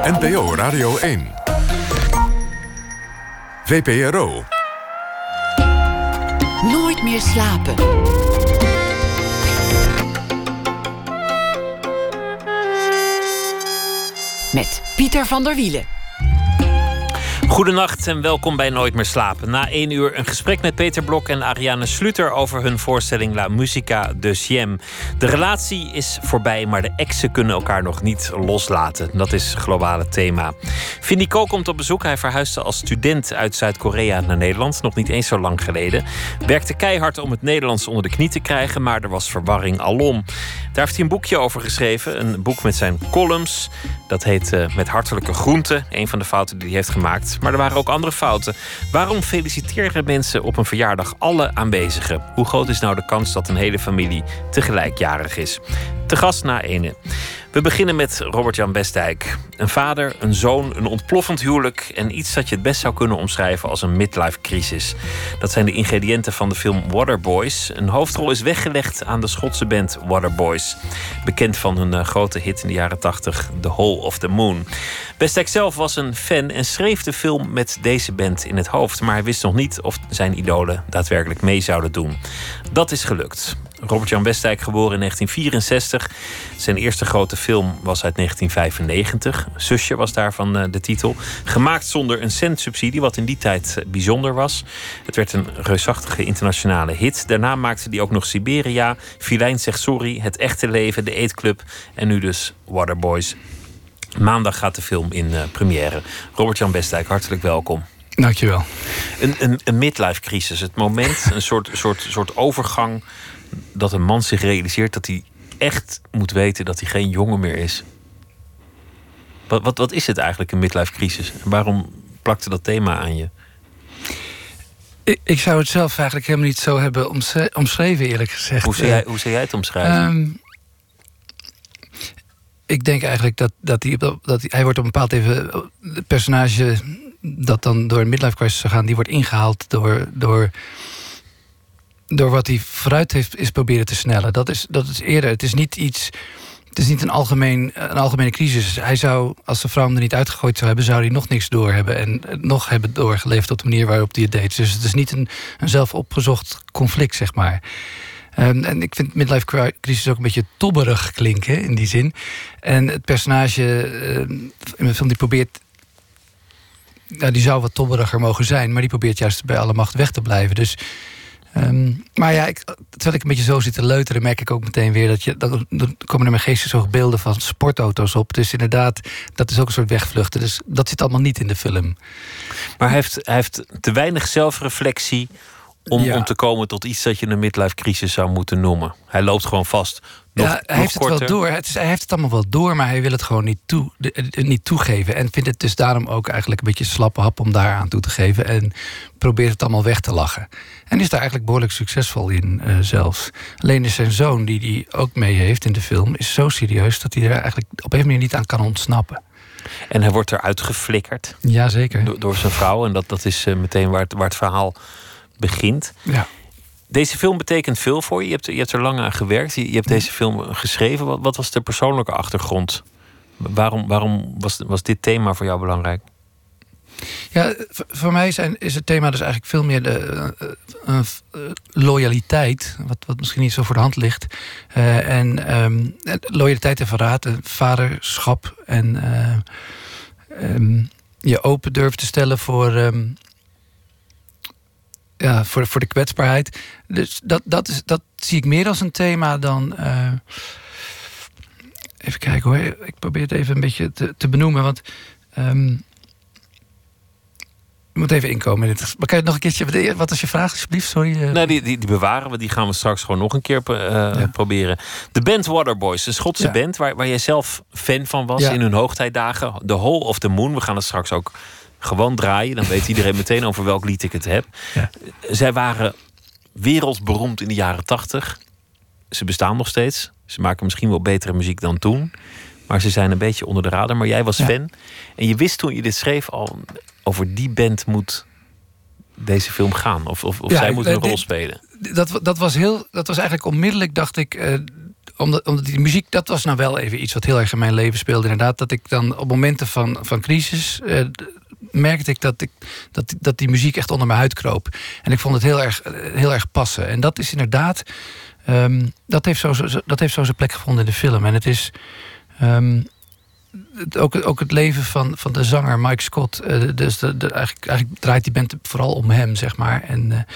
NPO Radio 1. VPRO. Nooit meer slapen. Met Pieter van der Wielen. Goedenacht en welkom bij Nooit meer slapen. Na 1 uur een gesprek met Peter Blok en Ariane Sluter over hun voorstelling La Musica de Siem. De relatie is voorbij, maar de exen kunnen elkaar nog niet loslaten. Dat is het globale thema. Vinnie Ko komt op bezoek. Hij verhuisde als student uit Zuid-Korea naar Nederland. Nog niet eens zo lang geleden. Werkte keihard om het Nederlands onder de knie te krijgen, maar er was verwarring alom. Daar heeft hij een boekje over geschreven. Een boek met zijn columns. Dat heet Met hartelijke groenten. Een van de fouten die hij heeft gemaakt. Maar er waren ook andere fouten. Waarom feliciteren mensen op een verjaardag alle aanwezigen? Hoe groot is nou de kans dat een hele familie tegelijk jarig is? Te gast na ene. We beginnen met Robert-Jan Westdijk. Een vader, een zoon, een ontploffend huwelijk en iets dat je het best zou kunnen omschrijven als een midlife crisis. Dat zijn de ingrediënten van de film Waterboys. Een hoofdrol is weggelegd aan de Schotse band Waterboys. Bekend van hun grote hit in de jaren 80, The Hole of the Moon. Westdijk zelf was een fan en schreef de film met deze band in het hoofd. Maar hij wist nog niet of zijn idolen daadwerkelijk mee zouden doen. Dat is gelukt. Robert-Jan Westdijk, geboren in 1964. Zijn eerste grote film was uit 1995. Zusje was daarvan de titel. Gemaakt zonder een cent subsidie, wat in die tijd bijzonder was. Het werd een reusachtige internationale hit. Daarna maakte hij ook nog Siberia, Filijn zegt sorry, Het echte leven, De Eetclub en nu dus Waterboys. Maandag gaat de film in première. Robert-Jan Westdijk, hartelijk welkom. Dankjewel. Een midlife crisis, het moment, een soort overgang dat een man zich realiseert dat hij echt moet weten dat hij geen jongen meer is. Wat is het eigenlijk, een midlife crisis? En waarom plakte dat thema aan je? Ik zou het zelf eigenlijk helemaal niet zo hebben omschreven, eerlijk gezegd. Hoe zou jij het omschrijven? Ik denk eigenlijk dat hij wordt op een bepaald even... Het personage dat dan door een midlife crisis zou gaan, die wordt ingehaald door wat hij vooruit is proberen te snellen. Dat is eerder. Het is niet een algemene crisis. Hij zou, als de vrouw hem er niet uitgegooid zou hebben, zou hij nog niks doorhebben en nog hebben doorgeleefd op de manier waarop hij het deed. Dus het is niet een zelf opgezocht conflict, zeg maar. En ik vind midlife crisis ook een beetje tobberig klinken in die zin. En het personage in mijn film die probeert... Nou, die zou wat tobberiger mogen zijn, maar die probeert juist bij alle macht weg te blijven. Dus, maar ja, terwijl ik een beetje zo zit te leuteren, merk ik ook meteen weer dan komen er mijn geestelijk beelden van sportauto's op. Dus inderdaad, dat is ook een soort wegvluchten. Dus dat zit allemaal niet in de film. Maar hij heeft te weinig zelfreflectie om te komen tot iets dat je een midlife crisis zou moeten noemen. Hij loopt gewoon vast. Hij heeft het wel door. Hij heeft het allemaal wel door, maar hij wil het gewoon niet toegeven. En vindt het dus daarom ook eigenlijk een beetje slappe hap om daar aan toe te geven. En probeert het allemaal weg te lachen. En is daar eigenlijk behoorlijk succesvol in zelfs. Alleen is zijn zoon, die ook mee heeft in de film, is zo serieus dat hij er eigenlijk op een manier niet aan kan ontsnappen. En hij wordt eruit geflikkerd. Ja, zeker. Door zijn vrouw. En dat is meteen waar het verhaal begint. Ja. Deze film betekent veel voor je. Je hebt er lang aan gewerkt. Je hebt deze film geschreven. Wat was de persoonlijke achtergrond? Waarom was dit thema voor jou belangrijk? Ja, voor mij is het thema dus eigenlijk veel meer de loyaliteit. Wat misschien niet zo voor de hand ligt. Loyaliteit en verraad. Vaderschap. En je open durven te stellen voor de kwetsbaarheid. Dus dat zie ik meer als een thema dan... even kijken hoor. Ik probeer het even een beetje te benoemen. Want je moet even inkomen. Maar kan je het nog een keertje... Wat is je vraag, alsjeblieft? Sorry. Nee, die bewaren we. Die gaan we straks gewoon nog een keer proberen. De band Waterboys, een Schotse band waar jij zelf fan van was in hun hoogtijdagen. The Hole of the Moon. We gaan het straks ook gewoon draaien. Dan weet iedereen meteen over welk lied ik het heb. Ja. Zij waren wereldberoemd in de jaren 80. Ze bestaan nog steeds. Ze maken misschien wel betere muziek dan toen. Maar ze zijn een beetje onder de radar. Maar jij was fan. En je wist toen je dit schreef al... over die band moet deze film gaan. Of zij moeten een rol spelen. Dat was eigenlijk onmiddellijk, dacht ik... omdat die muziek, dat was nou wel even iets wat heel erg in mijn leven speelde. Inderdaad, dat ik dan op momenten van crisis merkte ik dat die muziek echt onder mijn huid kroop. En ik vond het heel erg passen. En dat is inderdaad, dat heeft zo zijn plek gevonden in de film. En het is ook het leven van de zanger Mike Scott. Dus eigenlijk draait die band vooral om hem, zeg maar. En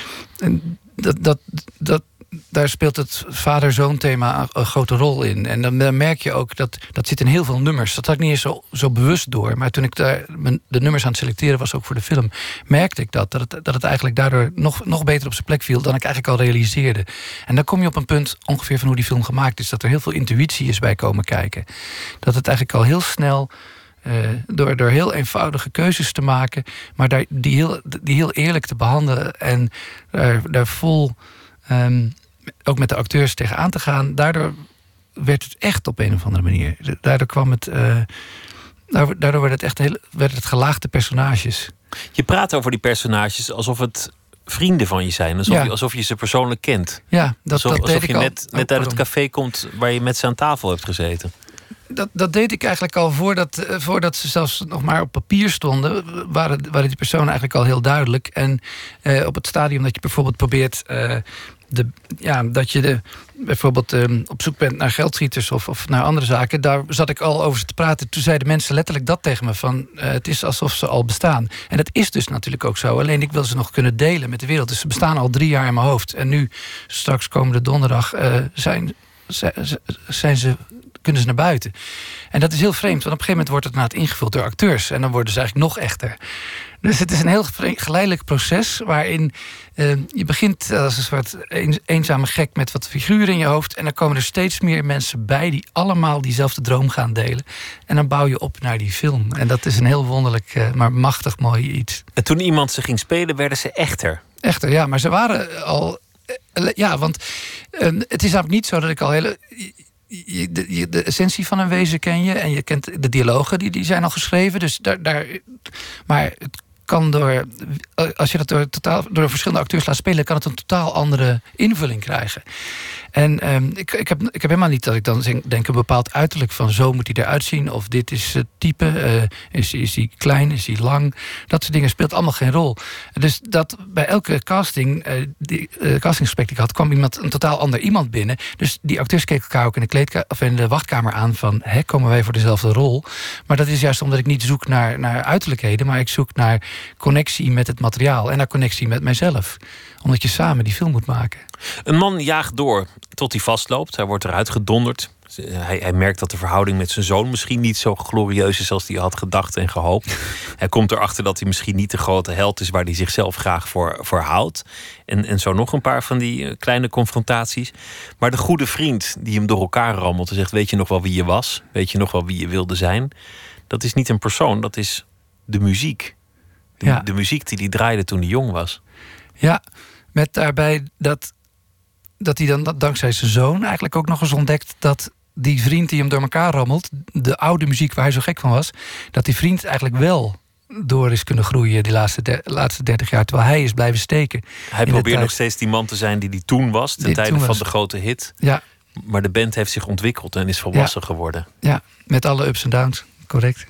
daar speelt het vader-zoon thema een grote rol in. En dan merk je ook dat zit in heel veel nummers. Dat had ik niet eens zo bewust door. Maar toen ik daar de nummers aan het selecteren was, ook voor de film, merkte ik dat het eigenlijk daardoor nog beter op zijn plek viel dan ik eigenlijk al realiseerde. En dan kom je op een punt ongeveer van hoe die film gemaakt is, dat er heel veel intuïtie is bij komen kijken. Dat het eigenlijk al heel snel, door heel eenvoudige keuzes te maken, maar die heel eerlijk te behandelen en daar vol ook met de acteurs tegenaan te gaan, daardoor werd het echt op een of andere manier. Daardoor kwam het. Daardoor werd het gelaagde personages. Je praat over die personages alsof het vrienden van je zijn. Alsof je ze persoonlijk kent. Ja, alsof je net uit het café komt waar je met ze aan tafel hebt gezeten. Dat deed ik eigenlijk al voordat ze zelfs nog maar op papier stonden, waren die personen eigenlijk al heel duidelijk. En op het stadium dat je bijvoorbeeld probeert dat je bijvoorbeeld op zoek bent naar geldschieters of naar andere zaken, daar zat ik al over ze te praten. Toen zeiden mensen letterlijk dat tegen me, van het is alsof ze al bestaan. En dat is dus natuurlijk ook zo. Alleen ik wil ze nog kunnen delen met de wereld. Dus ze bestaan al 3 jaar in mijn hoofd. En nu, straks komende donderdag, kunnen ze naar buiten. En dat is heel vreemd, want op een gegeven moment wordt het inderdaad ingevuld door acteurs. En dan worden ze eigenlijk nog echter. Dus het is een heel geleidelijk proces waarin je begint als een soort eenzame gek met wat figuren in je hoofd. En dan komen er steeds meer mensen bij die allemaal diezelfde droom gaan delen. En dan bouw je op naar die film. En dat is een heel wonderlijk, maar machtig mooi iets. En toen iemand ze ging spelen, werden ze echter. Echter, ja, maar ze waren al. Ja, want het is namelijk niet zo dat ik al hele. De essentie van een wezen ken je. En je kent de dialogen, die zijn al geschreven. Dus maar het kan als je dat door verschillende acteurs laat spelen, kan het een totaal andere invulling krijgen. En ik heb helemaal niet dat ik dan denk een bepaald uiterlijk van zo moet hij eruit zien, of dit is het type, is hij klein, is hij lang. Dat soort dingen speelt allemaal geen rol. Dus dat bij elke castinggesprek die ik had, kwam een totaal ander iemand binnen. Dus die acteurs keken elkaar ook in de wachtkamer aan van, komen wij voor dezelfde rol? Maar dat is juist omdat ik niet zoek naar uiterlijkheden, maar ik zoek naar connectie met het materiaal en naar connectie met mijzelf. Omdat je samen die film moet maken. Een man jaagt door tot hij vastloopt. Hij wordt eruit gedonderd. Hij merkt dat de verhouding met zijn zoon misschien niet zo glorieus is als hij had gedacht en gehoopt. Hij komt erachter dat hij misschien niet de grote held is waar hij zichzelf graag voor houdt. En zo nog een paar van die kleine confrontaties. Maar de goede vriend die hem door elkaar rammelt en zegt, weet je nog wel wie je was? Weet je nog wel wie je wilde zijn? Dat is niet een persoon, dat is de muziek. De muziek die hij draaide toen hij jong was. Ja, met daarbij dat hij dan dankzij zijn zoon eigenlijk ook nog eens ontdekt dat die vriend die hem door elkaar rammelt, de oude muziek waar hij zo gek van was, dat die vriend eigenlijk wel door is kunnen groeien die laatste 30 jaar, terwijl hij is blijven steken. Hij probeert nog steeds die man te zijn die toen was, ten tijde van de grote hit. Ja. Maar de band heeft zich ontwikkeld en is volwassen geworden. Ja, met alle ups en downs, correct.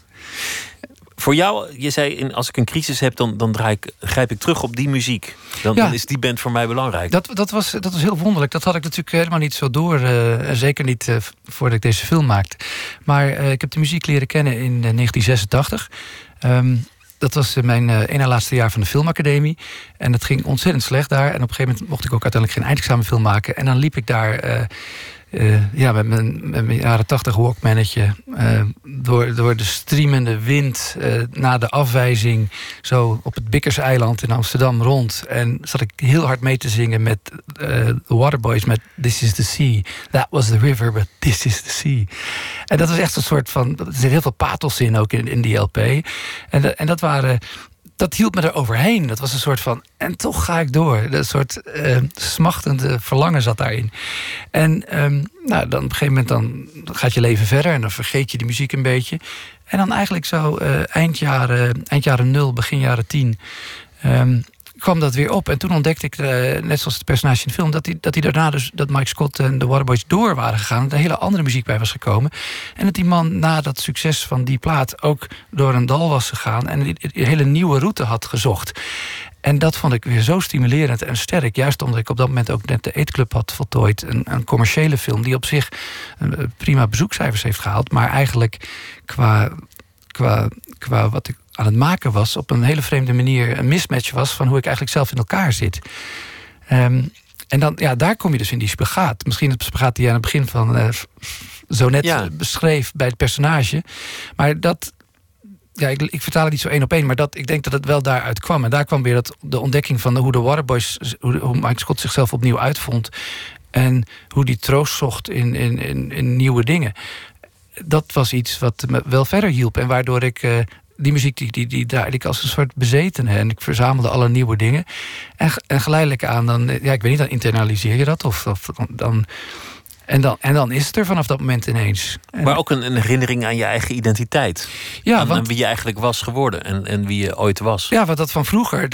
Voor jou, je zei, als ik een crisis heb, dan grijp ik terug op die muziek. Dan is die band voor mij belangrijk. Dat was heel wonderlijk. Dat had ik natuurlijk helemaal niet zo door. En zeker niet voordat ik deze film maakte. Maar ik heb de muziek leren kennen in 1986. Dat was mijn één na laatste jaar van de filmacademie. En dat ging ontzettend slecht daar. En op een gegeven moment mocht ik ook uiteindelijk geen eindexamenfilm maken. En dan liep ik daar met mijn jaren 80 walkmannetje door de streamende wind na de afwijzing zo op het Bikkerseiland in Amsterdam rond. En zat ik heel hard mee te zingen met The Waterboys met This is the Sea. That was the river, but this is the sea. En dat was echt een soort van, er zit heel veel pathos in ook in die LP. En dat hield me er overheen. Dat was een soort van, en toch ga ik door. Een soort smachtende verlangen zat daarin. En dan op een gegeven moment dan gaat je leven verder en dan vergeet je die muziek een beetje. En dan eigenlijk zo eind jaren 0, begin jaren 10... kwam dat weer op. En toen ontdekte ik, net zoals het personage in de film, dat hij daarna dus, dat Mike Scott en de Waterboys door waren gegaan. Dat er hele andere muziek bij was gekomen. En dat die man na dat succes van die plaat ook door een dal was gegaan en een hele nieuwe route had gezocht. En dat vond ik weer zo stimulerend en sterk. Juist omdat ik op dat moment ook net de Eetclub had voltooid. Een commerciële film die op zich prima bezoekcijfers heeft gehaald. Maar eigenlijk qua wat ik aan het maken was, op een hele vreemde manier een mismatch was van hoe ik eigenlijk zelf in elkaar zit. En dan, daar kom je dus in die spagaat. Misschien het spagaat die je aan het begin van zo net beschreef bij het personage. Maar dat... Ja, ik vertaal het niet zo 1 op 1, maar ik denk dat het wel daaruit kwam. En daar kwam weer de ontdekking van hoe de Waterboys, hoe Mike Scott zichzelf opnieuw uitvond. En hoe die troost zocht in nieuwe dingen. Dat was iets wat me wel verder hielp. En waardoor ik die muziek, die draaide ik als een soort bezetene. En ik verzamelde alle nieuwe dingen. En geleidelijk aan, dan, ik weet niet, dan internaliseer je dat. Of dan... En dan is het er vanaf dat moment ineens. Maar ook een herinnering aan je eigen identiteit. Ja, aan wie je eigenlijk was geworden en wie je ooit was. Ja, want dat van vroeger,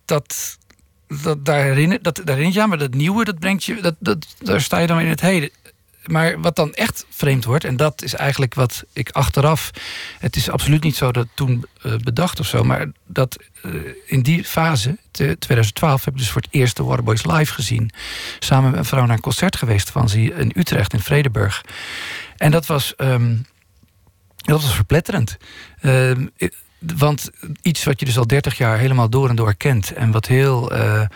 daar herinner je aan, maar dat nieuwe, dat brengt je, daar sta je dan in het heden. Maar wat dan echt vreemd wordt, en dat is eigenlijk wat ik achteraf... Het is absoluut niet zo dat toen bedacht of zo, maar dat in die fase, 2012, heb ik dus voor het eerst de Waterboys live gezien. Samen met een vrouw naar een concert geweest van ze in Utrecht, in Vredenburg. En dat was verpletterend. Want iets wat je dus al 30 jaar helemaal door en door kent en wat heel...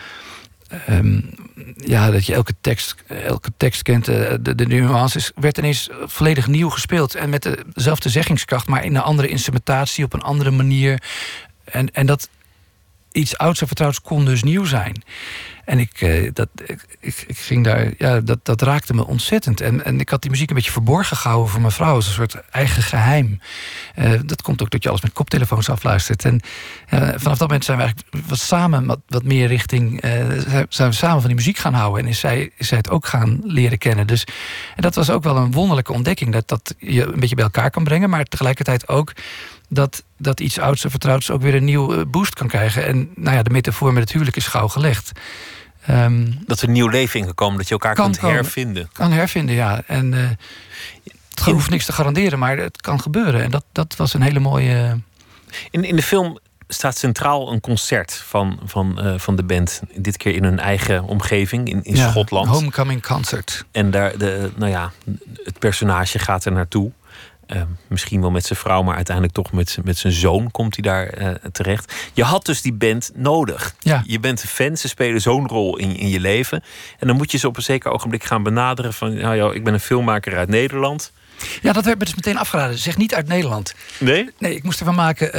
dat je elke tekst kent, de nuances, werd ineens volledig nieuw gespeeld. En met dezelfde zeggingskracht, maar in een andere instrumentatie, op een andere manier. En dat iets ouds en vertrouwds kon dus nieuw zijn. En ik ging daar, dat raakte me ontzettend. En ik had die muziek een beetje verborgen gehouden voor mijn vrouw, als een soort eigen geheim. Dat komt ook dat je alles met koptelefoons afluistert. En vanaf dat moment zijn we eigenlijk samen wat meer richting... zijn we samen van die muziek gaan houden. En is zij het ook gaan leren kennen. Dus, en dat was ook wel een wonderlijke ontdekking. Dat je een beetje bij elkaar kan brengen, maar tegelijkertijd ook... Dat iets ouds en vertrouwds ook weer een nieuwe boost kan krijgen. En de metafoor met het huwelijk is gauw gelegd. Dat er een nieuw leven in kan komen, dat je elkaar kunt hervinden. Kan hervinden, ja. En het hoeft niks te garanderen, maar het kan gebeuren. En dat was een hele mooie... In de film staat centraal een concert van de band. Dit keer in hun eigen omgeving, in Schotland. Homecoming concert. En daar het personage gaat er naartoe. Misschien wel met zijn vrouw, maar uiteindelijk toch met zijn zoon komt hij daar terecht. Je had dus die band nodig. Ja. Je bent een fan, ze spelen zo'n rol in je leven. En dan moet je ze op een zeker ogenblik gaan benaderen van... ik ben een filmmaker uit Nederland. Ja, dat werd me dus meteen afgeraden. Zeg niet uit Nederland. Nee? Nee, ik moest ervan maken...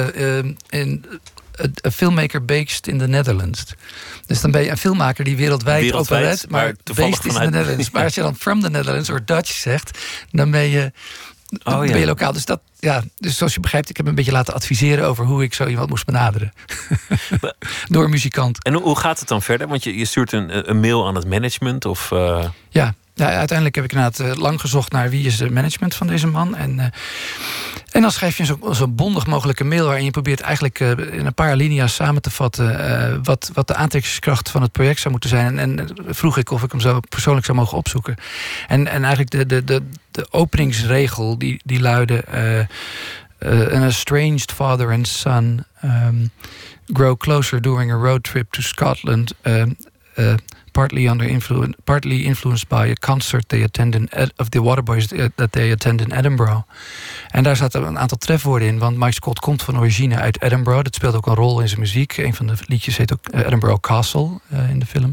een filmmaker based in the Netherlands. Dus dan ben je een filmmaker die wereldwijd operet, maar based is in the Netherlands. Maar als je dan from the Netherlands of Dutch zegt, dan ben je... ben je lokaal. Dus dus zoals je begrijpt, ik heb me een beetje laten adviseren over hoe ik zo iemand moest benaderen. Door een muzikant. En hoe gaat het dan verder? Want je stuurt een mail aan het management of... Ja, uiteindelijk heb ik inderdaad lang gezocht naar wie is de management van deze man. En dan schrijf je zo bondig mogelijke mail waarin je probeert eigenlijk in een paar linia's samen te vatten wat de aantrekkingskracht van het project zou moeten zijn. En vroeg ik of ik hem zo persoonlijk zou mogen opzoeken. En eigenlijk de openingsregel die luidde... An estranged father and son grow closer during a road trip to Scotland... partly influenced by a concert they attend of the Waterboys that they attend in Edinburgh. En daar zaten een aantal trefwoorden in, want Mike Scott komt van origine uit Edinburgh. Dat speelt ook een rol in zijn muziek. Een van de liedjes heet ook Edinburgh Castle in de film.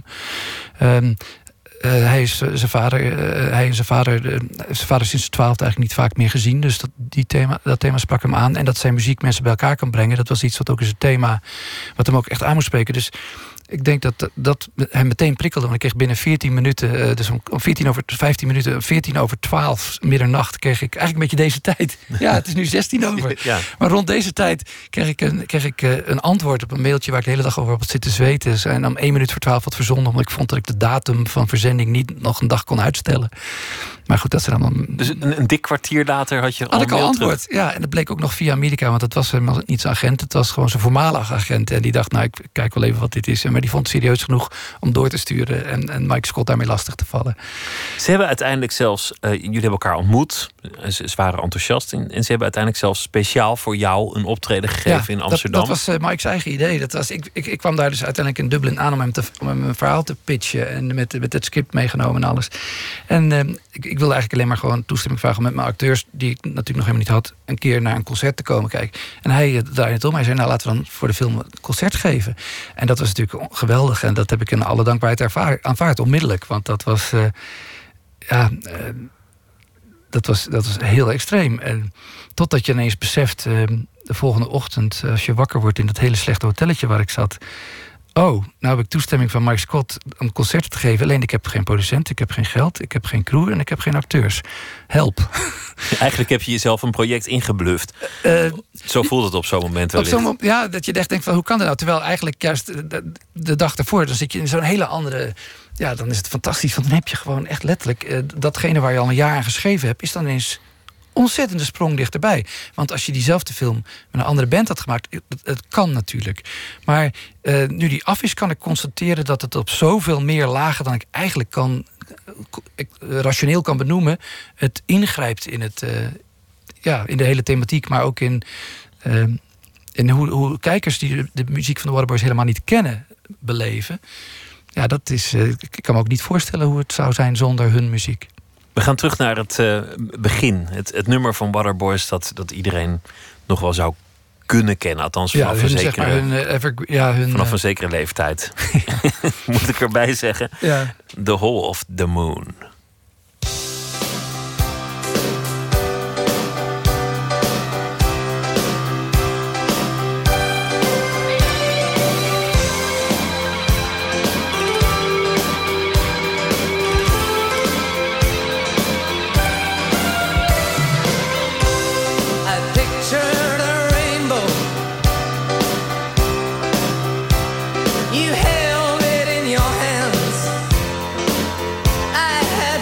Hij is zijn vader sinds 12 eigenlijk niet vaak meer gezien. Dus dat thema sprak hem aan. En dat zijn muziek mensen bij elkaar kan brengen. Dat was iets wat ook is het thema wat hem ook echt aan moest spreken. Dus Ik denk dat hem meteen prikkelde. Want ik kreeg binnen 14 minuten... dus om 15 minuten, 12 middernacht... kreeg ik eigenlijk een beetje deze tijd. Ja, het is nu 16 over. Ja. Maar rond deze tijd kreeg ik een antwoord op een mailtje... waar ik de hele dag over op zitten zweten. En om 1 minuut voor 12 had verzonden... omdat ik vond dat ik de datum van verzending niet nog een dag kon uitstellen. Maar goed, dat zijn allemaal... Dus een dik kwartier later had je ik al antwoord. Ja, en dat bleek ook nog via Amerika, want het was helemaal niet zijn agent. Het was gewoon zijn voormalige agent. En die dacht, nou, ik kijk wel even wat dit is. Maar die vond het serieus genoeg om door te sturen. En Mike Scott daarmee lastig te vallen. Ze hebben uiteindelijk zelfs... jullie hebben elkaar ontmoet. Ze waren enthousiast. En ze hebben uiteindelijk zelfs speciaal voor jou een optreden gegeven in Amsterdam. Dat was Mike's eigen idee. Ik kwam daar dus uiteindelijk in Dublin aan om hem een verhaal te pitchen. En met het script meegenomen en alles. En ik wilde eigenlijk alleen maar gewoon toestemming vragen... om met mijn acteurs, die ik natuurlijk nog helemaal niet had... een keer naar een concert te komen kijken. En hij draaide het om. Hij zei, nou, laten we dan voor de film een concert geven. En dat was natuurlijk geweldig. En dat heb ik in alle dankbaarheid aanvaard, onmiddellijk. Want dat was... Dat was heel extreem. En totdat je ineens beseft... de volgende ochtend, als je wakker wordt... in dat hele slechte hotelletje waar ik zat... nou heb ik toestemming van Mike Scott om concerten te geven. Alleen ik heb geen producent, ik heb geen geld, ik heb geen crew en ik heb geen acteurs. Help. Eigenlijk heb je jezelf een project ingebluft. Zo voelt het op zo'n moment wel. Dat je echt denkt van hoe kan dat nou? Terwijl eigenlijk juist de dag daarvoor, dan zit je in zo'n hele andere... Ja, dan is het fantastisch. Want dan heb je gewoon echt letterlijk... datgene waar je al een jaar aan geschreven hebt... is dan ineens ontzettende sprong dichterbij. Want als je diezelfde film met een andere band had gemaakt... het kan natuurlijk. Maar nu die af is, kan ik constateren... dat het op zoveel meer lagen dan ik eigenlijk rationeel kan benoemen... het ingrijpt in in de hele thematiek... maar ook in hoe kijkers die de muziek van de Waterboys helemaal niet kennen... beleven. Ja, dat is... ik kan me ook niet voorstellen hoe het zou zijn zonder hun muziek. We gaan terug naar het begin. Het nummer van Waterboys dat iedereen nog wel zou kunnen kennen. Althans vanaf vanaf een zekere leeftijd. Moet ik erbij zeggen. Ja. The Hole of the Moon. You held it in your hands. I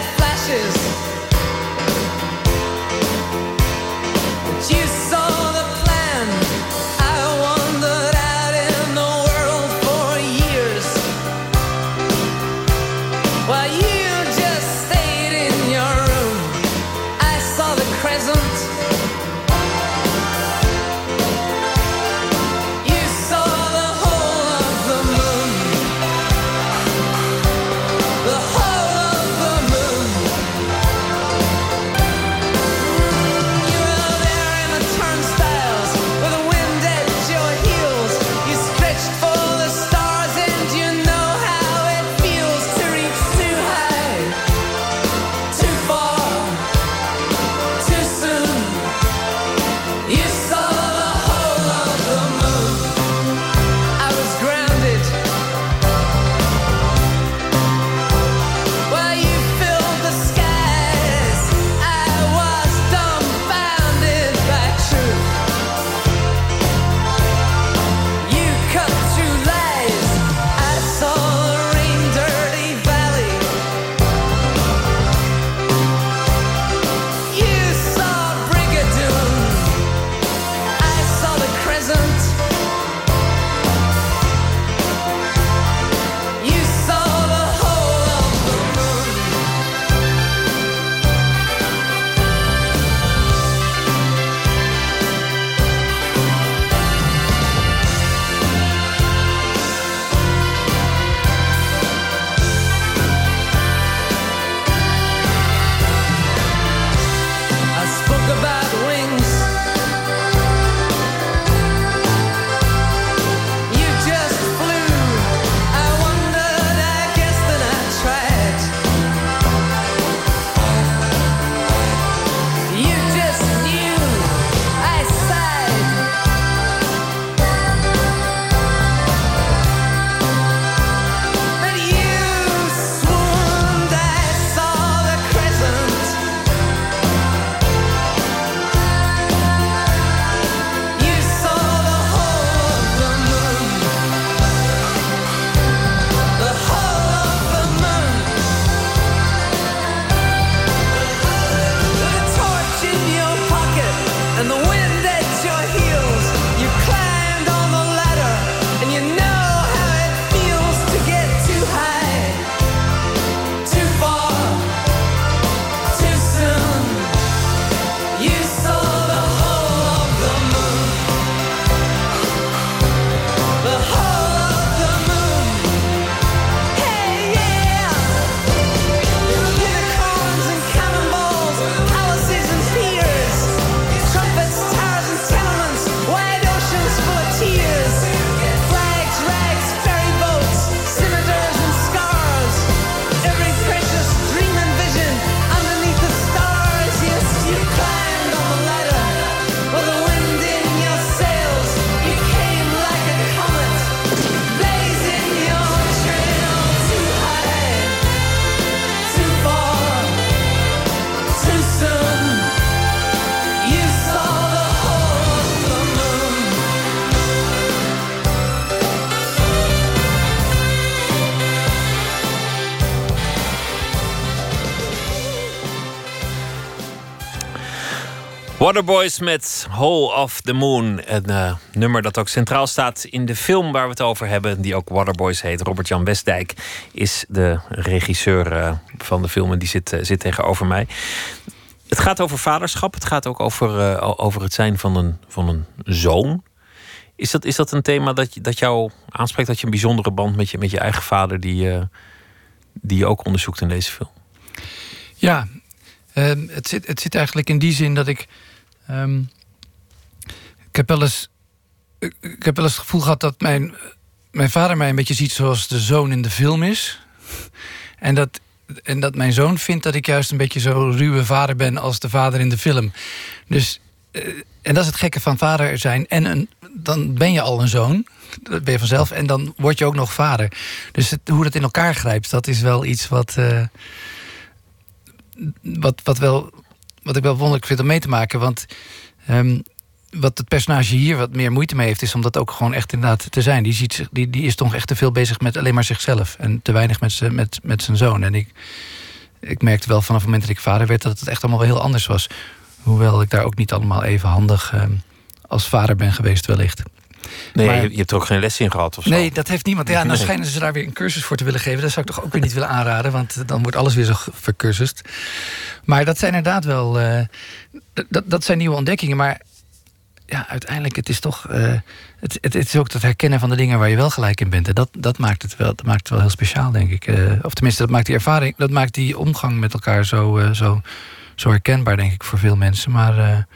and the wind at your heels. You climbed on the ladder, and you know how it feels to get too high, too far, too soon. You saw the whole of the moon, the whole of the moon. Hey, yeah. Unicorns and cannonballs, palaces and piers, trumpets, towers and tenements, wide oceans full of tears, flags, rags, ferry boats, scimitars and scars, every precious dream and vision underneath the stars. Yes, you climbed on the ladder with the wind in your sails. You came like a comet, blazing your trail too high, too far, too soon. You saw the whole of the moon. Waterboys met Hole of the Moon. Een nummer dat ook centraal staat in de film waar we het over hebben, die ook Waterboys heet. Robert-Jan Westdijk is de regisseur van de film en die zit tegenover mij. Het gaat over vaderschap. Het gaat ook over het zijn van een zoon. Is dat een thema dat jou aanspreekt? Dat je een bijzondere band met je eigen vader die je ook onderzoekt in deze film? Ja, het zit eigenlijk in die zin dat ik heb wel eens het gevoel gehad dat mijn vader mij een beetje ziet zoals de zoon in de film is. En dat mijn zoon vindt dat ik juist een beetje zo ruwe vader ben als de vader in de film. Dus, en dat is het gekke van vader zijn. En dan ben je al een zoon, dat ben je vanzelf. En dan word je ook nog vader. Dus hoe dat in elkaar grijpt, dat is wel iets wat ik wel wonderlijk vind om mee te maken. Want wat het personage hier wat meer moeite mee heeft, is om dat ook gewoon echt inderdaad te zijn. Die is toch echt te veel bezig met alleen maar zichzelf. En te weinig met zijn zoon. En ik merkte wel vanaf het moment dat ik vader werd dat het echt allemaal wel heel anders was. Hoewel ik daar ook niet allemaal even handig als vader ben geweest wellicht. Nee, maar, je hebt er ook geen les in gehad of zo? Nee, dat heeft niemand. Ja, dan schijnen ze daar weer een cursus voor te willen geven. Dat zou ik toch ook weer niet willen aanraden, want dan wordt alles weer zo vercursust. Maar dat zijn inderdaad wel dat zijn nieuwe ontdekkingen. Maar ja, uiteindelijk, het is toch het is ook het herkennen van de dingen waar je wel gelijk in bent. En dat maakt het wel heel speciaal, denk ik. Of tenminste, dat maakt die ervaring, dat maakt die omgang met elkaar zo herkenbaar, denk ik, voor veel mensen. Maar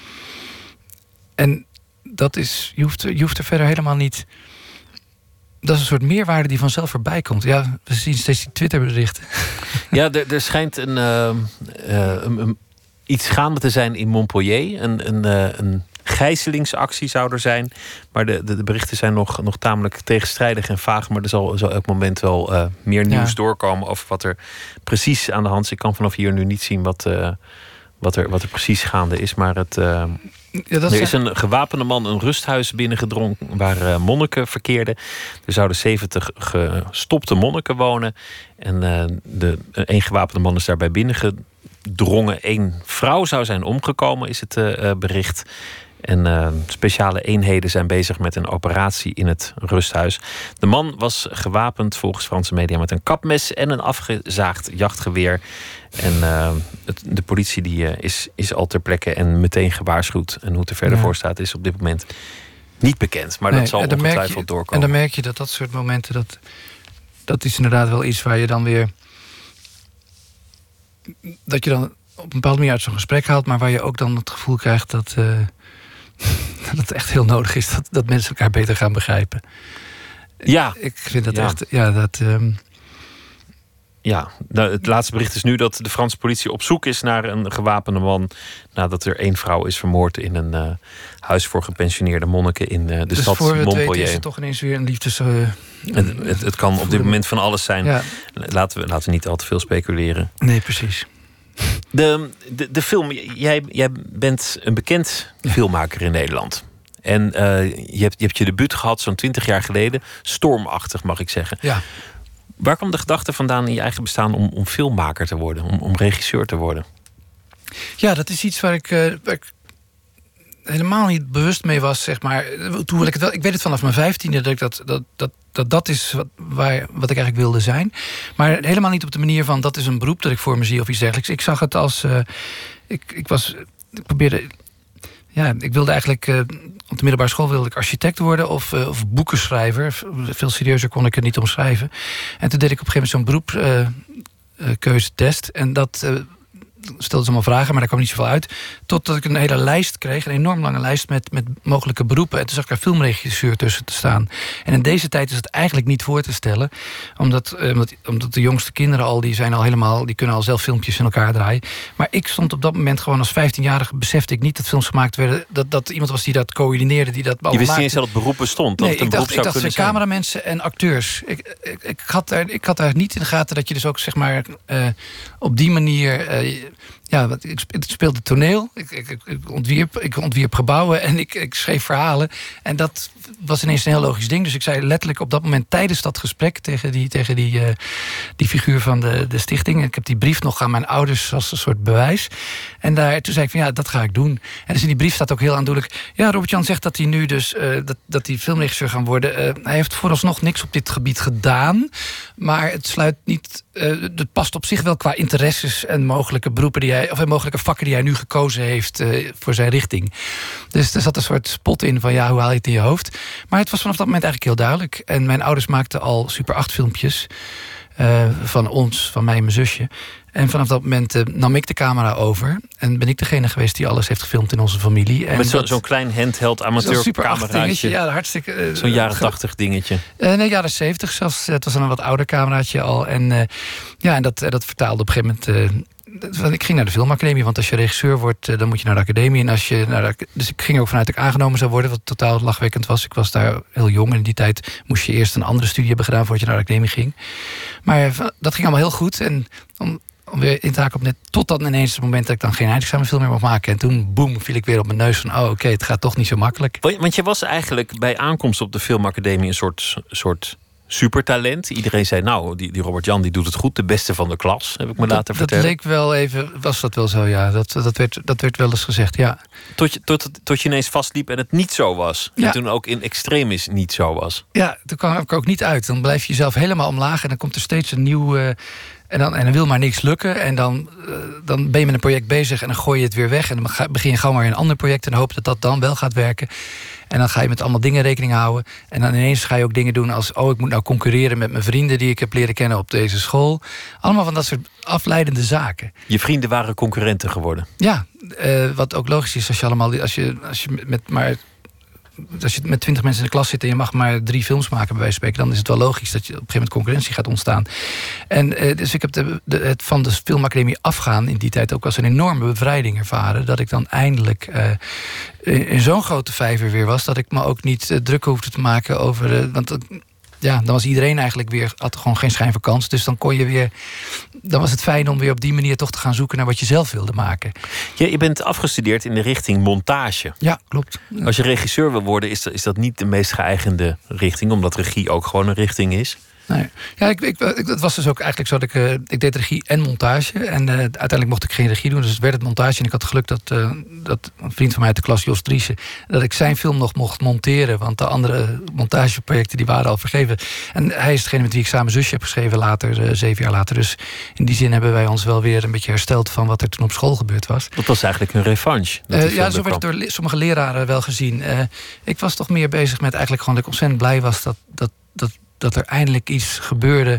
en dat is, je hoeft er verder helemaal niet. Dat is een soort meerwaarde die vanzelf voorbij komt. Ja, we zien steeds die Twitterberichten. Ja, er schijnt iets gaande te zijn in Montpellier. Een gijzelingsactie zou er zijn. Maar de berichten zijn nog tamelijk tegenstrijdig en vaag. Maar er zal elk moment wel meer nieuws doorkomen over wat er precies aan de hand is. Ik kan vanaf hier nu niet zien wat er precies gaande is. Maar er is een gewapende man een rusthuis binnengedrongen waar monniken verkeerden. Er zouden 70 gestopte monniken wonen. En één gewapende man is daarbij binnengedrongen. 1 vrouw zou zijn omgekomen, is het bericht. En speciale eenheden zijn bezig met een operatie in het rusthuis. De man was gewapend volgens Franse media met een kapmes en een afgezaagd jachtgeweer. En de politie is al ter plekke en meteen gewaarschuwd. En hoe het er verder voor staat is op dit moment niet bekend. Maar dat zal ongetwijfeld doorkomen. En dan merk je dat soort momenten, dat is inderdaad wel iets waar je dan weer, dat je dan op een bepaalde manier uit zo'n gesprek haalt, maar waar je ook dan het gevoel krijgt dat het echt heel nodig is dat mensen elkaar beter gaan begrijpen. Ja. Ik vind dat echt. Ja, dat. Ja, het laatste bericht is nu dat de Franse politie op zoek is naar een gewapende man nadat er 1 vrouw is vermoord in een huis voor gepensioneerde monniken in de stad Montpellier. Dus is het toch ineens weer een liefdes. Het kan op dit moment van alles zijn. Ja. Laten we niet al te veel speculeren. Nee, precies. De film, jij bent een bekend filmmaker in Nederland. En je hebt je debuut gehad zo'n 20 jaar geleden. Stormachtig, mag ik zeggen. Ja. Waar kwam de gedachte vandaan in je eigen bestaan om filmmaker te worden? Om regisseur te worden? Ja, dat is iets waar ik helemaal niet bewust mee was, zeg maar. Toen wil ik het wel. Ik weet het vanaf mijn 15e dat ik dat is wat ik eigenlijk wilde zijn. Maar helemaal niet op de manier van dat is een beroep dat ik voor me zie of iets dergelijks. Ik zag het als ik probeerde. Ja, ik wilde eigenlijk op de middelbare school wilde ik architect worden of boekenschrijver. Veel serieuzer kon ik het niet omschrijven. En toen deed ik op een gegeven moment zo'n beroepskeuzetest. En dat stelde ze allemaal vragen, maar daar kwam niet zoveel uit. Totdat ik een hele lijst kreeg, een enorm lange lijst met mogelijke beroepen. En toen zag ik daar filmregisseur tussen te staan. En in deze tijd is het eigenlijk niet voor te stellen. Omdat de jongste kinderen die kunnen al zelf filmpjes in elkaar draaien. Maar ik stond op dat moment gewoon als 15-jarige, besefte ik niet dat films gemaakt werden, dat iemand was die dat coördineerde, die dat Je wist niet eens dat het beroep bestond. Dat nee, het ik dacht cameramensen en acteurs. Ik had daar niet in de gaten dat je dus ook, zeg maar, op die manier. Ik speelde toneel, ik ontwierp gebouwen en ik schreef verhalen. En dat was ineens een heel logisch ding. Dus ik zei letterlijk op dat moment tijdens dat gesprek tegen die figuur van de stichting. Ik heb die brief nog aan mijn ouders als een soort bewijs. En toen zei ik van dat ga ik doen. En dus in die brief staat ook heel aandoenlijk. Ja, Robert-Jan zegt dat hij nu dus dat hij filmregisseur gaan worden. Hij heeft vooralsnog niks op dit gebied gedaan. Maar het sluit niet. Het past op zich wel qua interesses en mogelijke beroepen mogelijke vakken die hij nu gekozen heeft voor zijn richting. Dus er zat een soort spot in van hoe haal je het in je hoofd. Maar het was vanaf dat moment eigenlijk heel duidelijk. En mijn ouders maakten al Super 8 filmpjes van mij en mijn zusje. En vanaf dat moment nam ik de camera over. En ben ik degene geweest die alles heeft gefilmd in onze familie. En met zo'n klein handheld amateurcameraatje. Ja, hartstikke. Zo'n jaren 80 dingetje. Nee, jaren 70 zelfs. Het was een wat ouder cameraatje al. En dat vertaalde op een gegeven moment. Ik ging naar de filmacademie, want als je regisseur wordt, dan moet je naar de academie. En dus ik ging ook vanuit dat ik aangenomen zou worden, wat totaal lachwekkend was. Ik was daar heel jong en in die tijd moest je eerst een andere studie hebben gedaan voordat je naar de academie ging. Maar dat ging allemaal heel goed. En om weer in te haken op net, tot dan ineens het moment dat ik dan geen eindexamenfilm meer mocht maken. En toen, boem, viel ik weer op mijn neus van, oké, het gaat toch niet zo makkelijk. Want je was eigenlijk bij aankomst op de filmacademie een soort supertalent. Iedereen zei, nou, die Robert-Jan die doet het goed. De beste van de klas, heb ik me laten vertellen. Dat leek wel even, was dat wel zo, ja. Dat werd wel eens gezegd, ja. Tot je ineens vastliep en het niet zo was. Ja. En toen ook in extremis niet zo was. Ja, toen kwam ik ook niet uit. Dan blijf je jezelf helemaal omlaag en dan komt er steeds een nieuw. En dan wil maar niks lukken. En dan ben je met een project bezig en dan gooi je het weer weg. En dan begin je gauw maar een ander project en hoop dat dat dan wel gaat werken. En dan ga je met allemaal dingen rekening houden. En dan ineens ga je ook dingen doen als, ik moet nou concurreren met mijn vrienden die ik heb leren kennen op deze school. Allemaal van dat soort afleidende zaken. Je vrienden waren concurrenten geworden. Ja, wat ook logisch is als je met 20 mensen in de klas zit en je mag maar 3 films maken, bij wijze van spreken, dan is het wel logisch dat je op een gegeven moment concurrentie gaat ontstaan. En dus ik heb het van de filmacademie afgaan in die tijd ook als een enorme bevrijding ervaren. Dat ik dan eindelijk in zo'n grote vijver weer was, dat ik me ook niet druk hoefde te maken over. Want dan was iedereen eigenlijk weer, had gewoon geen schijn van kans. Dus dan was het fijn om weer op die manier toch te gaan zoeken naar wat je zelf wilde maken. Je bent afgestudeerd in de richting montage. Ja, klopt. Als je regisseur wil worden, is dat niet de meest geëigende richting, omdat regie ook gewoon een richting is. Nee. Ja, het was dus ook eigenlijk zo dat ik deed regie en montage. En uiteindelijk mocht ik geen regie doen, dus het werd het montage. En ik had geluk dat een vriend van mij uit de klas, Jos Driessen, dat ik zijn film nog mocht monteren. Want de andere montageprojecten die waren al vergeven. En hij is degene met wie ik samen Zusje heb geschreven later, 7 jaar later. Dus in die zin hebben wij ons wel weer een beetje hersteld van wat er toen op school gebeurd was. Dat was eigenlijk een revanche. Ja, zo werd het door sommige leraren wel gezien. Ik was toch meer bezig met eigenlijk gewoon dat ik ontzettend blij was dat er eindelijk iets gebeurde.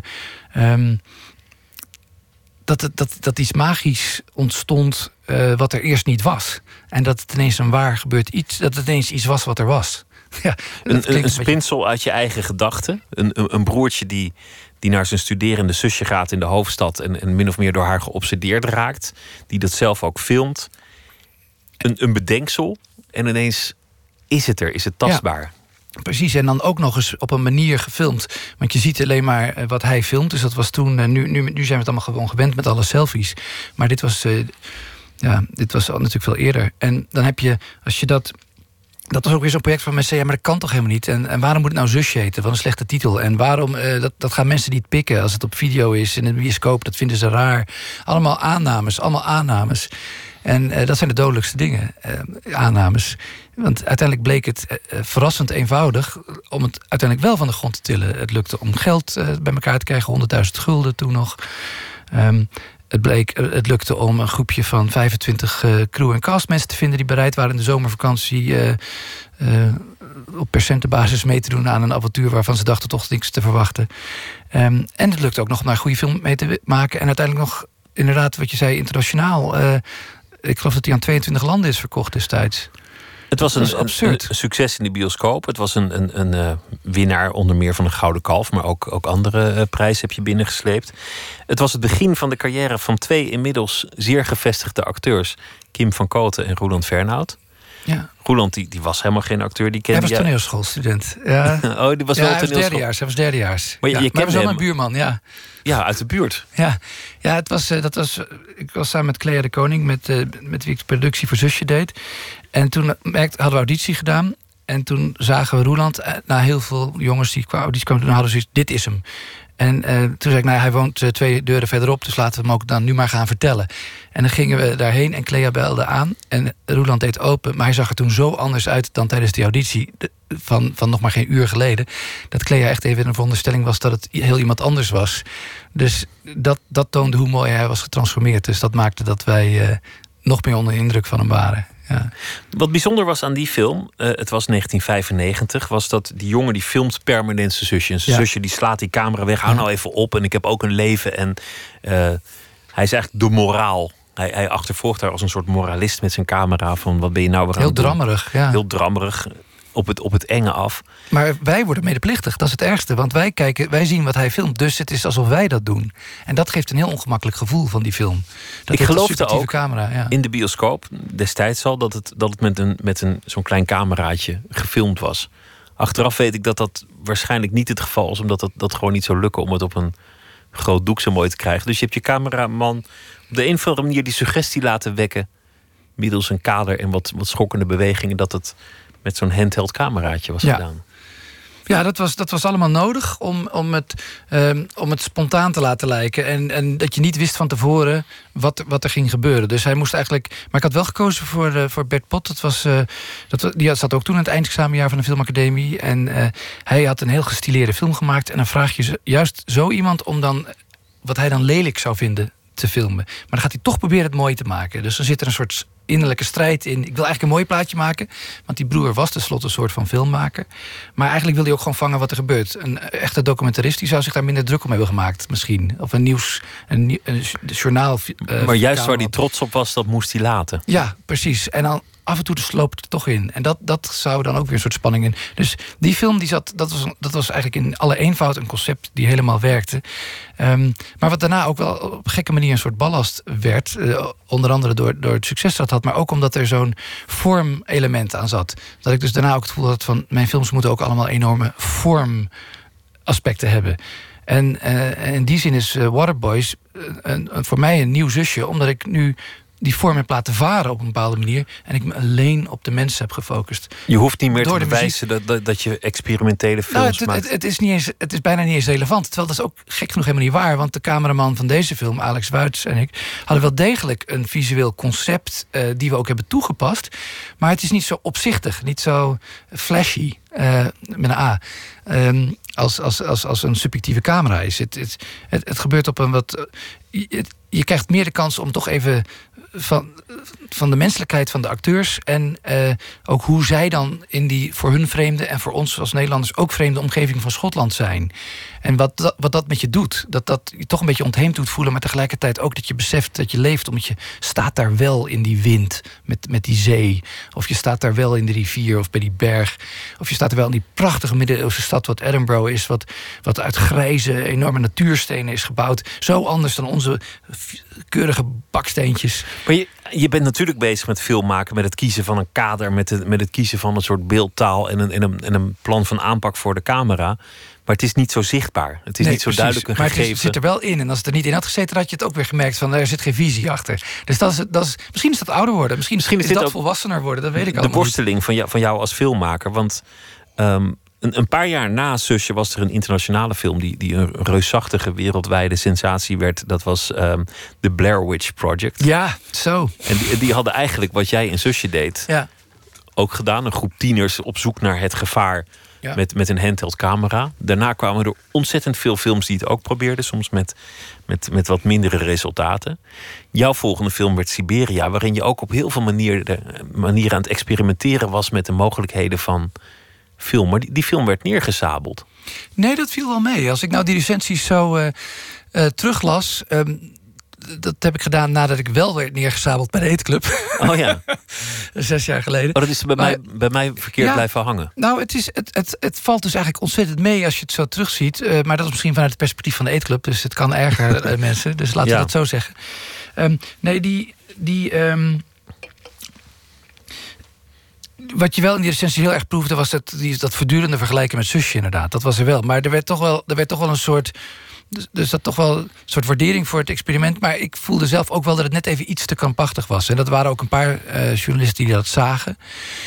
Dat iets magisch ontstond wat er eerst niet was. En dat het ineens dat het ineens iets was wat er was. Ja, een spinsel uit je eigen gedachten. Een broertje die naar zijn studerende zusje gaat in de hoofdstad en min of meer door haar geobsedeerd raakt. Die dat zelf ook filmt. Een bedenksel. En ineens is het tastbaar. Ja. Precies, en dan ook nog eens op een manier gefilmd. Want je ziet alleen maar wat hij filmt. Dus dat was toen. Nu zijn we het allemaal gewoon gewend met alle selfies. Maar dit was natuurlijk veel eerder. En dan heb je, als je dat was ook weer zo'n project van mensen zeggen, maar dat kan toch helemaal niet? En waarom moet het nou Zusje heten? Wat een slechte titel. En waarom, dat gaan mensen niet pikken als het op video is in een bioscoop. Dat vinden ze raar. Allemaal aannames. En dat zijn de dodelijkste dingen, aannames. Want uiteindelijk bleek het verrassend eenvoudig om het uiteindelijk wel van de grond te tillen. Het lukte om geld bij elkaar te krijgen, 100.000 gulden toen nog. Het lukte om een groepje van 25 crew- en castmensen te vinden die bereid waren in de zomervakantie op percentenbasis mee te doen aan een avontuur waarvan ze dachten toch niks te verwachten. En het lukte ook nog om daar een goede film mee te maken. En uiteindelijk nog, inderdaad, wat je zei, internationaal. Ik geloof dat hij aan 22 landen is verkocht destijds. Het was absurd. Een succes in de bioscoop. Het was een winnaar onder meer van een Gouden Kalf, maar ook andere prijzen heb je binnengesleept. Het was het begin van de carrière van 2 inmiddels zeer gevestigde acteurs. Kim van Kooten en Roeland Fernhout. Ja. Roeland die was helemaal geen acteur. Die kende hij was toneelschoolstudent. Ja. Oh, die was wel toneelschool. Hij was derdejaars. Maar je hij was wel hem. mijn buurman, ja. Ja, uit de buurt. Ja, ik was samen met Clea de Koning, met wie ik de productie voor Zusje deed. En toen hadden we auditie gedaan. En toen zagen we Roeland, na heel veel jongens die qua auditie kwamen, toen hadden ze dit is hem. En toen zei ik, hij woont 2 deuren verderop, dus laten we hem ook dan nu maar gaan vertellen. En dan gingen we daarheen en Clea belde aan. En Roeland deed open, maar hij zag er toen zo anders uit dan tijdens die auditie van nog maar geen uur geleden. Dat Clea echt even in een veronderstelling was dat het heel iemand anders was. Dus dat toonde hoe mooi hij was getransformeerd. Dus dat maakte dat wij nog meer onder de indruk van hem waren. Ja. Wat bijzonder was aan die film, het was 1995, was dat die jongen die filmt permanent zijn zusje. En zijn zusje die slaat die camera weg. Hou nou even op en ik heb ook een leven. En hij is eigenlijk de moraal. Hij achtervolgt daar als een soort moralist met zijn camera van wat ben je nou weer aan heel het doen? drammerig, ja. Heel drammerig, op het enge af. Maar wij worden medeplichtig, dat is het ergste. Want wij zien wat hij filmt, dus het is alsof wij dat doen. En dat geeft een heel ongemakkelijk gevoel van die film. Ik geloofde ook camera, ja. in de bioscoop destijds al dat het met zo'n klein cameraatje gefilmd was. Achteraf weet ik dat waarschijnlijk niet het geval is, omdat dat gewoon niet zou lukken om het op een groot doek zo mooi te krijgen. Dus je hebt je cameraman op de een of andere manier die suggestie laten wekken middels een kader en wat schokkende bewegingen dat het met zo'n handheld cameraatje was gedaan. Ja, dat was allemaal nodig om het spontaan te laten lijken. En dat je niet wist van tevoren wat er ging gebeuren. Dus hij moest eigenlijk. Maar ik had wel gekozen voor Bert Pot. Die zat ook toen in het eindexamenjaar van de Filmacademie. En hij had een heel gestileerde film gemaakt. En dan vraag je juist zo iemand om dan wat hij dan lelijk zou vinden te filmen. Maar dan gaat hij toch proberen het mooi te maken. Dus dan zit er een soort innerlijke strijd in. Ik wil eigenlijk een mooi plaatje maken. Want die broer was tenslotte een soort van filmmaker. Maar eigenlijk wil hij ook gewoon vangen wat er gebeurt. Een echte documentarist die zou zich daar minder druk om hebben gemaakt misschien. Of een journaal. Maar juist waar hij trots op was, dat moest hij laten. Ja, precies. En dan af en toe sloopt het er toch in. En dat zou dan ook weer een soort spanning in. Dus die film, dat was eigenlijk in alle eenvoud een concept die helemaal werkte. Maar wat daarna ook wel op een gekke manier een soort ballast werd. Onder andere door het succes dat had. Maar ook omdat er zo'n vormelement aan zat. Dat ik dus daarna ook het gevoel had van mijn films moeten ook allemaal enorme vormaspecten hebben. En in die zin is Waterboys voor mij een nieuw zusje. Omdat ik nu die vorm heb laten varen op een bepaalde manier. En ik me alleen op de mensen heb gefocust. Je hoeft niet meer te bewijzen dat je experimentele films maakt. Het is bijna niet eens relevant. Terwijl dat is ook gek genoeg helemaal niet waar. Want de cameraman van deze film, Alex Wuits en ik, hadden wel degelijk een visueel concept die we ook hebben toegepast. Maar het is niet zo opzichtig. Niet zo flashy, met een A. Als een subjectieve camera is. Het gebeurt op een wat. Je krijgt meer de kans om toch even van de menselijkheid van de acteurs en ook hoe zij dan in die voor hun vreemde en voor ons als Nederlanders ook vreemde omgeving van Schotland zijn. En wat dat met je doet. Dat je toch een beetje ontheemd doet voelen, maar tegelijkertijd ook dat je beseft dat je leeft, omdat je staat daar wel in die wind met die zee. Of je staat daar wel in de rivier of bij die berg. Of je staat er wel in die prachtige middeleeuwse stad wat Edinburgh is, wat uit grijze, enorme natuurstenen is gebouwd. Zo anders dan onze keurige baksteentjes. Maar je bent natuurlijk bezig met filmmaken, met het kiezen van een kader, met het kiezen van een soort beeldtaal en een plan van aanpak voor de camera. Maar het is niet zo zichtbaar. Het is niet zo duidelijk een gegeven. Maar het zit er wel in. En als het er niet in had gezeten, had je het ook weer gemerkt van er zit geen visie achter. Dus misschien is dat ouder worden. Misschien is dat volwassener worden. Dat weet ik allemaal de worsteling van jou als filmmaker. Want Een paar jaar na Zusje was er een internationale film die een reusachtige wereldwijde sensatie werd. Dat was The Blair Witch Project. Ja, zo. En die hadden eigenlijk wat jij in Zusje deed Ja. ook gedaan. Een groep tieners op zoek naar het gevaar met een handheld camera. Daarna kwamen er ontzettend veel films die het ook probeerden. Soms met wat mindere resultaten. Jouw volgende film werd Siberia, waarin je ook op heel veel manieren aan het experimenteren was met de mogelijkheden van film. Maar die film werd neergezabeld. Nee, dat viel wel mee. Als ik nou die recensies zo teruglas, dat heb ik gedaan nadat ik wel werd neergezabeld bij de Eetclub. Oh ja. 6 jaar geleden. Oh, dat is bij mij verkeerd blijven hangen. Nou, het valt dus eigenlijk ontzettend mee als je het zo terugziet. Maar dat is misschien vanuit het perspectief van de Eetclub. Dus het kan erger, mensen. Dus laten we dat zo zeggen. Wat je wel in die recensie heel erg proefde, was dat voortdurende vergelijken met Zusje, inderdaad. Dat was er wel. Maar er werd toch wel een soort. Dus dat toch wel een soort waardering voor het experiment. Maar ik voelde zelf ook wel dat het net even iets te krampachtig was. En dat waren ook een paar journalisten die dat zagen.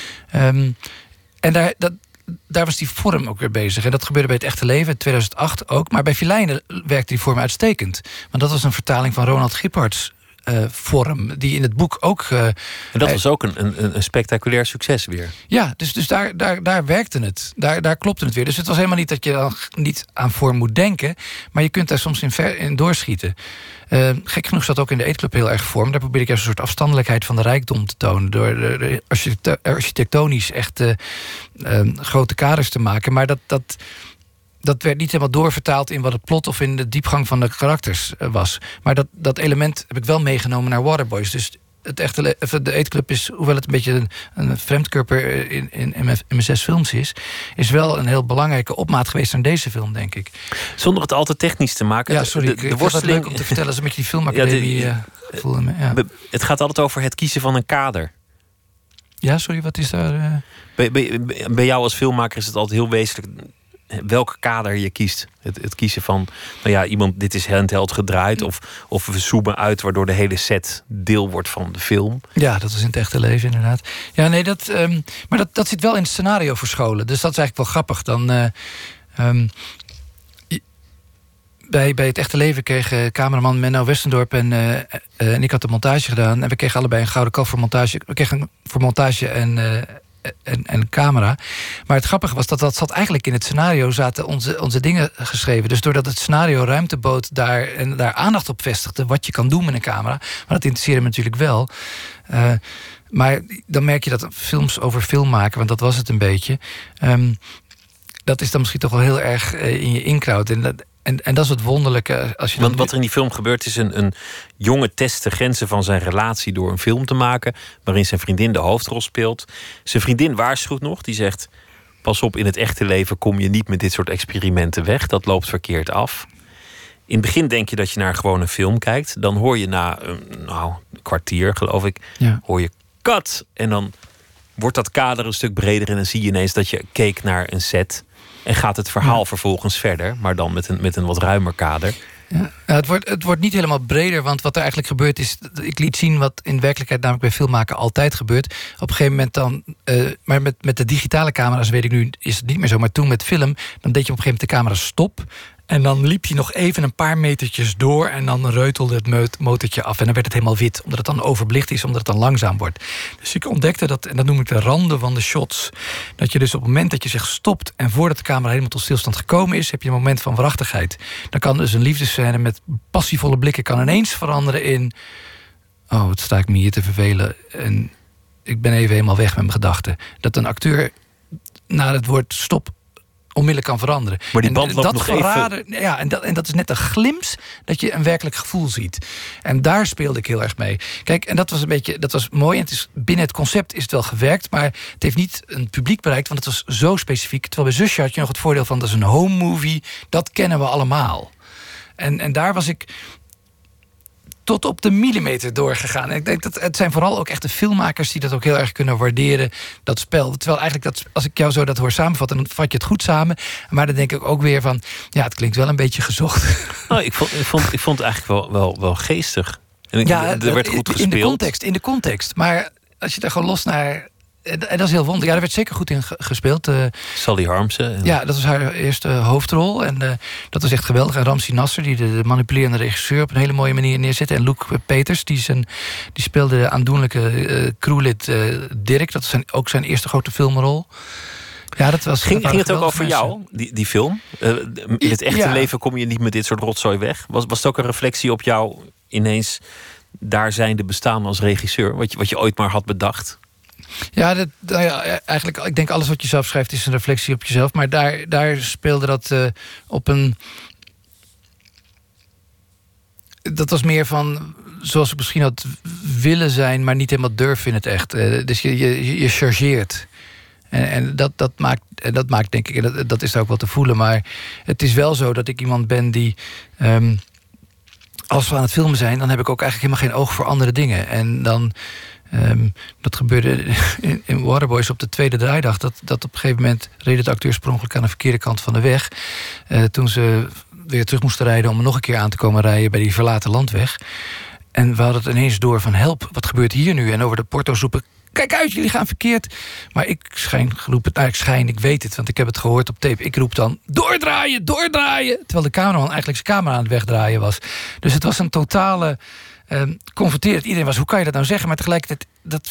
En daar was die vorm ook weer bezig. En dat gebeurde bij Het Echte Leven in 2008 ook. Maar bij Vilijnen werkte die vorm uitstekend. Want dat was een vertaling van Ronald Giphards vorm, die in het boek ook. En dat was ook een spectaculair succes weer. Ja, dus daar werkte het. Daar klopte het weer. Dus het was helemaal niet dat je dan niet aan vorm moet denken, maar je kunt daar soms in doorschieten. Gek genoeg zat ook in de Eetclub heel erg vorm. Daar probeer ik juist een soort afstandelijkheid van de rijkdom te tonen, door architectonisch echt grote kaders te maken. Maar dat werd niet helemaal doorvertaald in wat het plot of in de diepgang van de karakters was. Maar dat element heb ik wel meegenomen naar Waterboys. Dus de Eetclub is, hoewel het een beetje een vreemdkörper in mijn 6 films is wel een heel belangrijke opmaat geweest aan deze film, denk ik. Zonder het al te technisch te maken. Ja, sorry, ik vond het leuk om te vertellen. Als een beetje die filmacademie voelde me. Ja. Het gaat altijd over het kiezen van een kader. Ja, sorry, wat is daar? Bij jou als filmmaker is het altijd heel wezenlijk welke kader je kiest. Het kiezen van, iemand, dit is handheld gedraaid, of we zoomen uit waardoor de hele set deel wordt van de film. Ja, dat is in Het Echte Leven inderdaad. Ja, nee, maar dat zit wel in het scenario verscholen. Dus dat is eigenlijk wel grappig. Dan bij Het Echte Leven kreeg cameraman Menno Westendorp en ik had de montage gedaan. En we kregen allebei een gouden kalf voor montage. We kregen voor montage en camera. Maar het grappige was dat zat eigenlijk in het scenario, zaten onze dingen geschreven. Dus doordat het scenario ruimte bood daar aandacht op vestigde, wat je kan doen met een camera. Maar dat interesseerde me natuurlijk wel. Maar dan merk je dat films over film maken, want dat was het een beetje. Dat is dan misschien toch wel heel erg in je inkraut. En dat is het wonderlijke. Want wat er in die film gebeurt is een jongen test de grenzen van zijn relatie door een film te maken, waarin zijn vriendin de hoofdrol speelt. Zijn vriendin waarschuwt nog, die zegt: pas op, in het echte leven kom je niet met dit soort experimenten weg. Dat loopt verkeerd af. In het begin denk je dat je naar gewoon een film kijkt. Dan hoor je na een kwartier, geloof ik, hoor je cut. En dan wordt dat kader een stuk breder en dan zie je ineens dat je keek naar een set. En gaat het verhaal vervolgens verder, maar dan met een wat ruimer kader. Ja, het wordt niet helemaal breder, want wat er eigenlijk gebeurt is, ik liet zien wat in werkelijkheid namelijk bij filmmaken altijd gebeurt. Op een gegeven moment dan, maar met de digitale camera's weet ik nu, is het niet meer zo. Maar toen met film, dan deed je op een gegeven moment de camera stop. En dan liep je nog even een paar metertjes door en dan reutelde het motortje af. En dan werd het helemaal wit, omdat het dan overbelicht is, omdat het dan langzaam wordt. Dus ik ontdekte dat, en dat noem ik de randen van de shots. Dat je dus op het moment dat je zegt stopt en voordat de camera helemaal tot stilstand gekomen is, heb je een moment van waarachtigheid. Dan kan dus een liefdesscène met passievolle blikken kan ineens veranderen in: oh, wat sta ik me hier te vervelen. En ik ben even helemaal weg met mijn gedachten. Dat een acteur na het woord stop onmiddellijk kan veranderen. Maar die band loopt nog even. Ja, en dat is net een glimp dat je een werkelijk gevoel ziet. En daar speelde ik heel erg mee. Kijk, en dat was mooi. En binnen het concept is het wel gewerkt, maar het heeft niet een publiek bereikt, want het was zo specifiek. Terwijl bij Zusje had je nog het voordeel van, dat is een home movie. Dat kennen we allemaal. En daar was ik tot op de millimeter doorgegaan. En ik denk dat het zijn vooral ook echt de filmmakers die dat ook heel erg kunnen waarderen, dat spel. Terwijl eigenlijk, als ik jou zo dat hoor samenvatten, dan vat je het goed samen. Maar dan denk ik ook weer van, ja, het klinkt wel een beetje gezocht. Oh, ik vond het eigenlijk wel geestig. En er werd goed gespeeld. In de context. Maar als je daar gewoon los naar En dat is heel wonderlijk. Ja, daar werd zeker goed in gespeeld. Sally Harmsen. Ja, dat was haar eerste hoofdrol. En dat was echt geweldig. En Ramzi Nasser, die de manipulerende regisseur op een hele mooie manier neerzette. En Luc Peters, die speelde de aandoenlijke crewlid Dirk. Dat was ook zijn eerste grote filmrol. Ja, dat was ging het ook over jou, die film? In het echte leven kom je niet met dit soort rotzooi weg. Was het ook een reflectie op jou ineens daar zijnde bestaan als regisseur? Wat je ooit maar had bedacht? Ja, eigenlijk, ik denk alles wat je zelf schrijft is een reflectie op jezelf. Maar daar speelde dat op een... Dat was meer van zoals ik misschien had willen zijn, maar niet helemaal durf in het echt. Dus je chargeert. En dat maakt, denk ik, en dat is ook wel te voelen. Maar het is wel zo dat ik iemand ben die... als we aan het filmen zijn, dan heb ik ook eigenlijk helemaal geen oog voor andere dingen. En dan... dat gebeurde in Waterboys op de tweede draaidag. Dat op een gegeven moment reden de acteurs per ongeluk aan de verkeerde kant van de weg. Toen ze weer terug moesten rijden om nog een keer aan te komen rijden bij die verlaten landweg. En we hadden het ineens door van help, wat gebeurt hier nu? En over de porto's roepen, kijk uit, jullie gaan verkeerd. Maar ik ik weet het, want ik heb het gehoord op tape. Ik roep dan, doordraaien! Terwijl de cameraman eigenlijk zijn camera aan het wegdraaien was. Dus het was een totale... confronterend. Iedereen was, hoe kan je dat nou zeggen? Maar tegelijkertijd,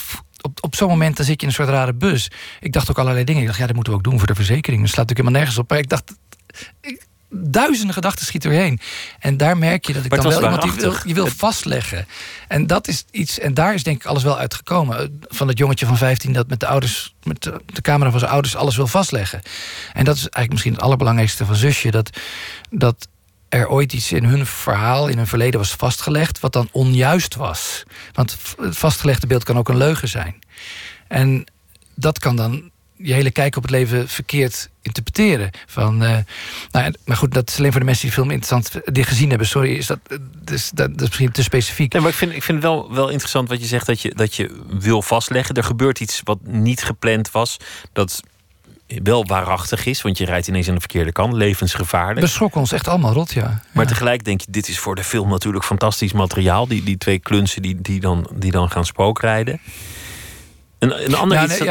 op zo'n moment dan zit je in een soort rare bus. Ik dacht ook allerlei dingen. Ik dacht, ja, dat moeten we ook doen voor de verzekering. Dat slaat natuurlijk helemaal nergens op. Maar ik dacht, duizenden gedachten schieten doorheen. En daar merk je dat ik dan wel iemand die wil vastleggen. En dat is iets, en daar is denk ik alles wel uitgekomen. Van dat jongetje van 15 dat met de camera van zijn ouders alles wil vastleggen. En dat is eigenlijk misschien het allerbelangrijkste van Zusje. Dat er ooit iets in hun verhaal, in hun verleden was vastgelegd... wat dan onjuist was. Want het vastgelegde beeld kan ook een leugen zijn. En dat kan dan je hele kijk op het leven verkeerd interpreteren. Maar goed, dat is alleen voor de mensen die de film interessant die gezien hebben. Sorry, dat is misschien te specifiek. Nee, maar ik vind het wel interessant wat je zegt, dat je wil vastleggen. Er gebeurt iets wat niet gepland was, dat wel waarachtig is, want je rijdt ineens aan de verkeerde kant, levensgevaarlijk. We schrokken ons echt allemaal rot, ja. Maar tegelijk denk je, dit is voor de film natuurlijk fantastisch materiaal. Die twee klunsen die dan gaan spookrijden. Een ander iets...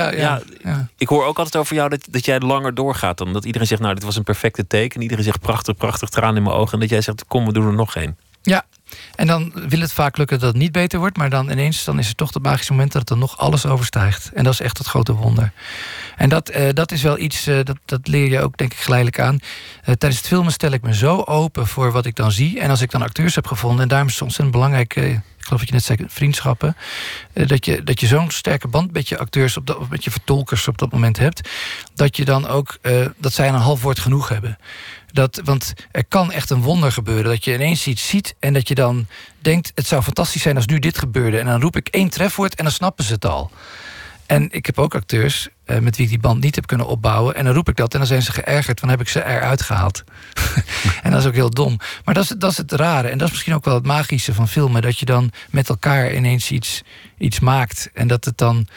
Ik hoor ook altijd over jou dat jij langer doorgaat dan. Dat iedereen zegt, nou, dit was een perfecte take. En iedereen zegt, prachtig, traan in mijn ogen. En dat jij zegt, kom, we doen er nog één. Ja, en dan wil het vaak lukken dat het niet beter wordt. Maar dan ineens is het toch het magische moment dat het er nog alles overstijgt. En dat is echt het grote wonder. En dat is wel iets, dat leer je ook denk ik geleidelijk aan. Tijdens het filmen stel ik me zo open voor wat ik dan zie. En als ik dan acteurs heb gevonden, en daarom is het ontzettend belangrijk... ik geloof dat je net zei, vriendschappen. Dat je zo'n sterke band met je acteurs, met je vertolkers op dat moment hebt. Dat je dan ook, dat zij een half woord genoeg hebben. Want er kan echt een wonder gebeuren. Dat je ineens iets ziet en dat je dan denkt, het zou fantastisch zijn als nu dit gebeurde. En dan roep ik 1 trefwoord en dan snappen ze het al. En ik heb ook acteurs met wie ik die band niet heb kunnen opbouwen. En dan roep ik dat en dan zijn ze geërgerd. Van heb ik ze eruit gehaald. En dat is ook heel dom. Maar dat is het rare. En dat is misschien ook wel het magische van filmen. Dat je dan met elkaar ineens iets maakt. En dat het dan...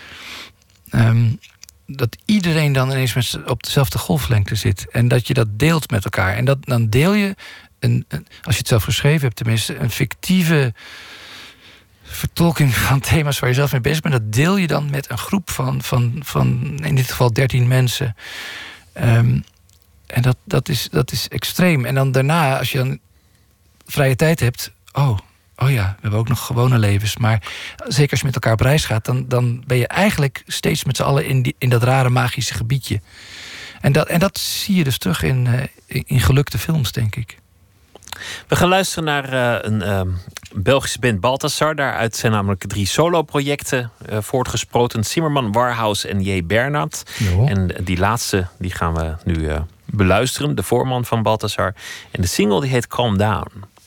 dat iedereen dan ineens op dezelfde golflengte zit. En dat je dat deelt met elkaar. En dan deel je, als je het zelf geschreven hebt tenminste... een fictieve vertolking van thema's waar je zelf mee bezig bent. Dat deel je dan met een groep van in dit geval 13 mensen. En dat is extreem. En dan daarna, als je dan vrije tijd hebt... Oh ja, we hebben ook nog gewone levens. Maar zeker als je met elkaar op reis gaat... dan ben je eigenlijk steeds met z'n allen in dat rare magische gebiedje. En dat zie je dus terug in gelukte films, denk ik. We gaan luisteren naar een Belgische band, Balthasar. Daaruit zijn namelijk 3 solo-projecten voortgesproten. Zimmerman, Warhouse en J. Bernhard. Jo. En die laatste die gaan we nu beluisteren. De voorman van Balthasar. En de single die heet Calm Down.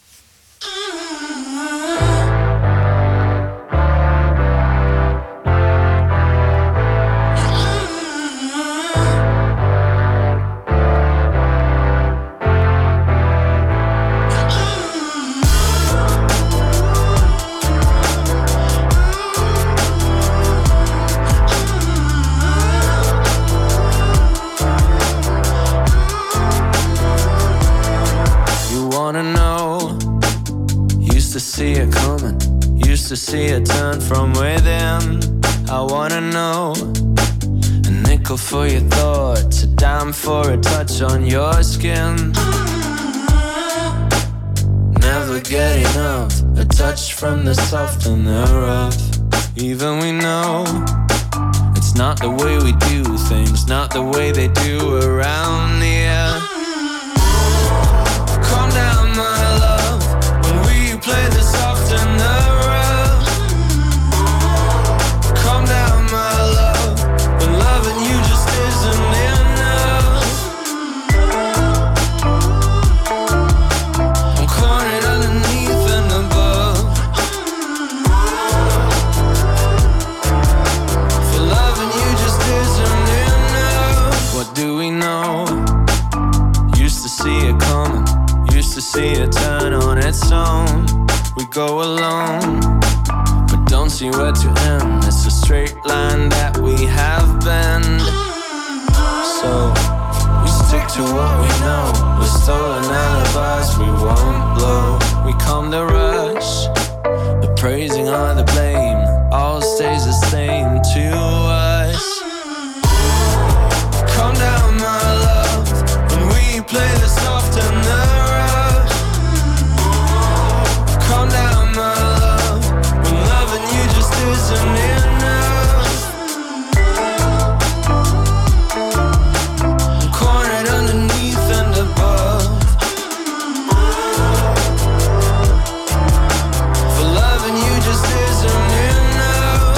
See it coming, used to see it turn from within. I wanna know nickel for your thoughts, a dime for a touch on your skin. Never get enough, a touch from the soft and the rough. Even we know it's not the way we do things, not the way they do around here. Calm down, my love, when we play the soft and the rough. Calm down, my love, when loving you just isn't enough. I'm cornered underneath and above. For loving you just isn't enough. What do we know? Used to see it coming, used to see it turn on its own. We go alone, but don't see where to end. It's a straight line that we have been. So we stick to what we know. With stolen alibis we won't blow. We calm the rush, the praising or the blame, all stays the same to us. Calm down, my love, when we play the soft and the rough. Calm down, my love, when loving you just isn't enough. I'm cornered underneath and above. For loving you just isn't enough.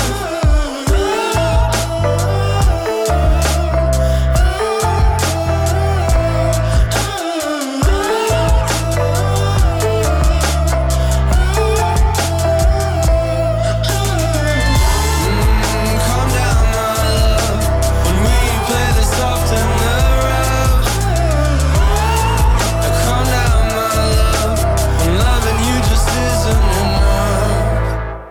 Calm down, my love, when we play the soft and the rough. Calm down, my love, when loving you just isn't enough.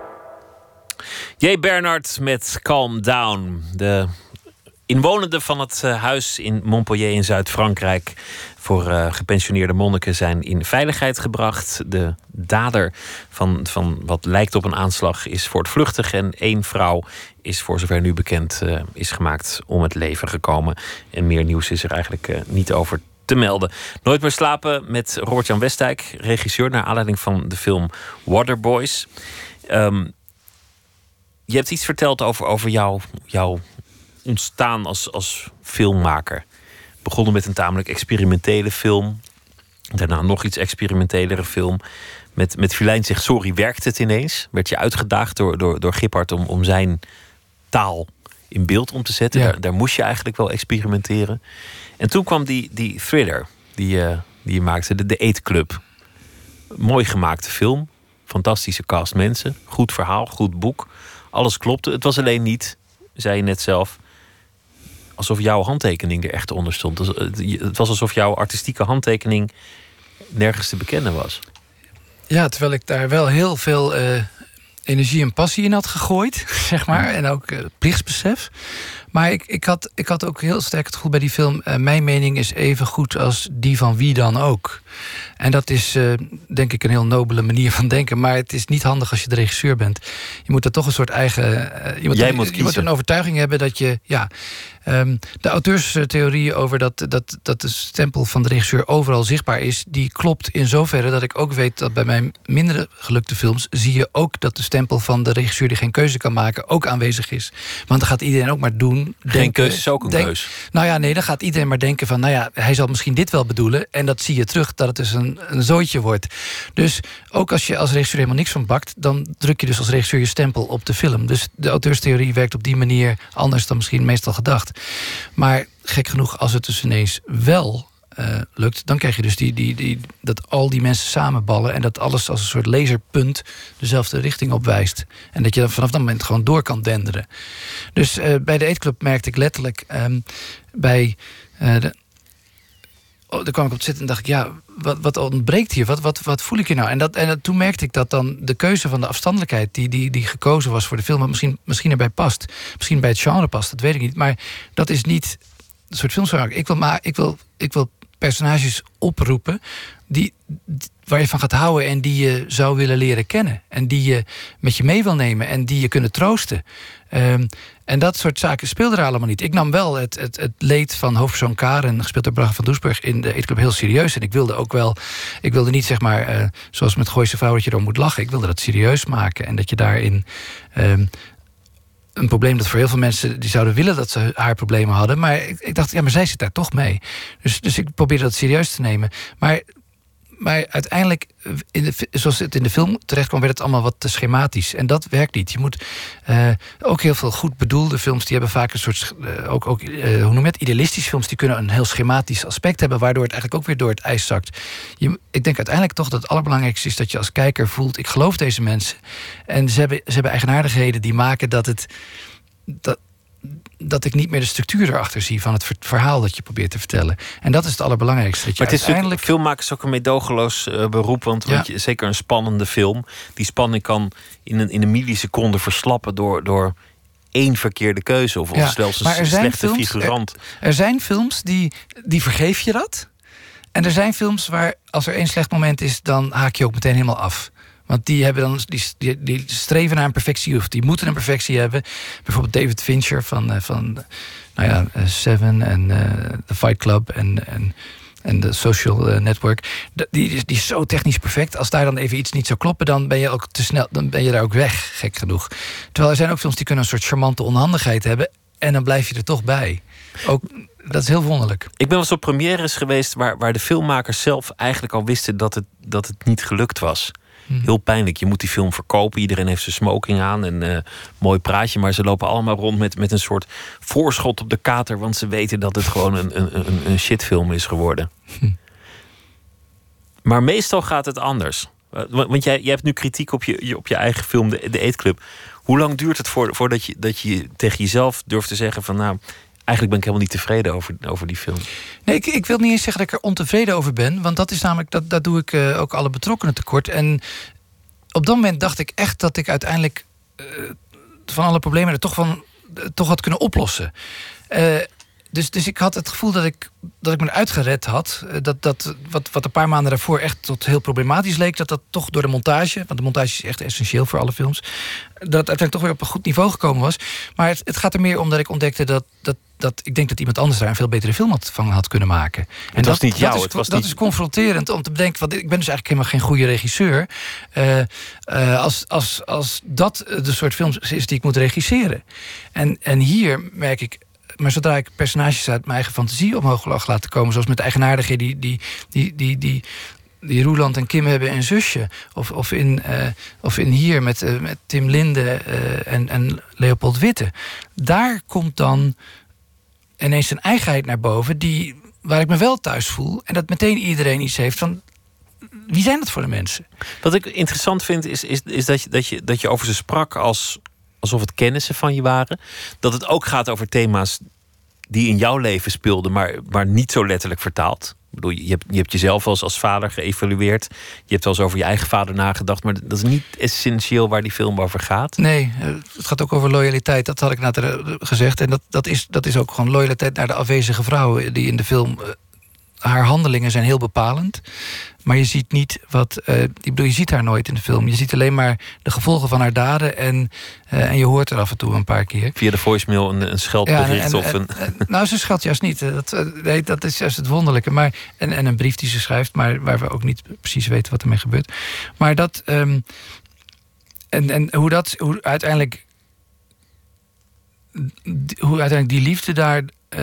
J. Bernard met Calm Down. De inwonenden van het huis in Montpellier in Zuid-Frankrijk voor gepensioneerde monniken zijn in veiligheid gebracht. De dader van wat lijkt op een aanslag is voortvluchtig en 1 vrouw is, voor zover nu bekend is gemaakt, om het leven gekomen. En meer nieuws is er eigenlijk niet over te melden. Nooit meer slapen met Robert-Jan Westdijk, regisseur naar aanleiding van de film Waterboys. Je hebt iets verteld over jouw ontstaan als filmmaker. Begonnen met een tamelijk experimentele film. Daarna nog iets experimentelere film. Met Filijn zegt sorry werkte het ineens. Werd je uitgedaagd door Giphart om zijn taal in beeld om te zetten. Ja. Daar moest je eigenlijk wel experimenteren. En toen kwam die thriller die je maakte, de Eetclub. Mooi gemaakte film. Fantastische cast mensen. Goed verhaal, goed boek. Alles klopte. Het was alleen niet, zei je net zelf, alsof jouw handtekening er echt onder stond. Het was alsof jouw artistieke handtekening nergens te bekennen was. Ja, terwijl ik daar wel heel veel energie en passie in had gegooid, zeg maar. En ook plichtsbesef. Maar ik had ook heel sterk het gevoel bij die film, mijn mening is even goed als die van wie dan ook. En dat is denk ik een heel nobele manier van denken. Maar het is niet handig als je de regisseur bent. Je moet er toch een soort eigen... Je moet een overtuiging hebben dat je... Ja, de auteurstheorie over dat de stempel van de regisseur overal zichtbaar is, die klopt in zoverre dat ik ook weet dat bij mijn minder gelukte films zie je ook dat de stempel van de regisseur die geen keuze kan maken ook aanwezig is. Want dan gaat iedereen ook maar doen. Geen keuze is ook een keus. Nou ja, nee, dan gaat iedereen maar denken van, nou ja, hij zal misschien dit wel bedoelen. En dat zie je terug, dat het dus een zooitje wordt. Dus ook als je als regisseur helemaal niks van bakt, dan druk je dus als regisseur je stempel op de film. Dus de auteurstheorie werkt op die manier anders dan misschien meestal gedacht. Maar gek genoeg, als het dus ineens wel lukt, dan krijg je dus dat al die mensen samenballen en dat alles als een soort laserpunt dezelfde richting opwijst. En dat je dan vanaf dat moment gewoon door kan denderen. Dus bij de Eetclub merkte ik letterlijk daar kwam ik op zitten en dacht ik, ja, wat ontbreekt hier? Wat voel ik hier nou? En toen merkte ik dat dan de keuze van de afstandelijkheid die gekozen was voor de film, misschien erbij past. Misschien bij het genre past, dat weet ik niet. Maar dat is niet een soort filmsmaak. Ik wil per personages oproepen waar je van gaat houden en die je zou willen leren kennen. En die je met je mee wil nemen en die je kunnen troosten. En dat soort zaken speelde er allemaal niet. Ik nam wel het leed van hoofdpersoon Karen, gespeeld door Braga van Doesburg, in de Eetclub heel serieus. En ik wilde ook wel, niet zeg maar, zoals met Gooise Vrouw, dat je erom moet lachen. Ik wilde dat serieus maken. En dat je daarin een probleem dat voor heel veel mensen die zouden willen dat ze haar problemen hadden. Maar ik dacht, ja, maar zij zit daar toch mee. Dus ik probeerde dat serieus te nemen. Maar uiteindelijk, zoals het in de film terecht kwam, werd het allemaal wat te schematisch. En dat werkt niet. Je moet ook heel veel goed bedoelde films, die hebben vaak een soort, hoe noem je het, idealistische films, die kunnen een heel schematisch aspect hebben, waardoor het eigenlijk ook weer door het ijs zakt. Ik denk uiteindelijk toch dat het allerbelangrijkste is dat je als kijker voelt, ik geloof deze mensen. En ze hebben eigenaardigheden die maken dat ik niet meer de structuur erachter zie van het verhaal dat je probeert te vertellen. En dat is het allerbelangrijkste. Maar het is uiteindelijk, filmmakers ook een meedogenloos beroep, want zeker een spannende film, die spanning kan in een milliseconde verslappen door één verkeerde keuze of zelfs een slechte figurant. Er zijn films die vergeef je dat. En er zijn films waar als er één slecht moment is, dan haak je ook meteen helemaal af. Want die hebben dan die streven naar een perfectie, of die moeten een perfectie hebben. Bijvoorbeeld David Fincher van Seven en The Fight Club en The Social Network. Die is zo technisch perfect. Als daar dan even iets niet zou kloppen, dan ben je ook te snel, dan ben je daar ook weg, gek genoeg. Terwijl er zijn ook films die kunnen een soort charmante onhandigheid hebben, en dan blijf je er toch bij. Ook, dat is heel wonderlijk. Ik ben wel eens op premières geweest waar de filmmakers zelf eigenlijk al wisten dat het niet gelukt was. Heel pijnlijk. Je moet die film verkopen. Iedereen heeft zijn smoking aan en mooi praatje. Maar ze lopen allemaal rond met een soort voorschot op de kater. Want ze weten dat het gewoon een shitfilm is geworden. Maar meestal gaat het anders. Want jij hebt nu kritiek op je eigen film, de Eetclub. Hoe lang duurt het voordat je tegen jezelf durft te zeggen van, nou, eigenlijk ben ik helemaal niet tevreden over die film? Nee, ik wil niet eens zeggen dat ik er ontevreden over ben. Want dat is namelijk, dat doe ik ook alle betrokkenen tekort. En op dat moment dacht ik echt dat ik uiteindelijk van alle problemen er toch had kunnen oplossen. Dus ik had het gevoel dat ik me eruit gered had. Dat wat een paar maanden daarvoor echt tot heel problematisch leek, dat toch door de montage, want de montage is echt essentieel voor alle films, dat uiteindelijk toch weer op een goed niveau gekomen was. Maar het gaat er meer om dat ik ontdekte dat ik denk dat iemand anders daar een veel betere film van had kunnen maken. En dat was niet jou. Dat is confronterend om te bedenken, want ik ben dus eigenlijk helemaal geen goede regisseur. Als dat de soort films is die ik moet regisseren. En hier merk ik, maar zodra ik personages uit mijn eigen fantasie omhoog laten komen, zoals met de eigenaardigheden die Roeland en Kim hebben en Zusje, of in hier met Tim Linde en Leopold Witte, daar komt dan ineens een eigenheid naar boven waar ik me wel thuis voel, en dat meteen iedereen iets heeft van, wie zijn dat voor de mensen? Wat ik interessant vind is dat je over ze sprak alsof het kennissen van je waren. Dat het ook gaat over thema's die in jouw leven speelden, maar niet zo letterlijk vertaald. Ik bedoel, je hebt jezelf als vader geëvalueerd. Je hebt wel eens over je eigen vader nagedacht, maar dat is niet essentieel waar die film over gaat. Nee, het gaat ook over loyaliteit. Dat had ik net gezegd. En dat is ook gewoon loyaliteit naar de afwezige vrouw die in de film. Haar handelingen zijn heel bepalend. Maar je ziet niet je ziet haar nooit in de film. Je ziet alleen maar de gevolgen van haar daden. En je hoort er af en toe een paar keer. Via de voicemail een scheldbericht Nou, ze scheldt juist niet. Dat is juist het wonderlijke. Maar, en een brief die ze schrijft, maar waar we ook niet precies weten wat ermee gebeurt. Maar dat. Hoe uiteindelijk die liefde daar,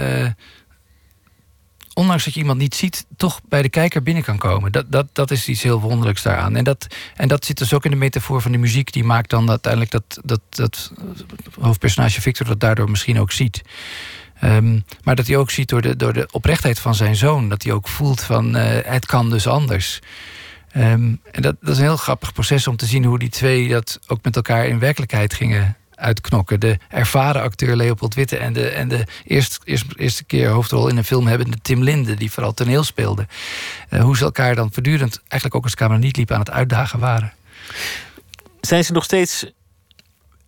ondanks dat je iemand niet ziet, toch bij de kijker binnen kan komen. Dat is iets heel wonderlijks daaraan. En dat zit dus ook in de metafoor van de muziek. Die maakt dan uiteindelijk dat hoofdpersonage Victor dat daardoor misschien ook ziet. Maar dat hij ook ziet door de oprechtheid van zijn zoon. Dat hij ook voelt van, het kan dus anders. En dat is een heel grappig proces om te zien hoe die twee dat ook met elkaar in werkelijkheid gingen uitknokken. De ervaren acteur Leopold Witte en de eerste keer hoofdrol in een film hebbende Tim Linde, die vooral toneel speelde. Hoe ze elkaar dan voortdurend, eigenlijk ook als de camera niet liep, aan het uitdagen waren. Zijn ze nog steeds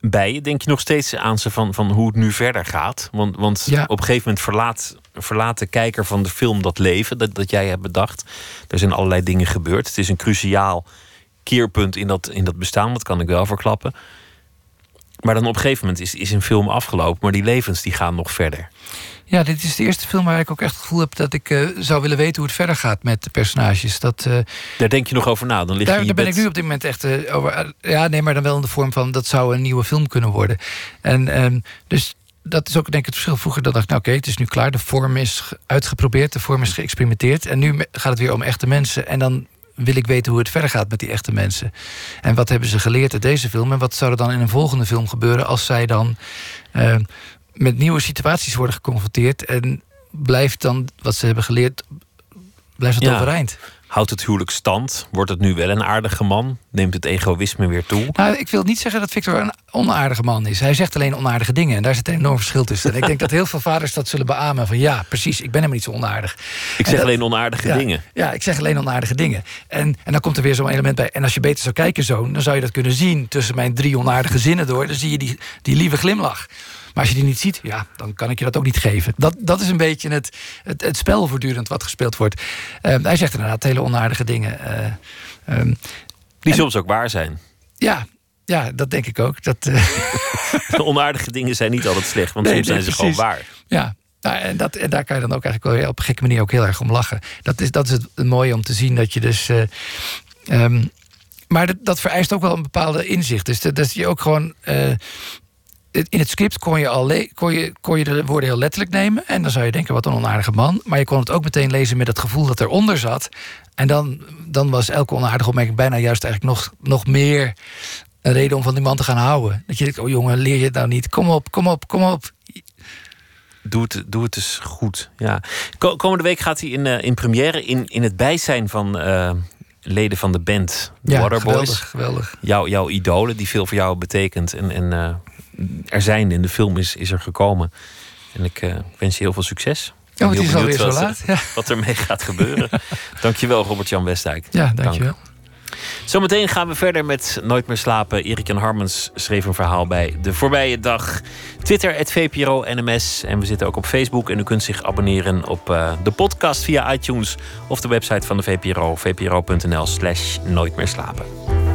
bij je. Denk je nog steeds aan ze van hoe het nu verder gaat? Want Ja. op een gegeven moment verlaat de kijker van de film dat leven dat jij hebt bedacht. Er zijn allerlei dingen gebeurd. Het is een cruciaal keerpunt in dat bestaan. Dat kan ik wel verklappen. Maar dan op een gegeven moment is een film afgelopen. Maar die levens die gaan nog verder. Ja, dit is de eerste film waar ik ook echt het gevoel heb dat ik zou willen weten hoe het verder gaat met de personages. Daar denk je nog over na. Dan lig je in je Daar ben bed. ik nu op dit moment echt over. Ja, nee, maar dan wel in de vorm van dat zou een nieuwe film kunnen worden. En dus dat is ook denk ik het verschil. Vroeger dacht ik, nou oké, het is nu klaar. De vorm is uitgeprobeerd, de vorm is geëxperimenteerd. En nu gaat het weer om echte mensen. En dan wil ik weten hoe het verder gaat met die echte mensen. En wat hebben ze geleerd uit deze film? En wat zou er dan in een volgende film gebeuren als zij dan met nieuwe situaties worden geconfronteerd en blijft dan wat ze hebben geleerd, blijft het overeind? Houdt het huwelijk stand? Wordt het nu wel een aardige man? Neemt het egoïsme weer toe? Nou, ik wil niet zeggen dat Victor een onaardige man is. Hij zegt alleen onaardige dingen. En daar zit een enorm verschil tussen. En ik denk dat heel veel vaders dat zullen beamen. Van ja, precies, ik ben helemaal niet zo onaardig. Ik zeg alleen onaardige dingen. Ja, ik zeg alleen onaardige dingen. En dan komt er weer zo'n element bij. En als je beter zou kijken zo, dan zou je dat kunnen zien tussen mijn 3 onaardige zinnen door. Dan zie je die lieve glimlach. Maar als je die niet ziet, ja, dan kan ik je dat ook niet geven. Dat is een beetje het spel voortdurend wat gespeeld wordt. Hij zegt inderdaad hele onaardige dingen. Die soms ook waar zijn. Ja, dat denk ik ook. Onaardige dingen zijn niet altijd slecht, want soms zijn ze gewoon waar. Ja, nou, en daar kan je dan ook eigenlijk wel op een gekke manier ook heel erg om lachen. Dat is het mooie om te zien dat je dus. Maar dat vereist ook wel een bepaalde inzicht. Dus dat je ook gewoon. In het script kon je de woorden heel letterlijk nemen. En dan zou je denken, wat een onaardige man. Maar je kon het ook meteen lezen met het gevoel dat eronder zat. En dan was elke onaardige opmerking bijna juist eigenlijk nog meer een reden om van die man te gaan houden. Dat je denkt, oh jongen, leer je het nou niet? Kom op. Doe het dus goed. Ja. Komende week gaat hij in première in het bijzijn van leden van de band Waterboys. Geweldig. Jouw idolen, die veel voor jou betekent. En er zijn in de film is er gekomen. En ik wens je heel veel succes. Ja, want het is alweer zo laat. Ja. Wat ermee gaat gebeuren. Dankjewel, Robert-Jan Westdijk. Ja, dankjewel. Zometeen gaan we verder met Nooit meer slapen. Erik-Jan Harmens schreef een verhaal bij De Voorbije Dag. Twitter @VPRO-NMS. En we zitten ook op Facebook. En u kunt zich abonneren op de podcast via iTunes of de website van de VPRO. vpro.nl/Nooit meer slapen.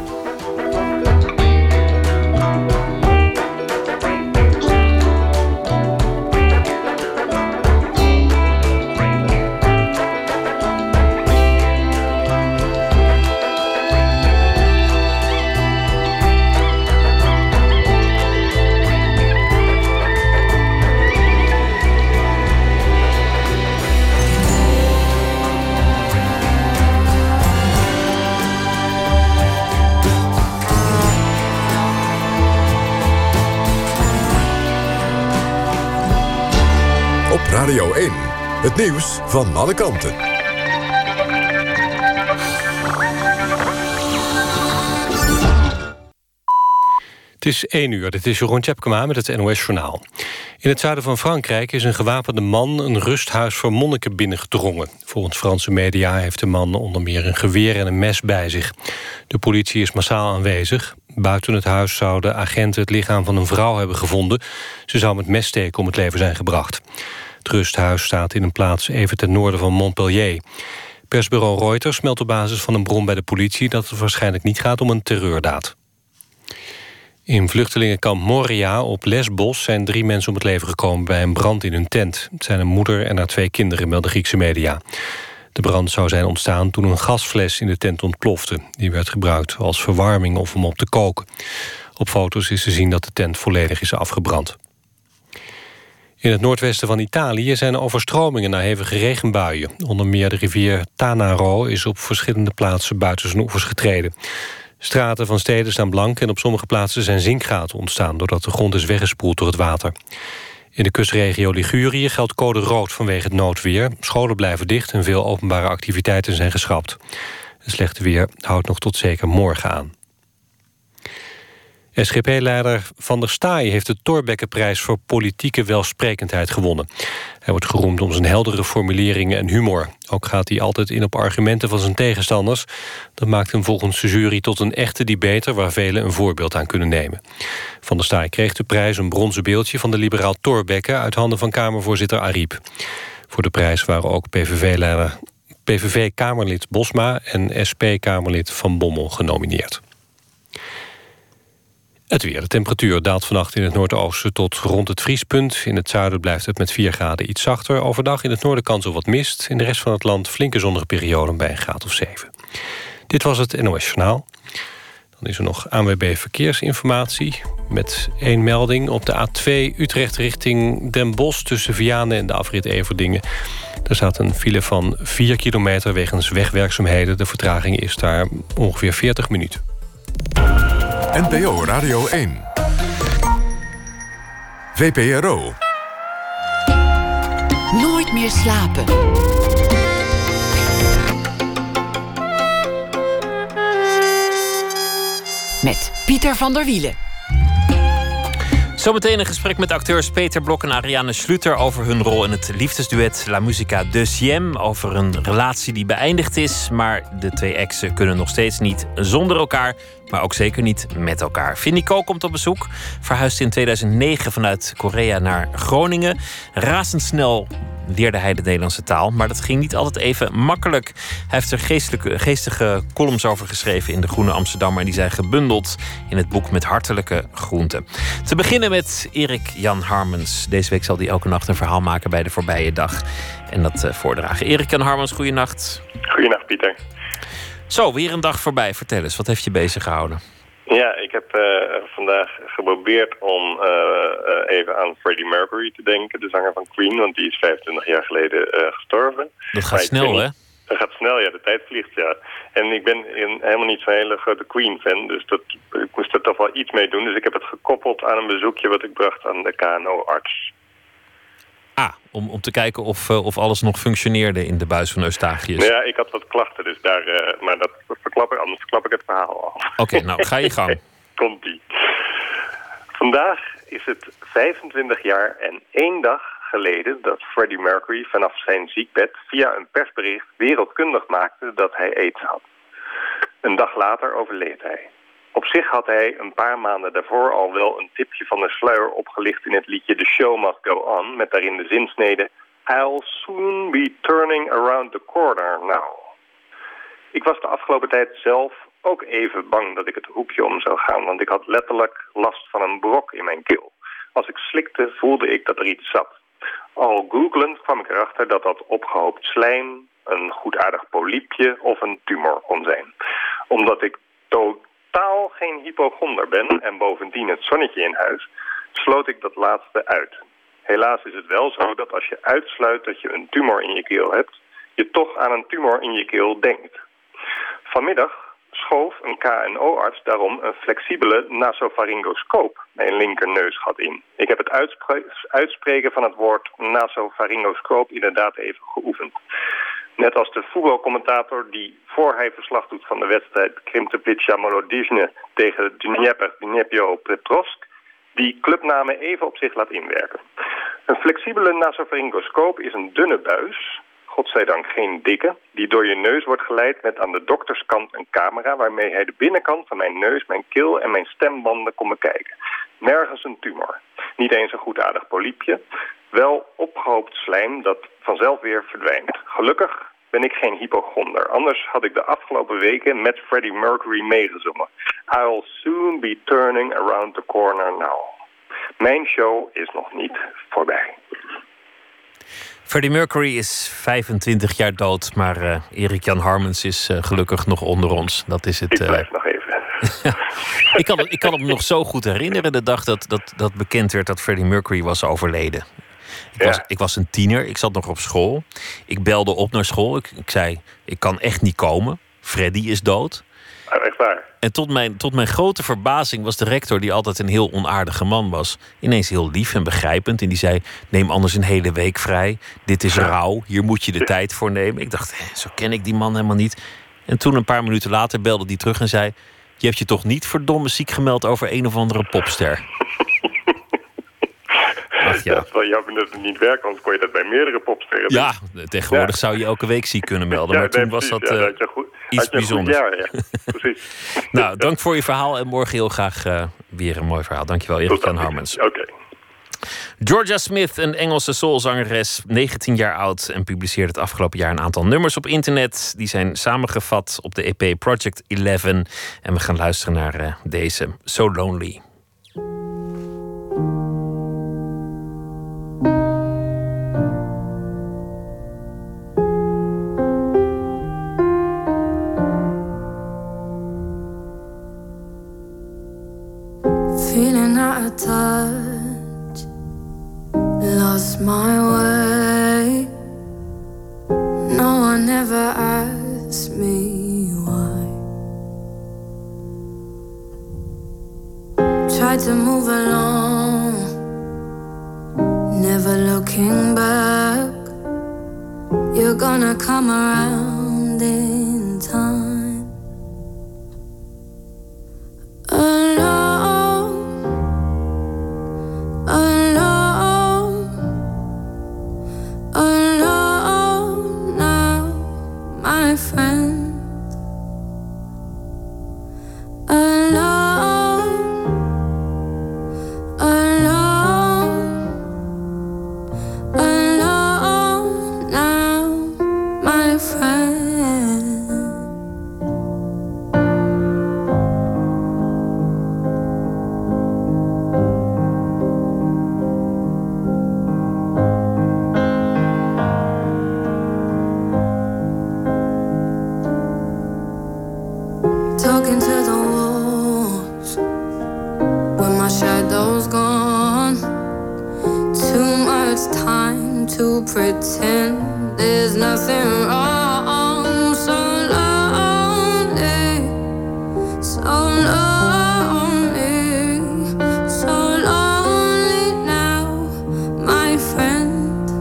Radio 1, het nieuws van alle kanten. Het is 1 uur, dit is Jeroen Tjepkema met het NOS-journaal. In het zuiden van Frankrijk is een gewapende man een rusthuis voor monniken binnengedrongen. Volgens Franse media heeft de man onder meer een geweer en een mes bij zich. De politie is massaal aanwezig. Buiten het huis zouden agenten het lichaam van een vrouw hebben gevonden. Ze zou met messteken om het leven zijn gebracht. Het rusthuis staat in een plaats even ten noorden van Montpellier. Persbureau Reuters meldt op basis van een bron bij de politie dat het waarschijnlijk niet gaat om een terreurdaad. In vluchtelingenkamp Moria op Lesbos zijn 3 mensen om het leven gekomen bij een brand in hun tent. Het zijn een moeder en haar 2 kinderen, melden Griekse media. De brand zou zijn ontstaan toen een gasfles in de tent ontplofte. Die werd gebruikt als verwarming of om op te koken. Op foto's is te zien dat de tent volledig is afgebrand. In het noordwesten van Italië zijn er overstromingen na hevige regenbuien. Onder meer de rivier Tanaro is op verschillende plaatsen buiten zijn oevers getreden. Straten van steden staan blank en op sommige plaatsen zijn zinkgaten ontstaan doordat de grond is weggespoeld door het water. In de kustregio Ligurië geldt code rood vanwege het noodweer. Scholen blijven dicht en veel openbare activiteiten zijn geschrapt. Het slechte weer houdt nog tot zeker morgen aan. SGP-leider Van der Staaij heeft de Thorbecke-prijs voor politieke welsprekendheid gewonnen. Hij wordt geroemd om zijn heldere formuleringen en humor. Ook gaat hij altijd in op argumenten van zijn tegenstanders. Dat maakt hem volgens de jury tot een echte debater waar velen een voorbeeld aan kunnen nemen. Van der Staaij kreeg de prijs een bronzen beeldje van de liberaal Thorbecke uit handen van Kamervoorzitter Ariep. Voor de prijs waren ook PVV-Kamerlid Bosma en SP-Kamerlid Van Bommel genomineerd. Het weer. De temperatuur daalt vannacht in het noordoosten tot rond het vriespunt. In het zuiden blijft het met 4 graden iets zachter. Overdag in het noorden kans op wat mist. In de rest van het land flinke zonnige perioden bij een graad of 7. Dit was het NOS Journaal. Dan is er nog ANWB Verkeersinformatie. Met 1 melding op de A2 Utrecht richting Den Bosch tussen Vianen en de afrit Everdingen. Er staat een file van 4 kilometer wegens wegwerkzaamheden. De vertraging is daar ongeveer 40 minuten. NPO Radio 1. VPRO. Nooit meer slapen. Met Pieter van der Wielen. Zometeen een gesprek met acteurs Peter Blok en Ariane Schluter over hun rol in het liefdesduet La Musica Deuxième. Over een relatie die beëindigd is, maar de 2 exen kunnen nog steeds niet zonder elkaar, maar ook zeker niet met elkaar. Vinnie Ko komt op bezoek, verhuisde in 2009 vanuit Korea naar Groningen. Razendsnel leerde hij de Nederlandse taal, maar dat ging niet altijd even makkelijk. Hij heeft er geestige columns over geschreven in de Groene Amsterdammer en die zijn gebundeld in het boek Met Hartelijke Groenten. Te beginnen met Erik Jan Harmens. Deze week zal hij elke nacht een verhaal maken bij de voorbije dag en dat voordragen. Erik Jan Harmens, goeienacht. Goeienacht, Pieter. Zo, weer een dag voorbij. Vertel eens, wat heeft je bezig gehouden? Ja, ik heb vandaag geprobeerd om even aan Freddie Mercury te denken, de zanger van Queen, want die is 25 jaar geleden gestorven. Dat gaat snel, hè? Dat gaat snel, ja. De tijd vliegt, ja. En ik ben helemaal niet zo'n hele grote Queen-fan, dus ik moest er toch wel iets mee doen. Dus ik heb het gekoppeld aan een bezoekje wat ik bracht aan de KNO-arts. Om te kijken of alles nog functioneerde in de buis van Eustachius. Ja, ik had wat klachten, dus maar dat anders verklap ik het verhaal al. Oké, nou, ga je gang. Komt-ie. Vandaag is het 25 jaar en 1 dag geleden dat Freddie Mercury vanaf zijn ziekbed via een persbericht wereldkundig maakte dat hij aids had. Een dag later overleed hij. Op zich had hij een paar maanden daarvoor al wel een tipje van de sluier opgelicht in het liedje The Show Must Go On, met daarin de zinsnede I'll soon be turning around the corner now. Ik was de afgelopen tijd zelf ook even bang dat ik het hoekje om zou gaan, want ik had letterlijk last van een brok in mijn keel. Als ik slikte voelde ik dat er iets zat. Al googlend kwam ik erachter dat dat opgehoopt slijm, een goedaardig polypje of een tumor kon zijn. Omdat ik totaal geen hypochonder ben en bovendien het zonnetje in huis, sloot ik dat laatste uit. Helaas is het wel zo dat als je uitsluit dat je een tumor in je keel hebt, je toch aan een tumor in je keel denkt. Vanmiddag schoof een KNO-arts daarom een flexibele nasofaryngoscoop mijn linkerneusgat in. Ik heb het uitspreken van het woord nasofaryngoscoop inderdaad even geoefend. Net als de voetbalcommentator die voor hij verslag doet van de wedstrijd Krimteplitsa Molodizhne tegen Dnepropetrovsk die clubnamen even op zich laat inwerken. Een flexibele nasofaryngoscoop is een dunne buis, godzijdank geen dikke, die door je neus wordt geleid met aan de dokterskant een camera waarmee hij de binnenkant van mijn neus, mijn keel en mijn stembanden kon bekijken. Nergens een tumor. Niet eens een goedaardig polypje. Wel opgehoopt slijm dat vanzelf weer verdwijnt. Gelukkig ben ik geen hypochonder. Anders had ik de afgelopen weken met Freddie Mercury meegezongen. I'll soon be turning around the corner now. Mijn show is nog niet voorbij. Freddie Mercury is 25 jaar dood, maar Erik Jan Harmens is gelukkig nog onder ons. Dat is het. Ik blijf nog even. Ik kan het me nog zo goed herinneren, de dag dat bekend werd dat Freddie Mercury was overleden. Ik was een tiener, ik zat nog op school. Ik belde op naar school. Ik zei, ik kan echt niet komen. Freddie is dood. Echt waar? En tot mijn grote verbazing was de rector, die altijd een heel onaardige man was, ineens heel lief en begrijpend. En die zei, neem anders een hele week vrij. Dit is rouw, hier moet je de tijd voor nemen. Ik dacht, zo ken ik die man helemaal niet. En toen een paar minuten later belde hij terug en zei, Je hebt je toch niet verdomme ziek gemeld over een of andere popster? Ach ja. Dat is wel jammer dat het niet werkt, anders kon je dat bij meerdere popsterren doen. Ja, tegenwoordig zou je elke week ziek kunnen melden. Maar toen was dat iets bijzonders. Ja, precies. Nou, dank voor je verhaal en morgen heel graag weer een mooi verhaal. Dankjewel, Erik-Jan Harmens. Oké. Georgia Smith, een Engelse soulzangeres, 19 jaar oud en publiceerde het afgelopen jaar een aantal nummers op internet. Die zijn samengevat op de EP Project 11. En we gaan luisteren naar deze, So Lonely. Feeling out of touch, lost my way. No one ever asked me why. Tried to move along, never looking back. You're gonna come around in time. Alone, alone, alone now, my friend. Alone, alone, alone now, my friend. Talking to the walls when my shadow's gone. Too much time to pretend there's nothing wrong. So lonely, so lonely, so lonely now, my friend.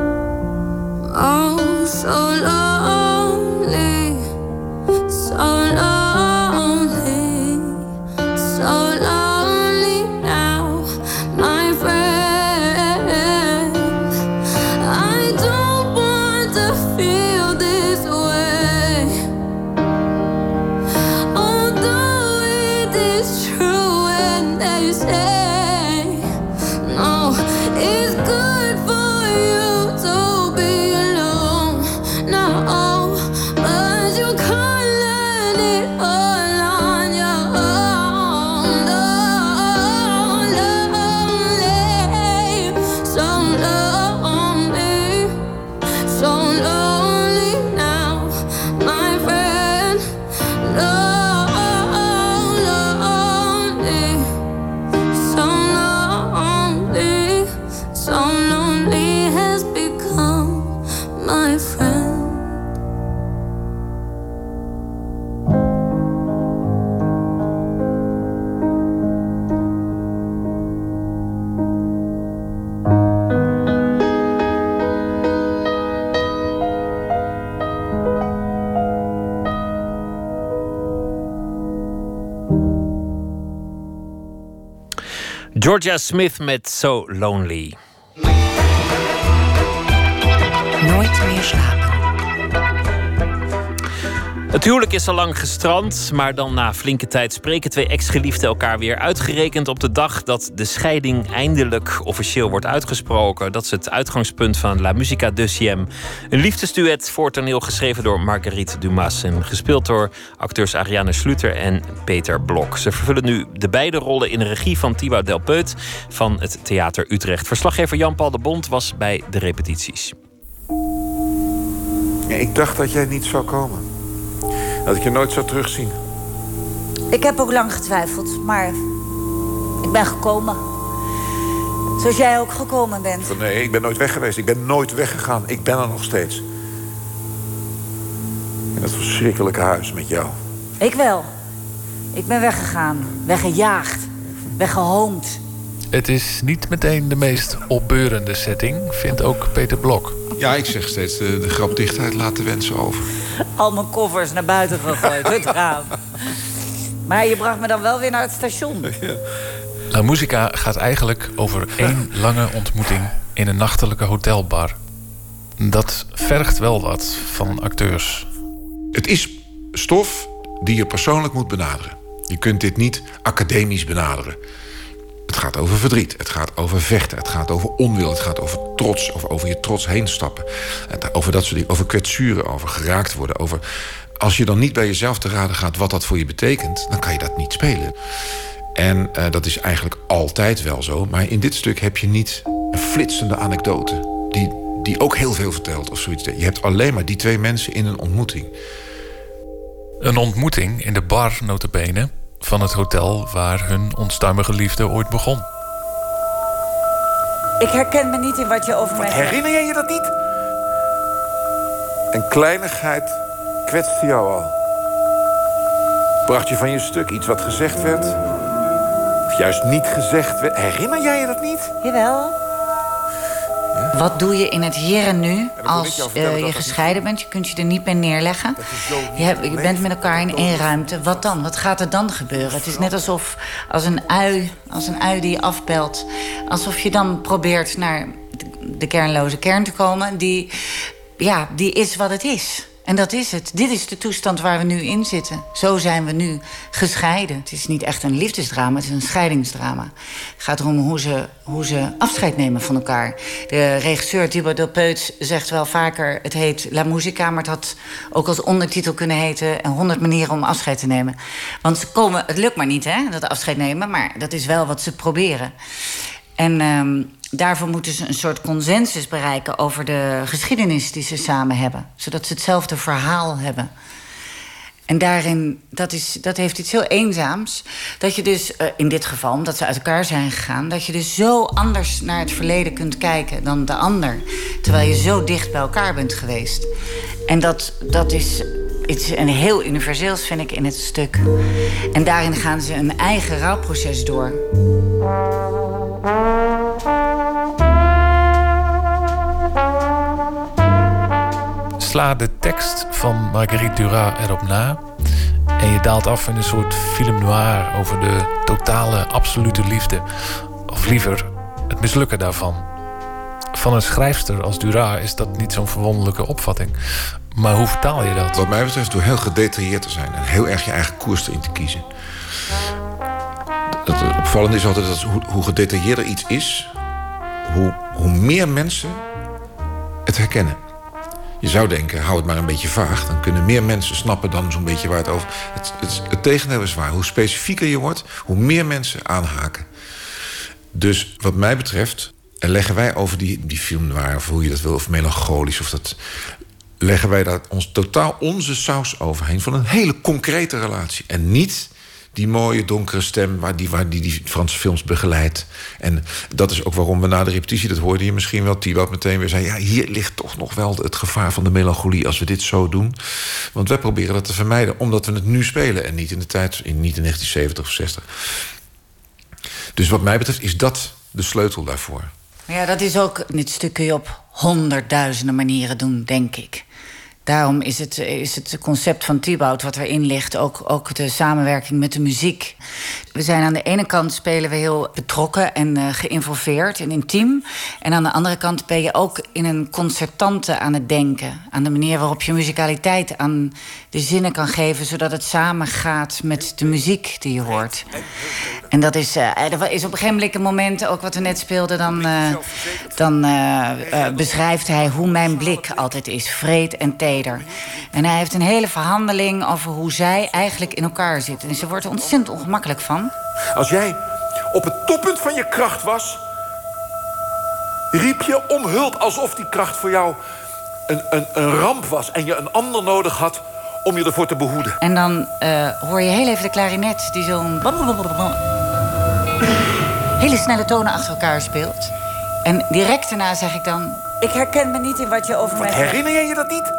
Oh, so lonely, so lonely, so lonely now, my friend. I don't want to feel this way, although it is true when they say no, it's good for you to be alone. No, but you can't learn it all on your own. Lonely, so lonely, so lonely now, my friend. Lonely, so lonely, so lonely has become my friend. Georgia Smith met So Lonely. Nooit meer slapen. Het huwelijk is al lang gestrand, maar dan na flinke tijd spreken twee ex-geliefden elkaar weer. Uitgerekend op de dag dat de scheiding eindelijk officieel wordt uitgesproken. Dat is het uitgangspunt van La Musica Deuxième. Een liefdesduet voor toneel geschreven door Marguerite Dumas en gespeeld door acteurs Ariane Schluter en Peter Blok. Ze vervullen nu de beide rollen in de regie van Thibaut Delpeut van het Theater Utrecht. Verslaggever Jan-Paul de Bond was bij de repetities. Ja, ik dacht dat jij niet zou komen. Dat ik je nooit zou terugzien. Ik heb ook lang getwijfeld, maar ik ben gekomen. Zoals jij ook gekomen bent. Nee, ik ben nooit weg geweest. Ik ben nooit weggegaan. Ik ben er nog steeds. In dat verschrikkelijke huis met jou. Ik wel. Ik ben weggegaan. Weggejaagd. Weggehoomd. Het is niet meteen de meest opbeurende setting, vindt ook Peter Blok. Ja, ik zeg steeds, de grapdichtheid laat de wensen over. Al mijn koffers naar buiten gegooid, het raam. Maar je bracht me dan wel weer naar het station. La Musica gaat eigenlijk over 1 lange ontmoeting in een nachtelijke hotelbar. Dat vergt wel wat van acteurs. Het is stof die je persoonlijk moet benaderen. Je kunt dit niet academisch benaderen. Het gaat over verdriet, het gaat over vechten, het gaat over onwil, het gaat over trots, over je trots heen stappen. Over dat soort dingen, over kwetsuren, over geraakt worden. Als je dan niet bij jezelf te raden gaat wat dat voor je betekent, dan kan je dat niet spelen. En dat is eigenlijk altijd wel zo. Maar in dit stuk heb je niet een flitsende anekdote die ook heel veel vertelt of zoiets. Je hebt alleen maar die 2 mensen in een ontmoeting. Een ontmoeting in de bar, nota bene, van het hotel waar hun onstuimige liefde ooit begon. Ik herken me niet in wat je over mij zegt. Herinner jij je dat niet? Een kleinigheid kwetste jou al. Bracht je van je stuk iets wat gezegd werd? Of juist niet gezegd werd? Herinner jij je dat niet? Jawel. Ja? Wat doe je in het hier en nu als je gescheiden bent? Je kunt je er niet bij neerleggen. Je bent met elkaar in 1 ruimte. Wat dan? Wat gaat er dan gebeuren? Het is net alsof als een ui die je afbelt. Alsof je dan probeert naar de kernloze kern te komen. Die is wat het is. En dat is het. Dit is de toestand waar we nu in zitten. Zo zijn we nu gescheiden. Het is niet echt een liefdesdrama, het is een scheidingsdrama. Het gaat erom hoe ze afscheid nemen van elkaar. De regisseur Thibaut Delpeut zegt wel vaker... het heet La Musica, maar het had ook als ondertitel kunnen heten... 100 manieren om afscheid te nemen. Want het lukt maar niet, hè, dat afscheid nemen... maar dat is wel wat ze proberen. En daarvoor moeten ze een soort consensus bereiken... over de geschiedenis die ze samen hebben. Zodat ze hetzelfde verhaal hebben. En daarin, dat heeft iets heel eenzaams. Dat je dus, in dit geval, omdat ze uit elkaar zijn gegaan... dat je dus zo anders naar het verleden kunt kijken dan de ander. Terwijl je zo dicht bij elkaar bent geweest. En dat is iets heel universeels, vind ik, in het stuk. En daarin gaan ze een eigen rouwproces door. Sla de tekst van Marguerite Duras erop na... en je daalt af in een soort film noir... over de totale, absolute liefde. Of liever, het mislukken daarvan. Van een schrijfster als Duras is dat niet zo'n verwonderlijke opvatting. Maar hoe vertaal je dat? Wat mij betreft door heel gedetailleerd te zijn... en heel erg je eigen koers erin te kiezen. Het opvallende is altijd dat hoe gedetailleerder iets is... hoe meer mensen het herkennen. Je zou denken, hou het maar een beetje vaag. Dan kunnen meer mensen snappen dan zo'n beetje waar het over... Het tegendeel is waar. Hoe specifieker je wordt, hoe meer mensen aanhaken. Dus wat mij betreft leggen wij over die film noir... of hoe je dat wil, of melancholisch... of dat, leggen wij daar totaal onze saus overheen... van een hele concrete relatie. En niet die mooie donkere stem waar die Franse films begeleidt. En dat is ook waarom we na de repetitie... dat hoorde je misschien wel, Thibaut meteen weer zei... ja, hier ligt toch nog wel het gevaar van de melancholie... als we dit zo doen. Want wij proberen dat te vermijden, omdat we het nu spelen... en niet in de tijd, niet in 1970 of 60. Dus wat mij betreft is dat de sleutel daarvoor. Ja, dat is ook... dit stuk kun je op 100.000 manieren doen, denk ik. Daarom is het concept van Thibaut wat erin ligt... ook de samenwerking met de muziek. We zijn aan de ene kant spelen we heel betrokken en geïnvolveerd en intiem. En aan de andere kant ben je ook in een concertante aan het denken. Aan de manier waarop je muzikaliteit aan de zinnen kan geven... zodat het samengaat met de muziek die je hoort. En dat is op een gegeven moment een moment, ook wat we net speelden... dan beschrijft hij hoe mijn blik altijd is, vreed en teder. En hij heeft een hele verhandeling over hoe zij eigenlijk in elkaar zitten. En ze wordt er ontzettend ongemakkelijk van. Als jij op het toppunt van je kracht was... riep je om hulp alsof die kracht voor jou een ramp was... en je een ander nodig had om je ervoor te behoeden. En dan hoor je heel even de klarinet die zo'n... hele snelle tonen achter elkaar speelt. En direct daarna zeg ik dan... ik herken me niet in wat je over mij zegt. Herinner jij je dat niet?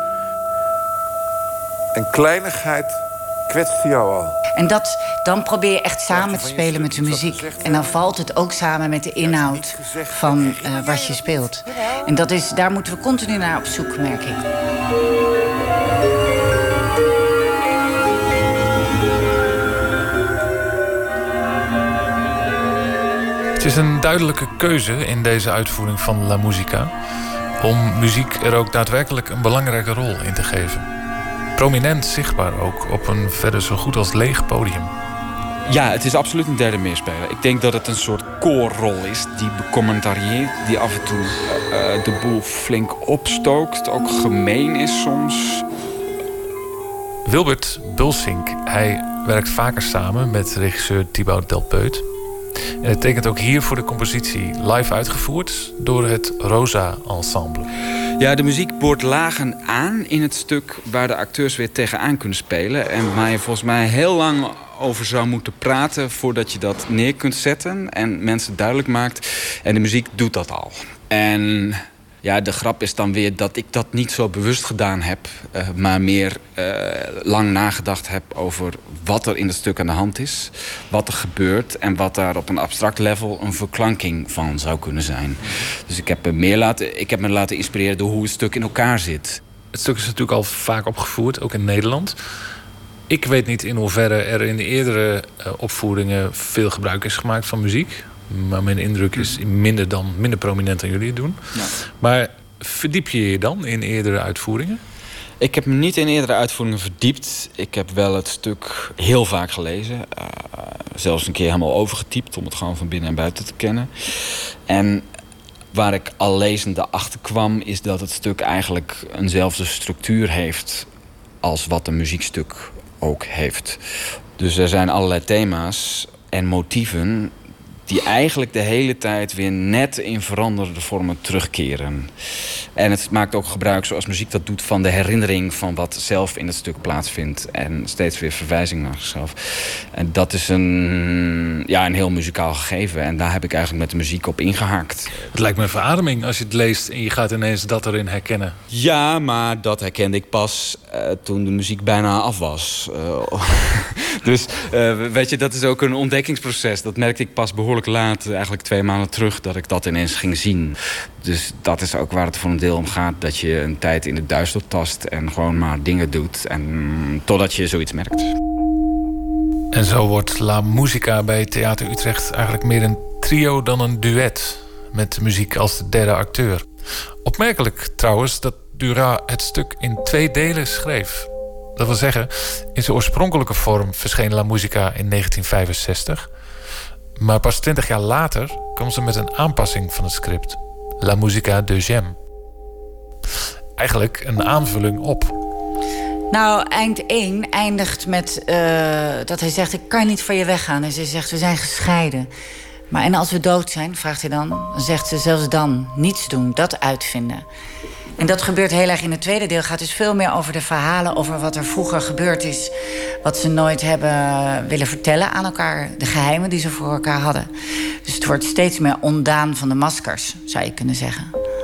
Een kleinigheid kwetste jou al. En dan probeer je echt samen te spelen met de muziek. En dan valt het ook samen met de inhoud van wat je speelt. En daar moeten we continu naar op zoek, merk ik. Het is een duidelijke keuze in deze uitvoering van La Musica om muziek er ook daadwerkelijk een belangrijke rol in te geven. Prominent zichtbaar ook op een verder zo goed als leeg podium. Ja, het is absoluut een derde meespeler. Ik denk dat het een soort koorrol is die becommentarieert, die af en toe de boel flink opstookt, ook gemeen is soms. Wilbert Bulsink, hij werkt vaker samen met regisseur Thibaut Delpeut. En het tekent ook hier voor de compositie live uitgevoerd door het Rosa Ensemble. Ja, de muziek boort lagen aan in het stuk waar de acteurs weer tegenaan kunnen spelen. En waar je volgens mij heel lang over zou moeten praten voordat je dat neer kunt zetten en mensen duidelijk maakt. En de muziek doet dat al. En ja, de grap is dan weer dat ik dat niet zo bewust gedaan heb, maar meer lang nagedacht heb over wat er in het stuk aan de hand is, wat er gebeurt en wat daar op een abstract level een verklanking van zou kunnen zijn. Dus ik heb me laten inspireren door hoe het stuk in elkaar zit. Het stuk is natuurlijk al vaak opgevoerd, ook in Nederland. Ik weet niet in hoeverre er in de eerdere opvoeringen veel gebruik is gemaakt van muziek. Maar mijn indruk is minder prominent dan jullie het doen. Ja. Maar verdiep je je dan in eerdere uitvoeringen? Ik heb me niet in eerdere uitvoeringen verdiept. Ik heb wel het stuk heel vaak gelezen. Zelfs een keer helemaal overgetypt om het gewoon van binnen en buiten te kennen. En waar ik al lezende achter kwam, is dat het stuk eigenlijk eenzelfde structuur heeft als wat een muziekstuk ook heeft. Dus er zijn allerlei thema's en motieven die eigenlijk de hele tijd weer net in veranderde vormen terugkeren. En het maakt ook gebruik, zoals muziek dat doet, van de herinnering van wat zelf in het stuk plaatsvindt. En steeds weer verwijzing naar zichzelf. En dat is een heel muzikaal gegeven. En daar heb ik eigenlijk met de muziek op ingehaakt. Het lijkt me een verademing als je het leest en je gaat ineens dat erin herkennen. Ja, maar dat herkende ik pas toen de muziek bijna af was. Dus weet je, dat is ook een ontdekkingsproces. Dat merkte ik pas behoorlijk laat, eigenlijk 2 maanden terug, dat ik dat ineens ging zien. Dus dat is ook waar het voor een deel om gaat. Dat je een tijd in het duister tast en gewoon maar dingen doet. En totdat je zoiets merkt. En zo wordt La Musica bij Theater Utrecht eigenlijk meer een trio dan een duet. Met de muziek als de derde acteur. Opmerkelijk trouwens dat Dura het stuk in 2 delen schreef. Dat wil zeggen, in zijn oorspronkelijke vorm verscheen La Musica in 1965. Maar pas 20 jaar later kwam ze met een aanpassing van het script. La Musica deuxième. Eigenlijk een aanvulling op. Nou, eind 1 eindigt met dat hij zegt, ik kan niet van je weggaan. En ze zegt, we zijn gescheiden. Maar en als we dood zijn, vraagt hij dan zegt ze, zelfs dan niets doen, dat uitvinden. En dat gebeurt heel erg in het tweede deel. Gaat dus veel meer over de verhalen, over wat er vroeger gebeurd is. Wat ze nooit hebben willen vertellen aan elkaar. De geheimen die ze voor elkaar hadden. Dus het wordt steeds meer ontdaan van de maskers, zou je kunnen zeggen.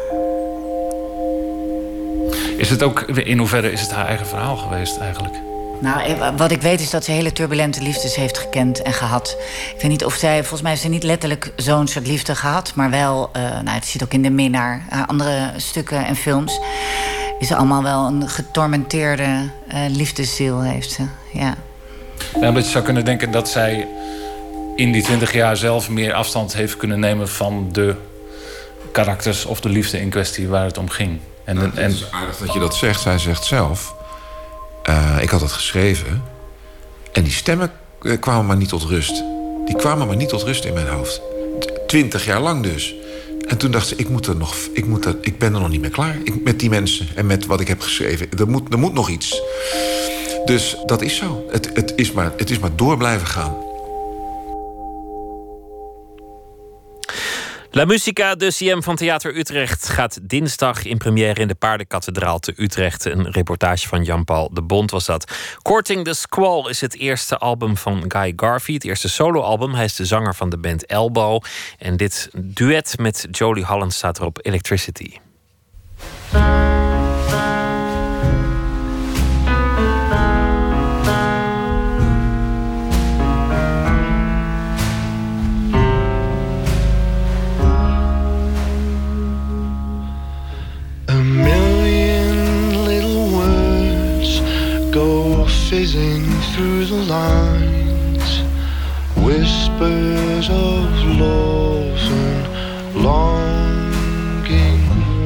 Is het ook, in hoeverre is het haar eigen verhaal geweest eigenlijk? Nou, wat ik weet is dat ze hele turbulente liefdes heeft gekend en gehad. Ik weet niet of zij, volgens mij heeft ze niet letterlijk zo'n soort liefde gehad. Maar wel, het zit ook in De Minnaar, andere stukken en films. Is ze allemaal wel een getormenteerde liefdesziel heeft ze, ja. Ja, omdat je zou kunnen denken dat zij in die 20 jaar zelf meer afstand heeft kunnen nemen van de karakters of de liefde in kwestie waar het om ging. Het is aardig dat je dat zegt. Zij zegt zelf, ik had het geschreven en die stemmen kwamen maar niet tot rust. Die kwamen maar niet tot rust in mijn hoofd. 20 jaar lang dus. En toen dacht ze, ik ben er nog niet mee klaar. Met die mensen en met wat ik heb geschreven. Er moet nog iets. Dus dat is zo. Het is maar door blijven gaan. La Musica deuxième van Theater Utrecht gaat dinsdag in première in de Paardenkathedraal te Utrecht. Een reportage van Jan-Paul de Bond was dat. Courting the Squall is het eerste album van Guy Garvey. Het eerste soloalbum. Hij is de zanger van de band Elbow. En dit duet met Jolie Holland staat er op Electricity. Fizzing through the lines, whispers of love and longing,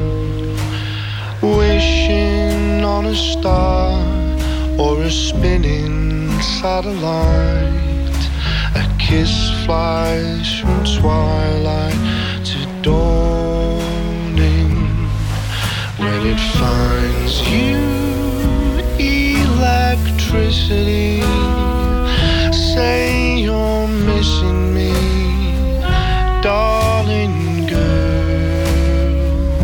wishing on a star or a spinning satellite. A kiss flies from twilight to dawning. When it finds you, electricity, say you're missing me, darling girl.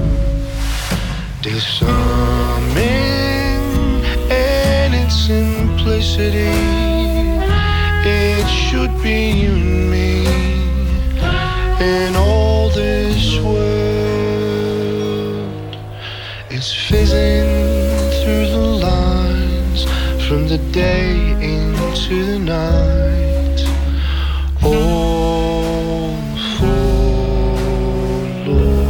Disarming in its simplicity, it should be you and me in all this world. It's fizzing through the lines from the day into the night. All for love.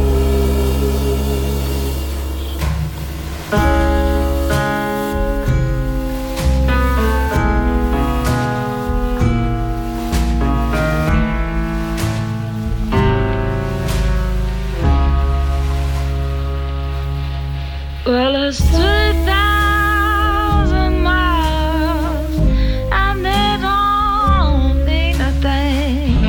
Well, it's 3,000 miles and they don't mean a thing.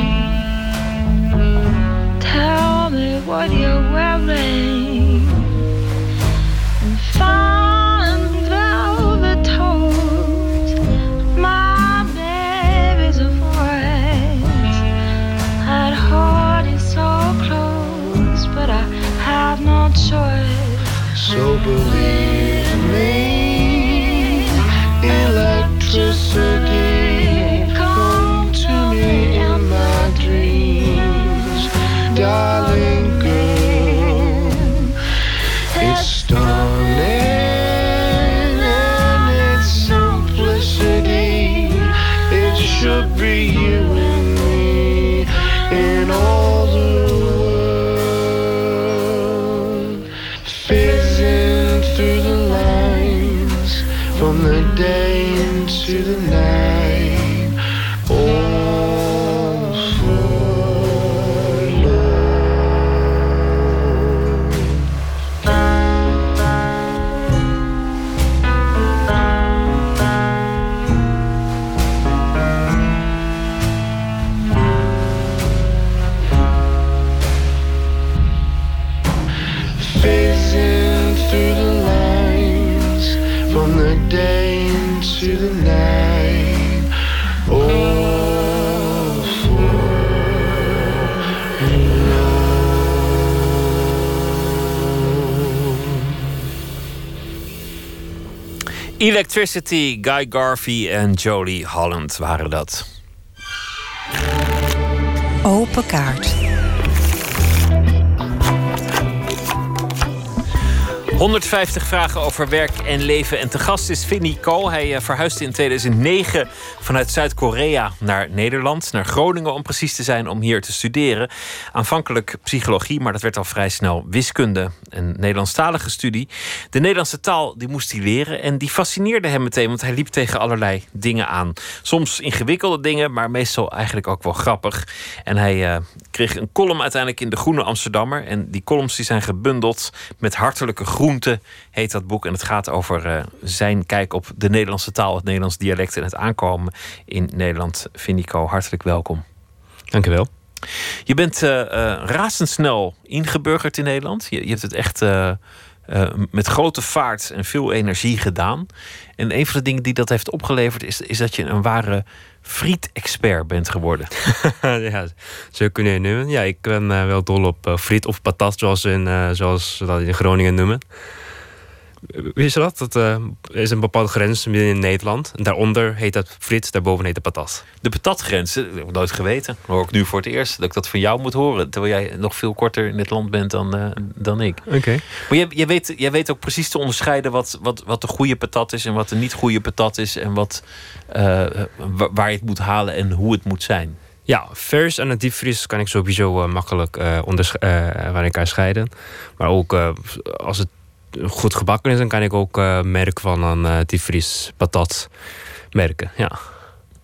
Tell me what you're wearing and fine velvet toes. My baby's a voice. I'd hold it so close, but I have no choice. So believe me, electricity, come to me in my dreams, darling girl. It's stunning in its simplicity. It should be you and me in all the world. Fizzing through the lines from the day into the night. All for fizzing through the lines from the day into the night. All for Electricity, Guy Garvey en Jolie Holland waren dat. Open kaart. 150 vragen over werk en leven. En te gast is Vinnie Ko. Hij verhuisde in 2009 vanuit Zuid-Korea naar Nederland. Naar Groningen om precies te zijn, om hier te studeren. Aanvankelijk psychologie, maar dat werd al vrij snel wiskunde. Een Nederlandstalige studie. De Nederlandse taal die moest hij leren. En die fascineerde hem meteen, want hij liep tegen allerlei dingen aan. Soms ingewikkelde dingen, maar meestal eigenlijk ook wel grappig. En hij kreeg een column uiteindelijk in de Groene Amsterdammer. En die columns die zijn gebundeld met hartelijke groente, heet dat boek. En het gaat over zijn kijk op de Nederlandse taal, het Nederlands dialect en het aankomen in Nederland. Vinnie Ko, hartelijk welkom. Dank u wel. Je bent razendsnel ingeburgerd in Nederland. Je hebt het echt met grote vaart en veel energie gedaan. En een van de dingen die dat heeft opgeleverd is dat je een ware friet-expert bent geworden. Ja, zo kun je het noemen. Ja, ik ben wel dol op friet of patat, zoals ze dat in Groningen noemen. Wist je dat? Dat is een bepaalde grens midden in Nederland. En daaronder heet dat friet, daarboven heet het patat. De patatgrens, dat heb ik nooit geweten. Dat hoor ik nu voor het eerst, dat ik dat van jou moet horen. Terwijl jij nog veel korter in dit land bent dan ik. Oké. Maar jij weet ook precies te onderscheiden wat de goede patat is en wat de niet goede patat is. En waar je het moet halen en hoe het moet zijn. Ja, vers en het diepvries kan ik sowieso makkelijk van elkaar scheiden. Maar ook als het goed gebakken is, dan kan ik ook merk van een diepvries patat merken. Ja.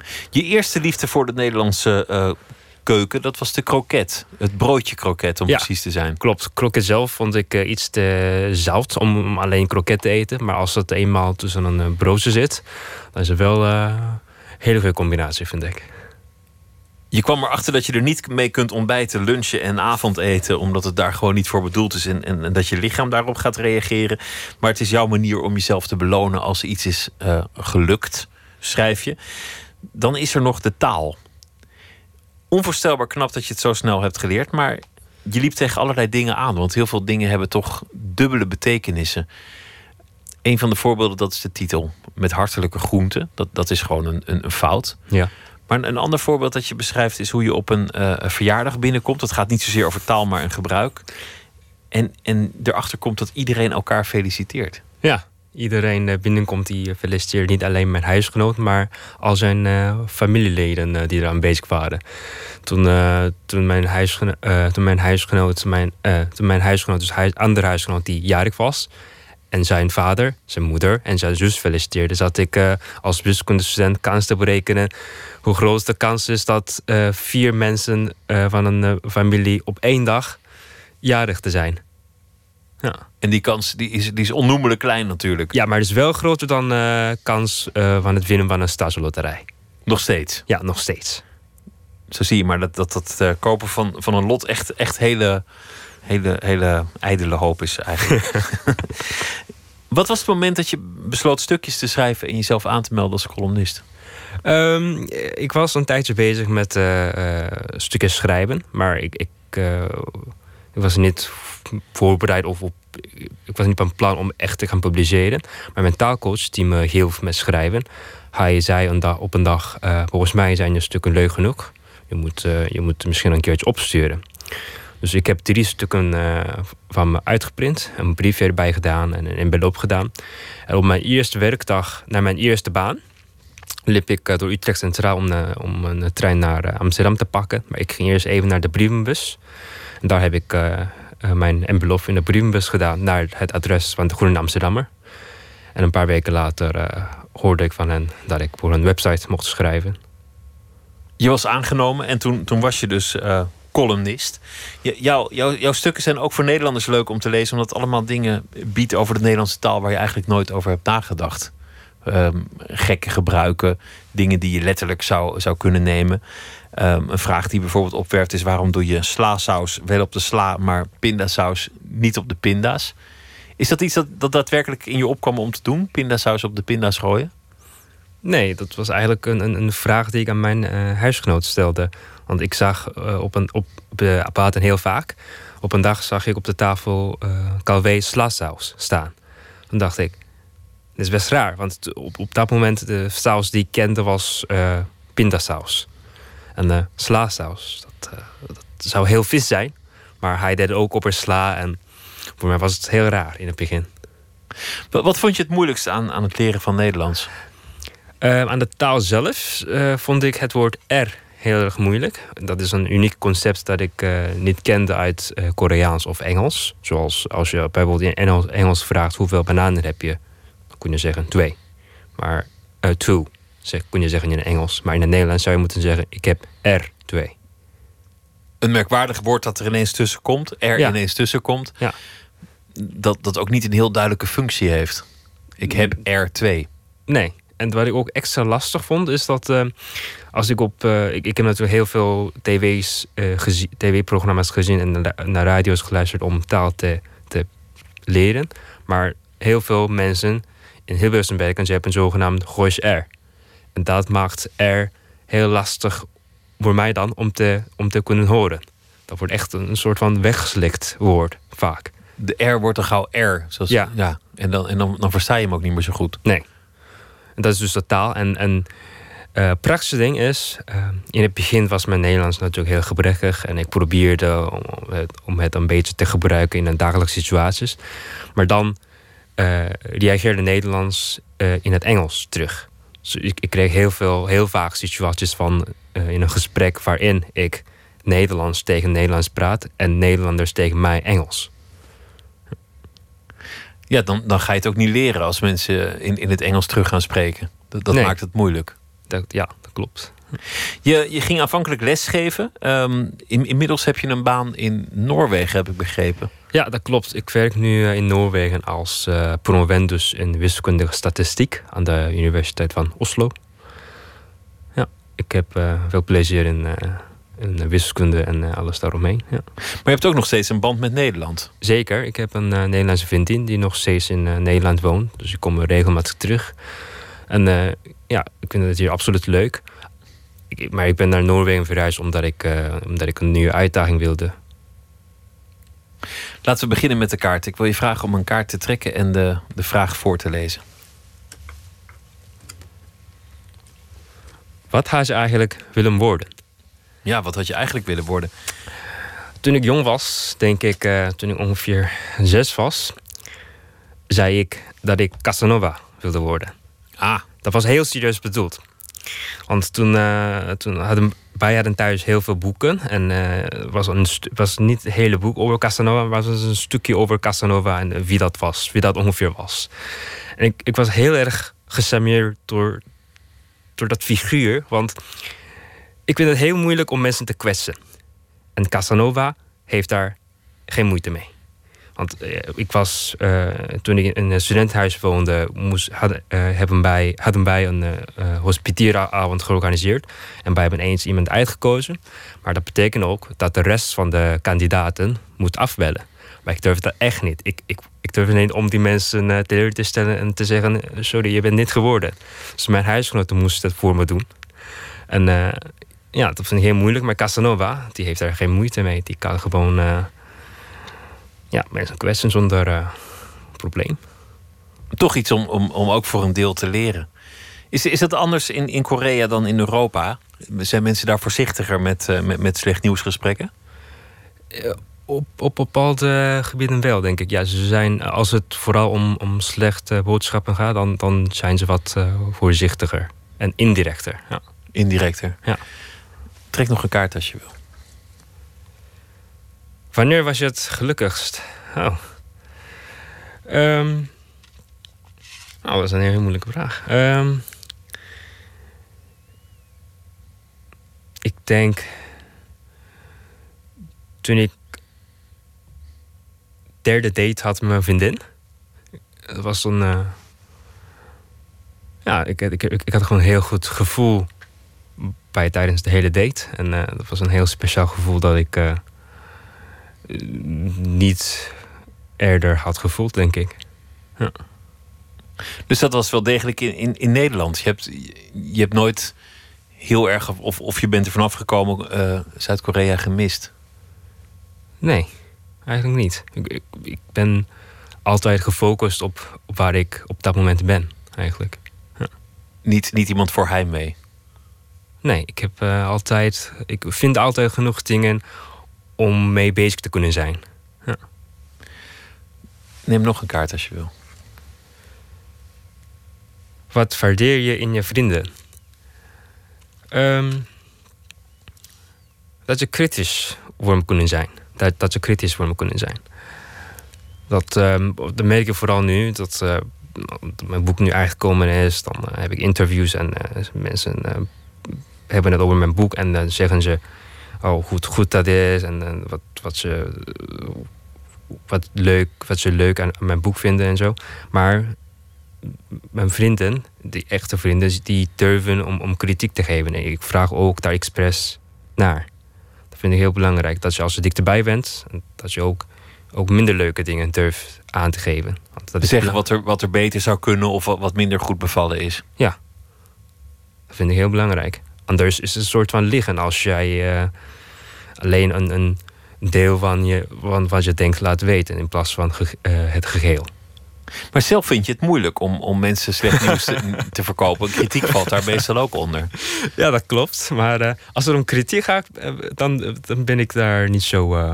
Je eerste liefde voor de Nederlandse keuken, dat was de kroket. Het broodje kroket, om precies te zijn. Klopt. Kroket zelf vond ik iets te zout om alleen kroket te eten. Maar als dat eenmaal tussen een broodje zit, dan is het wel een hele goede combinatie, vind ik. Je kwam erachter dat je er niet mee kunt ontbijten, lunchen en avondeten, omdat het daar gewoon niet voor bedoeld is en dat je lichaam daarop gaat reageren. Maar het is jouw manier om jezelf te belonen als iets is gelukt, schrijf je. Dan is er nog de taal. Onvoorstelbaar knap dat je het zo snel hebt geleerd, maar je liep tegen allerlei dingen aan, want heel veel dingen hebben toch dubbele betekenissen. Een van de voorbeelden, dat is de titel Met hartelijke groenten. Dat is gewoon een fout. Ja. Maar een ander voorbeeld dat je beschrijft is hoe je op een verjaardag binnenkomt. Dat gaat niet zozeer over taal, maar een gebruik. En erachter komt dat iedereen elkaar feliciteert. Ja, iedereen binnenkomt die feliciteert. Niet alleen mijn huisgenoot, maar al zijn familieleden die eraan bezig waren. Toen mijn huisgenoot, dus andere huisgenoot die jarig was, en zijn vader, zijn moeder en zijn zus feliciteerde, zat ik als wiskundestudent kans te berekenen hoe groot de kans is dat 4 mensen van een familie op 1 dag jarig te zijn. Ja. En die kans die is onnoemelijk klein natuurlijk. Ja, maar het is wel groter dan kans van het winnen van een staatsloterij. Nog steeds? Ja, nog steeds. Zo zie je maar dat kopen van een lot echt hele ijdele hoop is eigenlijk. Wat was het moment dat je besloot stukjes te schrijven en jezelf aan te melden als columnist? Ik was een tijdje bezig met stukjes schrijven, maar ik was niet voorbereid ik was niet van plan om echt te gaan publiceren. Maar mijn taalcoach, die me hielp met schrijven, hij zei op een dag, volgens mij zijn je stukken leuk genoeg. Je moet misschien een keertje opsturen. Dus ik heb 3 stukken van me uitgeprint, een brief erbij gedaan en een envelop gedaan. En op mijn eerste werkdag, naar mijn eerste baan, liep ik door Utrecht Centraal om een trein naar Amsterdam te pakken. Maar ik ging eerst even naar de brievenbus. En daar heb ik mijn envelop in de brievenbus gedaan naar het adres van de Groene Amsterdammer. En een paar weken later hoorde ik van hen dat ik voor een website mocht schrijven. Je was aangenomen en toen was je dus columnist. Jouw stukken zijn ook voor Nederlanders leuk om te lezen, omdat het allemaal dingen biedt over de Nederlandse taal waar je eigenlijk nooit over hebt nagedacht. Gekke gebruiken, dingen die je letterlijk zou kunnen nemen. Een vraag die bijvoorbeeld opwerpt is: waarom doe je slasaus wel op de sla, maar pindasaus niet op de pinda's? Is dat iets dat daadwerkelijk in je opkwam om te doen? Pindasaus op de pinda's gooien? Nee, dat was eigenlijk een vraag die ik aan mijn huisgenoot stelde. Want ik zag op de apparaten heel vaak. Op een dag zag ik op de tafel Calvé slasaus staan. Toen dacht ik, dit is best raar. Want op dat moment de saus die ik kende was pindasaus. En slasaus, dat zou heel vies zijn. Maar hij deed het ook op een sla. En voor mij was het heel raar in het begin. Wat vond je het moeilijkste aan het leren van Nederlands? Aan de taal zelf vond ik het woord er heel erg moeilijk. Dat is een uniek concept dat ik niet kende uit Koreaans of Engels. Zoals als je bijvoorbeeld in Engels vraagt hoeveel bananen heb je, dan kun je zeggen 2. Maar 2 kun je zeggen in het Engels. Maar in het Nederlands zou je moeten zeggen ik heb er 2. Een merkwaardig woord dat er ineens tussen komt. Ineens tussen komt. Ja. Dat ook niet een heel duidelijke functie heeft. Ik heb er 2. Nee. En wat ik ook extra lastig vond, is dat als ik ik heb natuurlijk heel veel tv-programma's gezien en naar radio's geluisterd om taal te leren. Maar heel veel mensen in Hilversum werken, ze hebben een zogenaamd Goois R. En dat maakt R heel lastig voor mij dan om te kunnen horen. Dat wordt echt een soort van weggeslikt woord, vaak. De R wordt dan gauw R. Zoals, ja. En dan versta je hem ook niet meer zo goed. Nee. En dat is dus de taal. En praktische ding is, in het begin was mijn Nederlands natuurlijk heel gebrekkig. En ik probeerde om het een beetje te gebruiken in de dagelijkse situaties. Maar dan reageerde Nederlands in het Engels terug. Dus ik kreeg heel vaak situaties van in een gesprek waarin ik Nederlands tegen Nederlands praat en Nederlanders tegen mij Engels. Ja, dan ga je het ook niet leren als mensen in het Engels terug gaan spreken. Dat maakt het moeilijk. Dat klopt. Je ging aanvankelijk lesgeven. Inmiddels heb je een baan in Noorwegen, heb ik begrepen. Ja, dat klopt. Ik werk nu in Noorwegen als promovendus in wiskundige statistiek aan de Universiteit van Oslo. Ja, ik heb veel plezier in wiskunde en alles daaromheen. Ja. Maar je hebt ook nog steeds een band met Nederland. Zeker. Ik heb een Nederlandse vriendin die nog steeds in Nederland woont. Dus ik kom regelmatig terug. En ik vind het hier absoluut leuk. Maar ik ben naar Noorwegen verhuisd omdat ik een nieuwe uitdaging wilde. Laten we beginnen met de kaart. Ik wil je vragen om een kaart te trekken en de vraag voor te lezen. Wat had je eigenlijk willen worden? Ja, wat had je eigenlijk willen worden? Toen ik jong was, denk ik, toen ik ongeveer 6 was, zei ik dat ik Casanova wilde worden. Dat was heel serieus bedoeld. Want toen wij hadden thuis heel veel boeken. En het was niet het hele boek over Casanova, maar het was een stukje over Casanova en wie dat was, wie dat ongeveer was. En ik was heel erg gecharmeerd door dat figuur, want ik vind het heel moeilijk om mensen te kwetsen. En Casanova heeft daar geen moeite mee. Want toen ik in een studentenhuis woonde, hadden wij een hospitieravond georganiseerd. En wij hebben eens iemand uitgekozen. Maar dat betekent ook dat de rest van de kandidaten moet afbellen. Maar ik durf dat echt niet. Ik durf niet om die mensen teleur te stellen en te zeggen, sorry, je bent niet geworden. Dus mijn huisgenoten moesten het voor me doen. En dat vind ik heel moeilijk. Maar Casanova, die heeft daar geen moeite mee. Die kan gewoon mensen kwetsen zonder probleem. Toch iets om ook voor een deel te leren. Is dat anders in Korea dan in Europa? Zijn mensen daar voorzichtiger met slecht nieuwsgesprekken? Op bepaalde gebieden wel, denk ik. Ja, ze zijn, als het vooral om slechte boodschappen gaat, dan zijn ze wat voorzichtiger. En indirecter. Ja. Indirecter? Ja. Trek nog een kaart als je wil. Wanneer was je het gelukkigst? Dat is een heel moeilijke vraag. Ik denk toen ik derde date had met mijn vriendin. Het was een ik had gewoon een heel goed gevoel tijdens de hele date. En dat was een heel speciaal gevoel dat ik niet eerder had gevoeld, denk ik. Ja. Dus dat was wel degelijk in Nederland. Je hebt nooit heel erg, of je bent er vanaf gekomen, Zuid-Korea gemist? Nee, eigenlijk niet. Ik ben altijd gefocust op waar ik op dat moment ben, eigenlijk. Ja. Niet iemand voor heimwee? Nee, ik vind altijd genoeg dingen om mee bezig te kunnen zijn. Ja. Neem nog een kaart als je wil. Wat waardeer je in je vrienden? Dat ze kritisch voor me kunnen zijn. Dat ze kritisch voor me kunnen zijn. Dat merk ik vooral nu. Dat mijn boek nu uitgekomen is. Dan heb ik interviews en mensen hebben het over mijn boek. En dan zeggen ze, oh, goed dat is. En wat ze leuk aan mijn boek vinden en zo. Maar mijn vrienden, die echte vrienden, die durven om kritiek te geven. En ik vraag ook daar expres naar. Dat vind ik heel belangrijk. Dat je als je dichterbij bent, dat je ook minder leuke dingen durft aan te geven. Zeggen wat er beter zou kunnen of wat minder goed bevallen is. Ja, dat vind ik heel belangrijk. Anders is het een soort van liegen als jij alleen een deel van wat je denkt laat weten in plaats van het geheel. Maar zelf vind je het moeilijk om mensen slecht nieuws te verkopen. Kritiek valt daar meestal ook onder. Ja, dat klopt. Maar als er om kritiek gaat, dan ben ik daar niet zo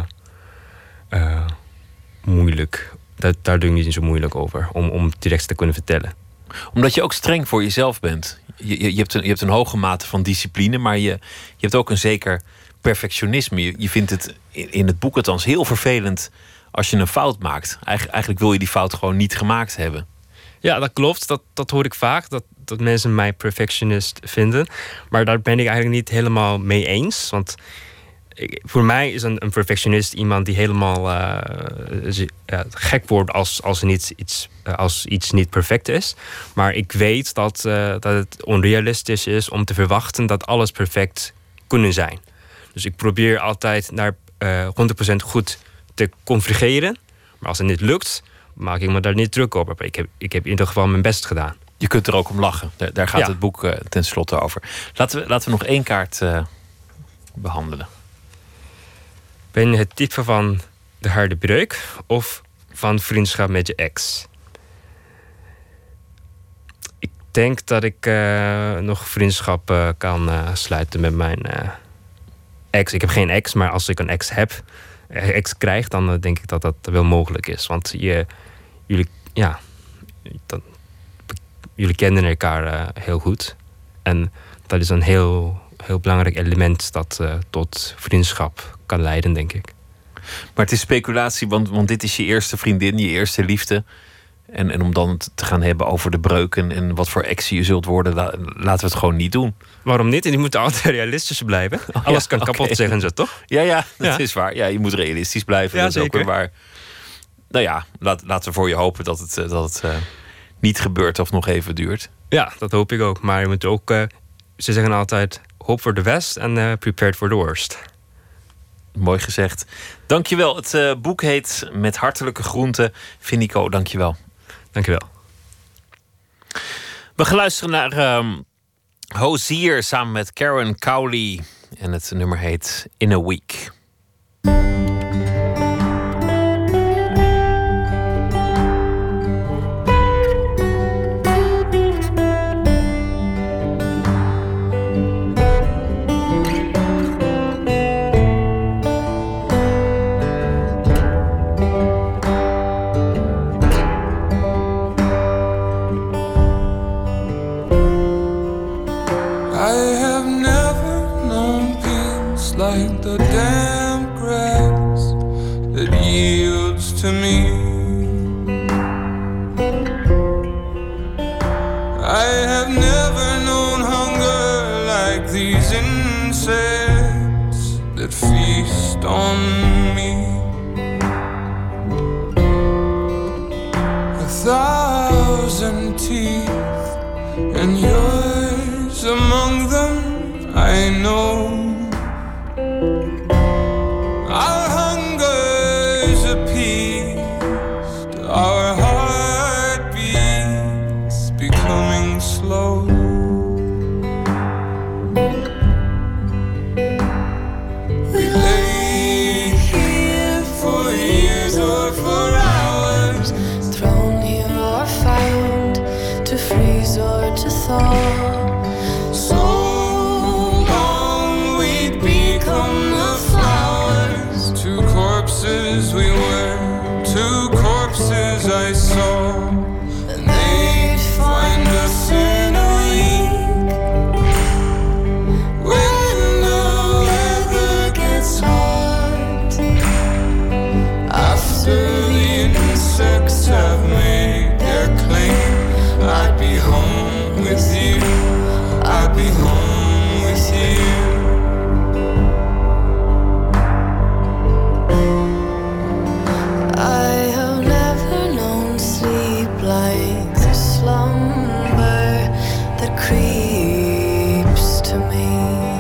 moeilijk. Daar doe ik niet zo moeilijk over. Om direct te kunnen vertellen. Omdat je ook streng voor jezelf bent. Je hebt een hoge mate van discipline, maar je hebt ook een zeker perfectionisme. Je vindt het in het boek althans heel vervelend als je een fout maakt. Eigenlijk wil je die fout gewoon niet gemaakt hebben. Ja, dat klopt. Dat hoor ik vaak. Dat mensen mij perfectionist vinden. Maar daar ben ik eigenlijk niet helemaal mee eens. Want voor mij is een perfectionist iemand die helemaal gek wordt als iets niet perfect is. Maar ik weet dat het onrealistisch is om te verwachten dat alles perfect kunnen zijn. Dus ik probeer altijd naar 100% goed te configureren. Maar als het niet lukt, maak ik me daar niet druk op. Ik heb in ieder geval mijn best gedaan. Je kunt er ook om lachen. Daar gaat het boek tenslotte over. Laten we nog 1 kaart behandelen. Ben je het type van de harde breuk of van vriendschap met je ex? Ik denk dat ik nog vriendschap kan sluiten met mijn ex. Ik heb geen ex, maar als ik een ex krijg, dan denk ik dat wel mogelijk is. Want jullie kennen elkaar heel goed. En dat is een heel belangrijk element dat tot vriendschap kan leiden, denk ik. Maar het is speculatie, want dit is je eerste vriendin, je eerste liefde. En om dan te gaan hebben over de breuk en wat voor ex je zult worden, laten we het gewoon niet doen. Waarom niet? En die moeten altijd realistisch blijven. Alles kan kapot, zeggen ze, toch? Ja, dat is waar. Ja, je moet realistisch blijven. Ja, dat is zeker. ook weer waar. Nou ja, laten we voor je hopen dat het niet gebeurt of nog even duurt. Ja, dat hoop ik ook. Maar je moet ook, ze zeggen altijd, hope for the best en prepared for the worst. Mooi gezegd. Dankjewel. Het boek heet Met hartelijke groenten. Finico, dankjewel. Dankjewel. We gaan luisteren naar Hozier samen met Karen Cowley. En het nummer heet In a Week. To me, I have never known hunger like these insects that feast on me. 1,000 teeth, and yours among them, I know. Our hunger's appeased, our heartbeats becoming slow. We lay here for years or for hours, Thrown here or found, to freeze or to thaw. so long we'd become the flowers. Two corpses we were, two corpses I saw, and they'd find us in a week when the weather gets hot. After the insects have made their claim, I'd be home with you, I'd be home with you. I have never known sleep like the slumber that creeps to me.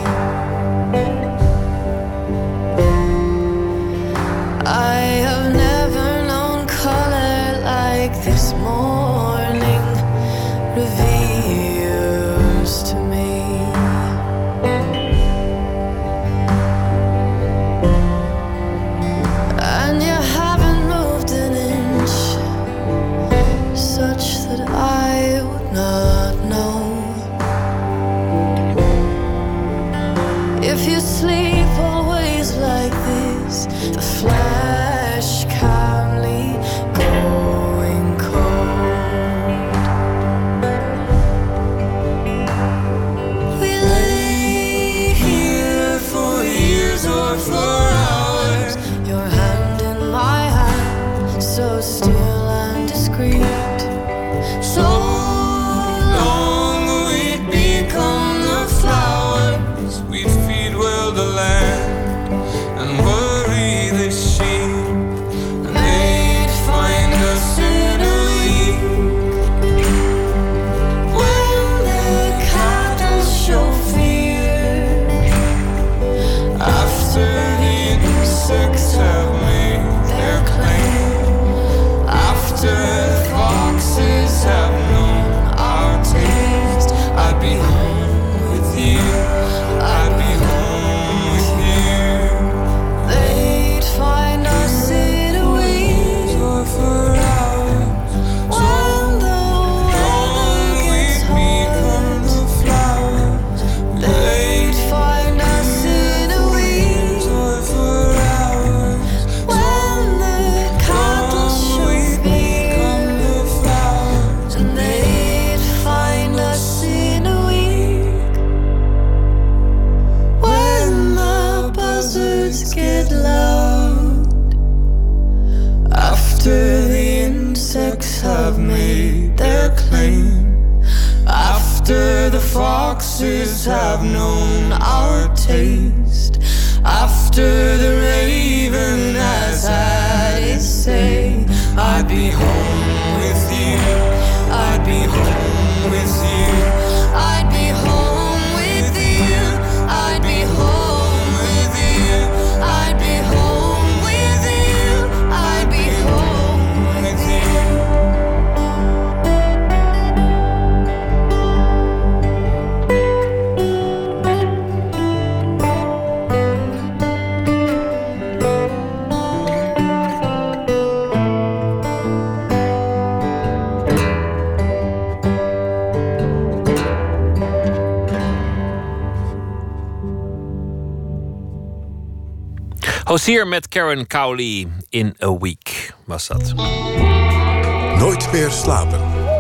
I have never known color like this morning reveals to me. And you haven't moved an inch, such that I would not know. If you sleep always like this, the flesh calmly going cold. We lay here for years or for hours, your hand in my hand, so still and discreet. So long we'd become the flowers. We'd feed well the land and worry the sheep, and they'd find us in a week. When the cattle show fear, after the insects have made their claim, after the foxes have known our taste, I'd be home with you, I'd be home with you. They'd find us in a week or for hours. When the weather gets hot, the flowers. They'd find us in a week or for hours. When the cattle should become the flowers, and they'd find us in a week. When the buzzards get loud, after the insects have made their claim, after the foxes have known our taste, after the raven has had its say, I'd be home with you, I'd be home with you, I'd be home with you, I'd be home with you, I'd be home with you, I'd be home with you. Hozier met Karen Cowley, In a Week was dat. Nooit meer slapen.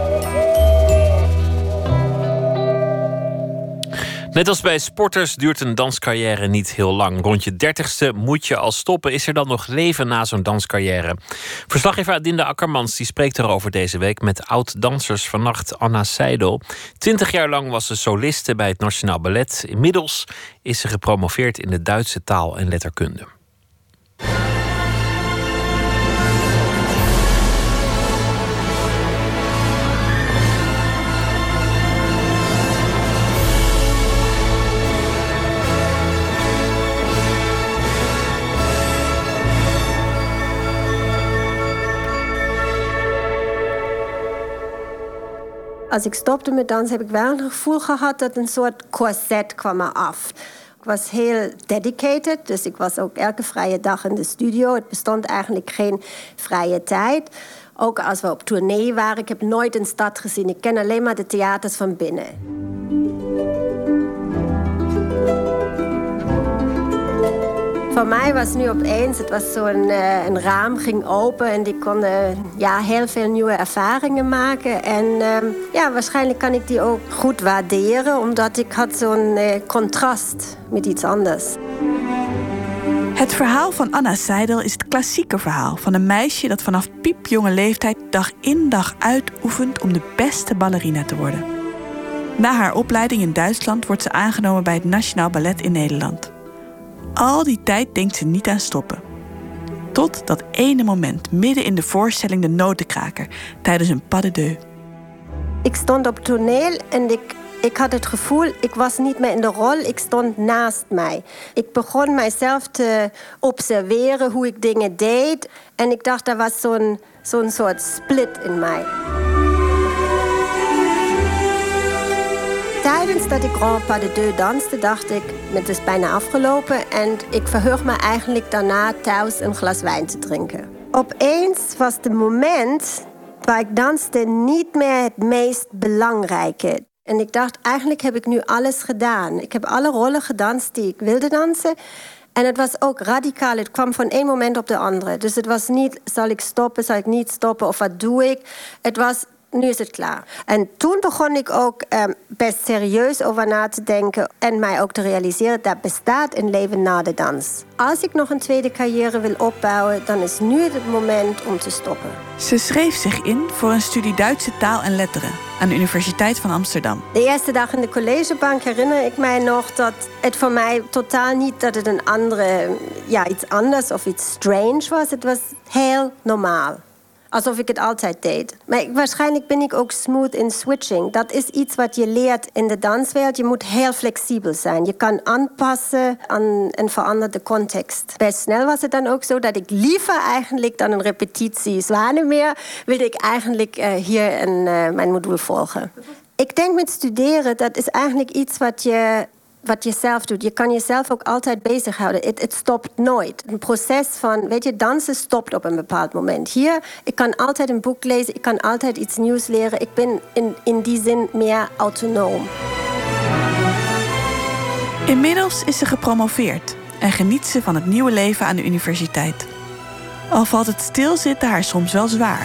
Net als bij sporters duurt een danscarrière niet heel lang. Rond je 30ste moet je al stoppen. Is er dan nog leven na zo'n danscarrière? Verslaggever Adinda Akkermans die spreekt erover deze week met oud-dansers. Vannacht Anna Seidel. 20 jaar lang was ze soliste bij het Nationaal Ballet. Inmiddels is ze gepromoveerd in de Duitse taal en letterkunde. Als ik stopte met dansen heb ik wel een gevoel gehad dat een soort corset kwam me af. Ik was heel dedicated, dus ik was ook elke vrije dag in de studio. Het bestond eigenlijk geen vrije tijd. Ook als we op tournee waren, ik heb nooit een stad gezien. Ik ken alleen maar de theaters van binnen. Voor mij was nu opeens, het was zo'n een raam ging open en ik kon heel veel nieuwe ervaringen maken. En waarschijnlijk kan ik die ook goed waarderen, omdat ik had zo'n contrast met iets anders. Het verhaal van Anna Seidel is het klassieke verhaal van een meisje dat vanaf piepjonge leeftijd dag in dag uit oefent om de beste ballerina te worden. Na haar opleiding in Duitsland wordt ze aangenomen bij het Nationaal Ballet in Nederland. Al die tijd denkt ze niet aan stoppen. Tot dat ene moment, midden in de voorstelling De Notenkraker, tijdens een pas de deux. Ik stond op toneel en ik had het gevoel, ik was niet meer in de rol, ik stond naast mij. Ik begon mijzelf te observeren hoe ik dingen deed. En ik dacht, er was zo'n soort split in mij. Tijdens dat ik Grand Pas de Deux danste, dacht ik, het is bijna afgelopen. En ik verheug me eigenlijk daarna thuis een glas wijn te drinken. Opeens was het moment waar ik danste niet meer het meest belangrijke. En ik dacht, eigenlijk heb ik nu alles gedaan. Ik heb alle rollen gedanst die ik wilde dansen. En het was ook radicaal. Het kwam van één moment op de andere. Dus het was niet, zal ik stoppen, zal ik niet stoppen of wat doe ik? Het was nu is het klaar. En toen begon ik ook best serieus over na te denken en mij ook te realiseren dat bestaat een leven na de dans. Als ik nog een tweede carrière wil opbouwen, dan is nu het moment om te stoppen. Ze schreef zich in voor een studie Duitse taal en letteren aan de Universiteit van Amsterdam. De eerste dag in de collegebank herinner ik mij nog dat het voor mij totaal niet dat het een andere, iets anders of iets strange was. Het was heel normaal. Alsof ik het altijd deed. Maar waarschijnlijk ben ik ook smooth in switching. Dat is iets wat je leert in de danswereld. Je moet heel flexibel zijn. Je kan aanpassen aan een veranderde context. Best snel was het dan ook zo dat ik liever eigenlijk dan een repetitie Zwanemeer wilde ik eigenlijk hier mijn module volgen. Ik denk met studeren, dat is eigenlijk iets wat je zelf doet. Je kan jezelf ook altijd bezighouden. Het stopt nooit. Een proces van, dansen stopt op een bepaald moment. Hier, ik kan altijd een boek lezen, ik kan altijd iets nieuws leren. Ik ben in die zin meer autonoom. Inmiddels is ze gepromoveerd en geniet ze van het nieuwe leven aan de universiteit. Al valt het stilzitten haar soms wel zwaar.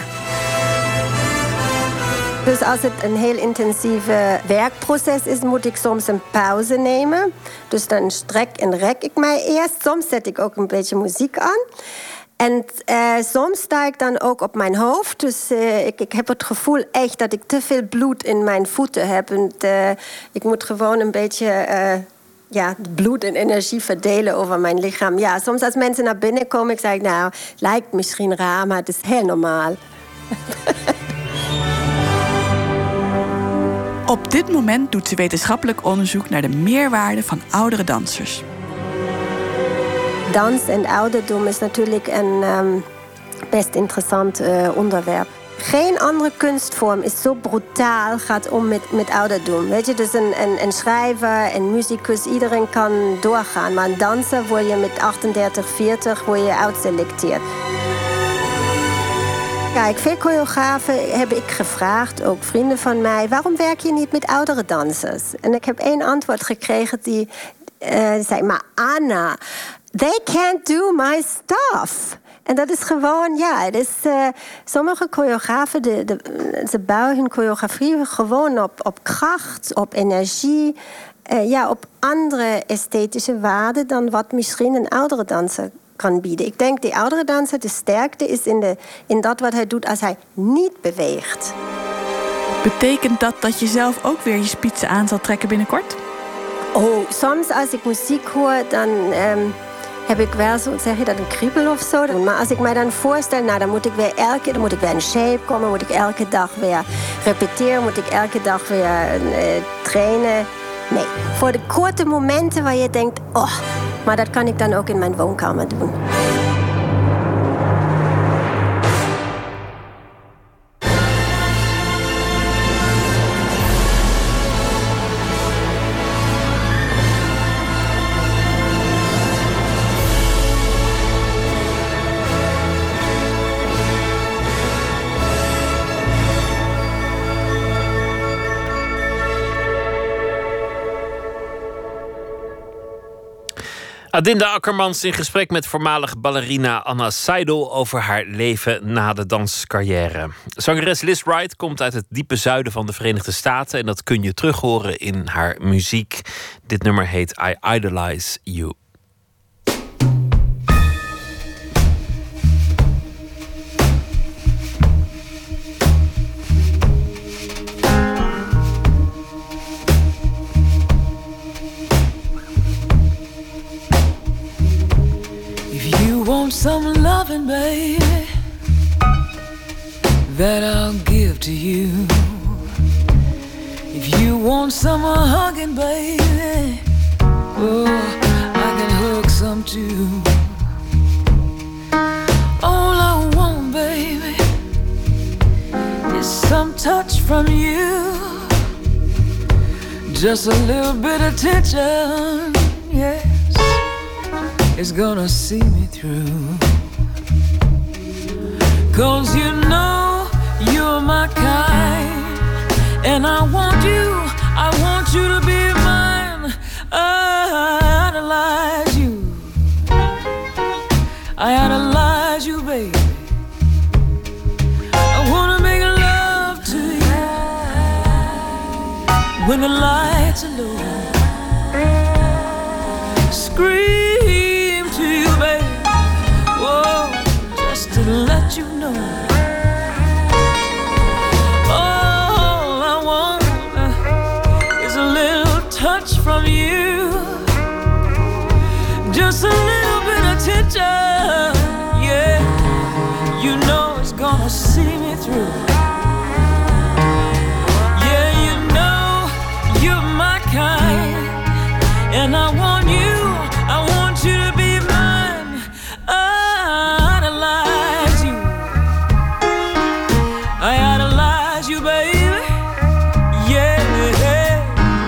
Dus als het een heel intensieve werkproces is, moet ik soms een pauze nemen. Dus dan strek en rek ik mij eerst. Soms zet ik ook een beetje muziek aan. En soms sta ik dan ook op mijn hoofd. Dus ik heb het gevoel echt dat ik te veel bloed in mijn voeten heb. En ik moet gewoon een beetje bloed en energie verdelen over mijn lichaam. Ja, soms als mensen naar binnen komen, zeg ik, nou, lijkt misschien raar, maar het is heel normaal. Op dit moment doet ze wetenschappelijk onderzoek naar de meerwaarde van oudere dansers. Dans en ouderdom is natuurlijk een best interessant onderwerp. Geen andere kunstvorm is zo brutaal, gaat om met ouderdom. Weet je, dus een schrijver, een muzikus, iedereen kan doorgaan. Maar een danser word je met 38, 40 word je uitselecteerd. Kijk, veel choreografen heb ik gevraagd, ook vrienden van mij, waarom werk je niet met oudere dansers? En ik heb 1 antwoord gekregen die zei, maar Anna, they can't do my stuff. En dat is gewoon, het is, sommige choreografen, ze bouwen hun choreografie gewoon op kracht, op energie, op andere esthetische waarden dan wat misschien een oudere danser kan bieden. Ik denk, de oudere danser, de sterkte is in dat wat hij doet als hij niet beweegt. Betekent dat je zelf ook weer je spitsen aan zal trekken binnenkort? Oh, soms als ik muziek hoor, dan heb ik wel zo, zeg je dat, een kriebel of zo. Maar als ik mij dan voorstel, nou, dan moet ik weer in shape komen, moet ik elke dag weer repeteren, moet ik elke dag weer trainen. Nee, voor de korte momenten waar je denkt, oh, maar dat kan ik dan ook in mijn woonkamer doen. Adinda Akkermans in gesprek met voormalig ballerina Anna Seidel over haar leven na de danscarrière. Zangeres Liz Wright komt uit het diepe zuiden van de Verenigde Staten en dat kun je terug horen in haar muziek. Dit nummer heet I Idolize You. Want some loving, baby, that I'll give to you. If you want some hugging, baby, oh, I can hug some too. All I want, baby, is some touch from you. Just a little bit of attention, yes, it's gonna see me through. 'Cause you know you're my kind, and I want you to be mine. I idolize you, I idolize you, baby. I wanna make love to you. when the lights are low. Scream to you, baby, oh, just to let you know. All I want is a little touch from you, just a little bit of attention, yeah. You know it's gonna see me through. Yeah, you know you're my kind, and I want you to be mine. I idolize you. I idolize you, baby. Yeah, yeah.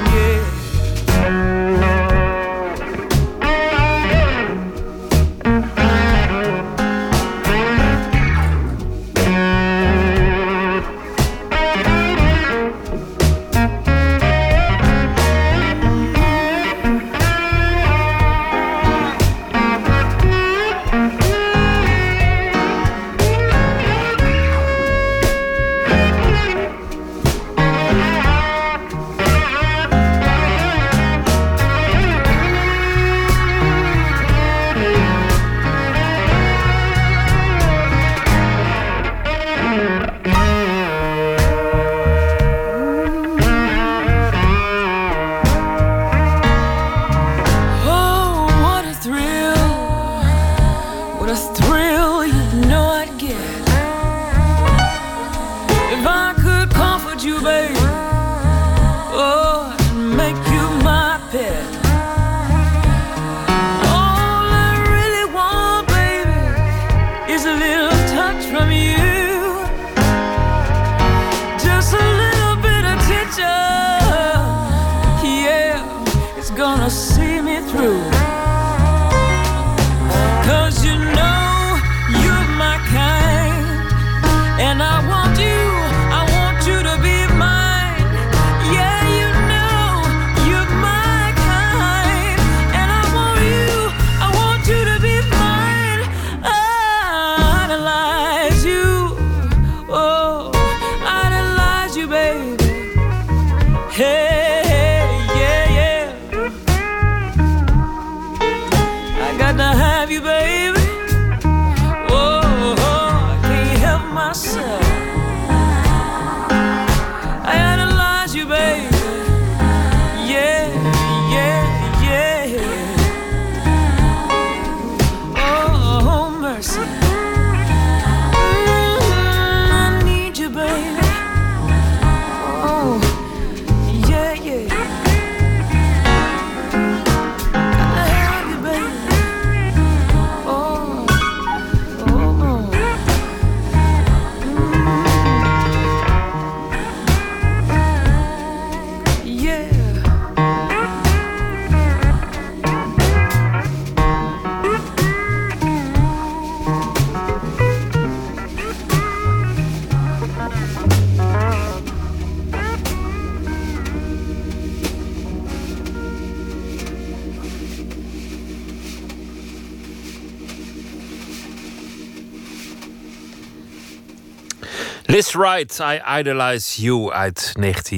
Liz Wright, I Idolize You uit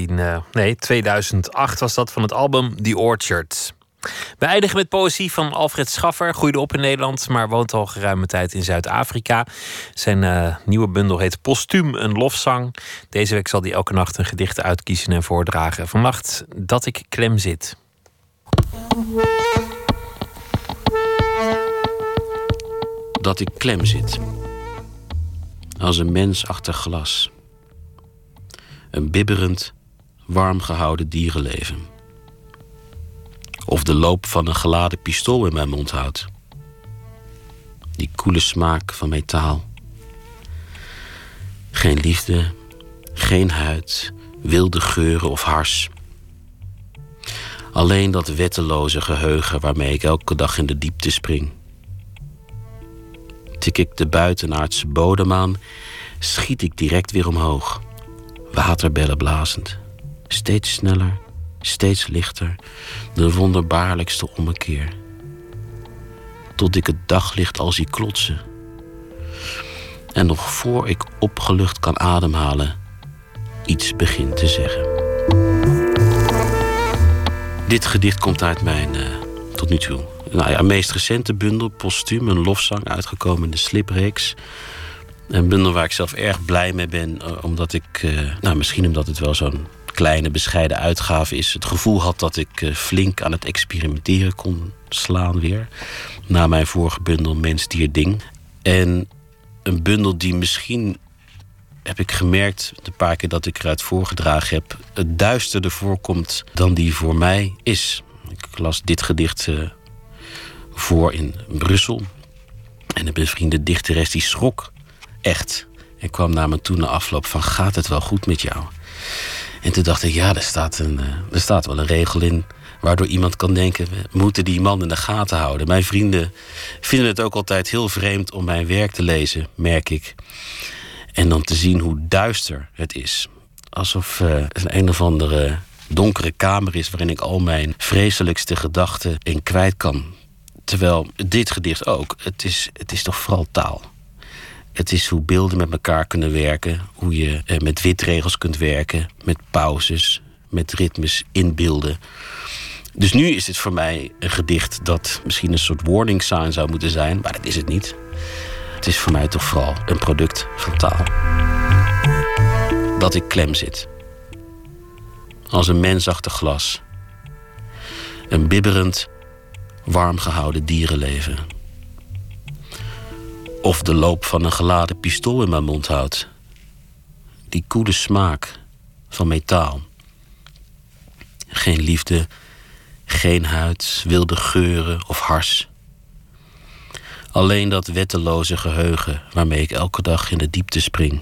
2008 was dat, van het album The Orchard. We eindigen met poëzie van Alfred Schaffer. Groeide op in Nederland, maar woont al geruime tijd in Zuid-Afrika. Zijn nieuwe bundel heet Postuum, een lofzang. Deze week zal hij elke nacht een gedicht uitkiezen en voordragen. Vannacht Dat ik klem zit. Dat ik klem zit. Als een mens achter glas. Een bibberend, warm gehouden dierenleven. Of de loop van een geladen pistool in mijn mond houdt. Die koele smaak van metaal. Geen liefde, geen huid, wilde geuren of hars. Alleen dat wetteloze geheugen waarmee ik elke dag in de diepte spring. Tik ik de buitenaardse bodem aan, schiet ik direct weer omhoog. Waterbellen blazend. Steeds sneller, steeds lichter. De wonderbaarlijkste ommekeer. Tot ik het daglicht al zie klotsen. En nog voor ik opgelucht kan ademhalen, iets begin te zeggen. Dit gedicht komt uit mijn, tot nu toe, meest recente bundel, Postuum, een lofzang, uitgekomen in de Slipreeks. Een bundel waar ik zelf erg blij mee ben, omdat ik, misschien omdat het wel zo'n kleine, bescheiden uitgave is, het gevoel had dat ik flink aan het experimenteren kon slaan weer. Na mijn vorige bundel Mens, Dier, Ding. En een bundel die misschien, heb ik gemerkt de paar keer dat ik eruit voorgedragen heb, het duisterder voorkomt dan die voor mij is. Ik las dit gedicht voor in Brussel. En een bevriende dichteres die schrok echt. En kwam naar me toe na afloop van, gaat het wel goed met jou? En toen dacht ik, ja, er staat wel een regel in waardoor iemand kan denken, we moeten die man in de gaten houden. Mijn vrienden vinden het ook altijd heel vreemd om mijn werk te lezen, merk ik. En dan te zien hoe duister het is. Alsof het een of andere donkere kamer is waarin ik al mijn vreselijkste gedachten in kwijt kan. Terwijl dit gedicht ook, het is toch vooral taal. Het is hoe beelden met elkaar kunnen werken. Hoe je met witregels kunt werken. Met pauzes, met ritmes inbeelden. Dus nu is het voor mij een gedicht dat misschien een soort warning sign zou moeten zijn. Maar dat is het niet. Het is voor mij toch vooral een product van taal. Dat ik klem zit. Als een mensachtig glas. Een bibberend, warm gehouden dierenleven. Of de loop van een geladen pistool in mijn mond houdt. Die koele smaak van metaal. Geen liefde, geen huid, wilde geuren of hars. Alleen dat wetteloze geheugen waarmee ik elke dag in de diepte spring.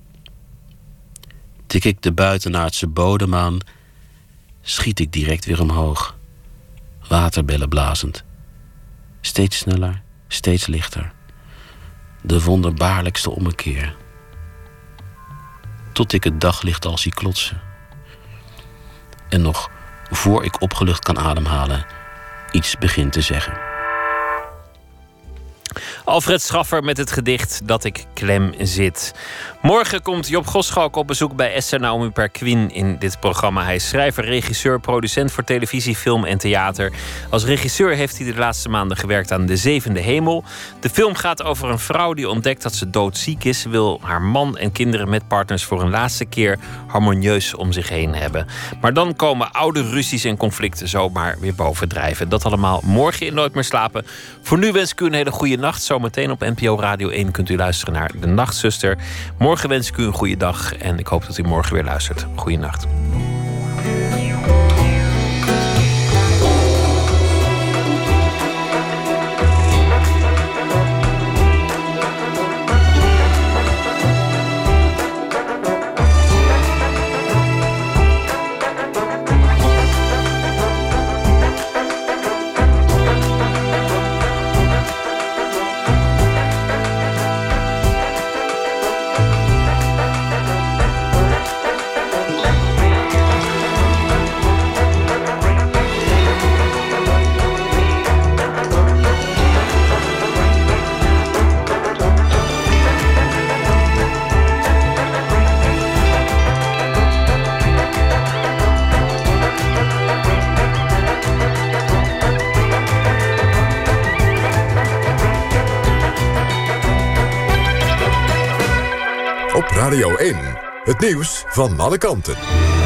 Tik ik de buitenaardse bodem aan, schiet ik direct weer omhoog. Waterbellen blazend. Steeds sneller, steeds lichter. De wonderbaarlijkste ommekeer. Tot ik het daglicht al zie klotsen. En nog voor ik opgelucht kan ademhalen, iets begin te zeggen. Alfred Schaffer met het gedicht Dat ik klem zit. Morgen komt Job Goschalk op bezoek bij Esther Naomi Perquin in dit programma. Hij is schrijver, regisseur, producent voor televisie, film en theater. Als regisseur heeft hij de laatste maanden gewerkt aan De Zevende Hemel. De film gaat over een vrouw die ontdekt dat ze doodziek is. Wil haar man en kinderen met partners voor een laatste keer harmonieus om zich heen hebben. Maar dan komen oude ruzies en conflicten zomaar weer bovendrijven. Dat allemaal morgen in Nooit meer slapen. Voor nu wens ik u een hele goede nacht. Zometeen op NPO Radio 1 kunt u luisteren naar De Nachtzuster. Morgen wens ik u een goede dag en ik hoop dat u morgen weer luistert. Goeienacht. Radio 1, het nieuws van alle kanten.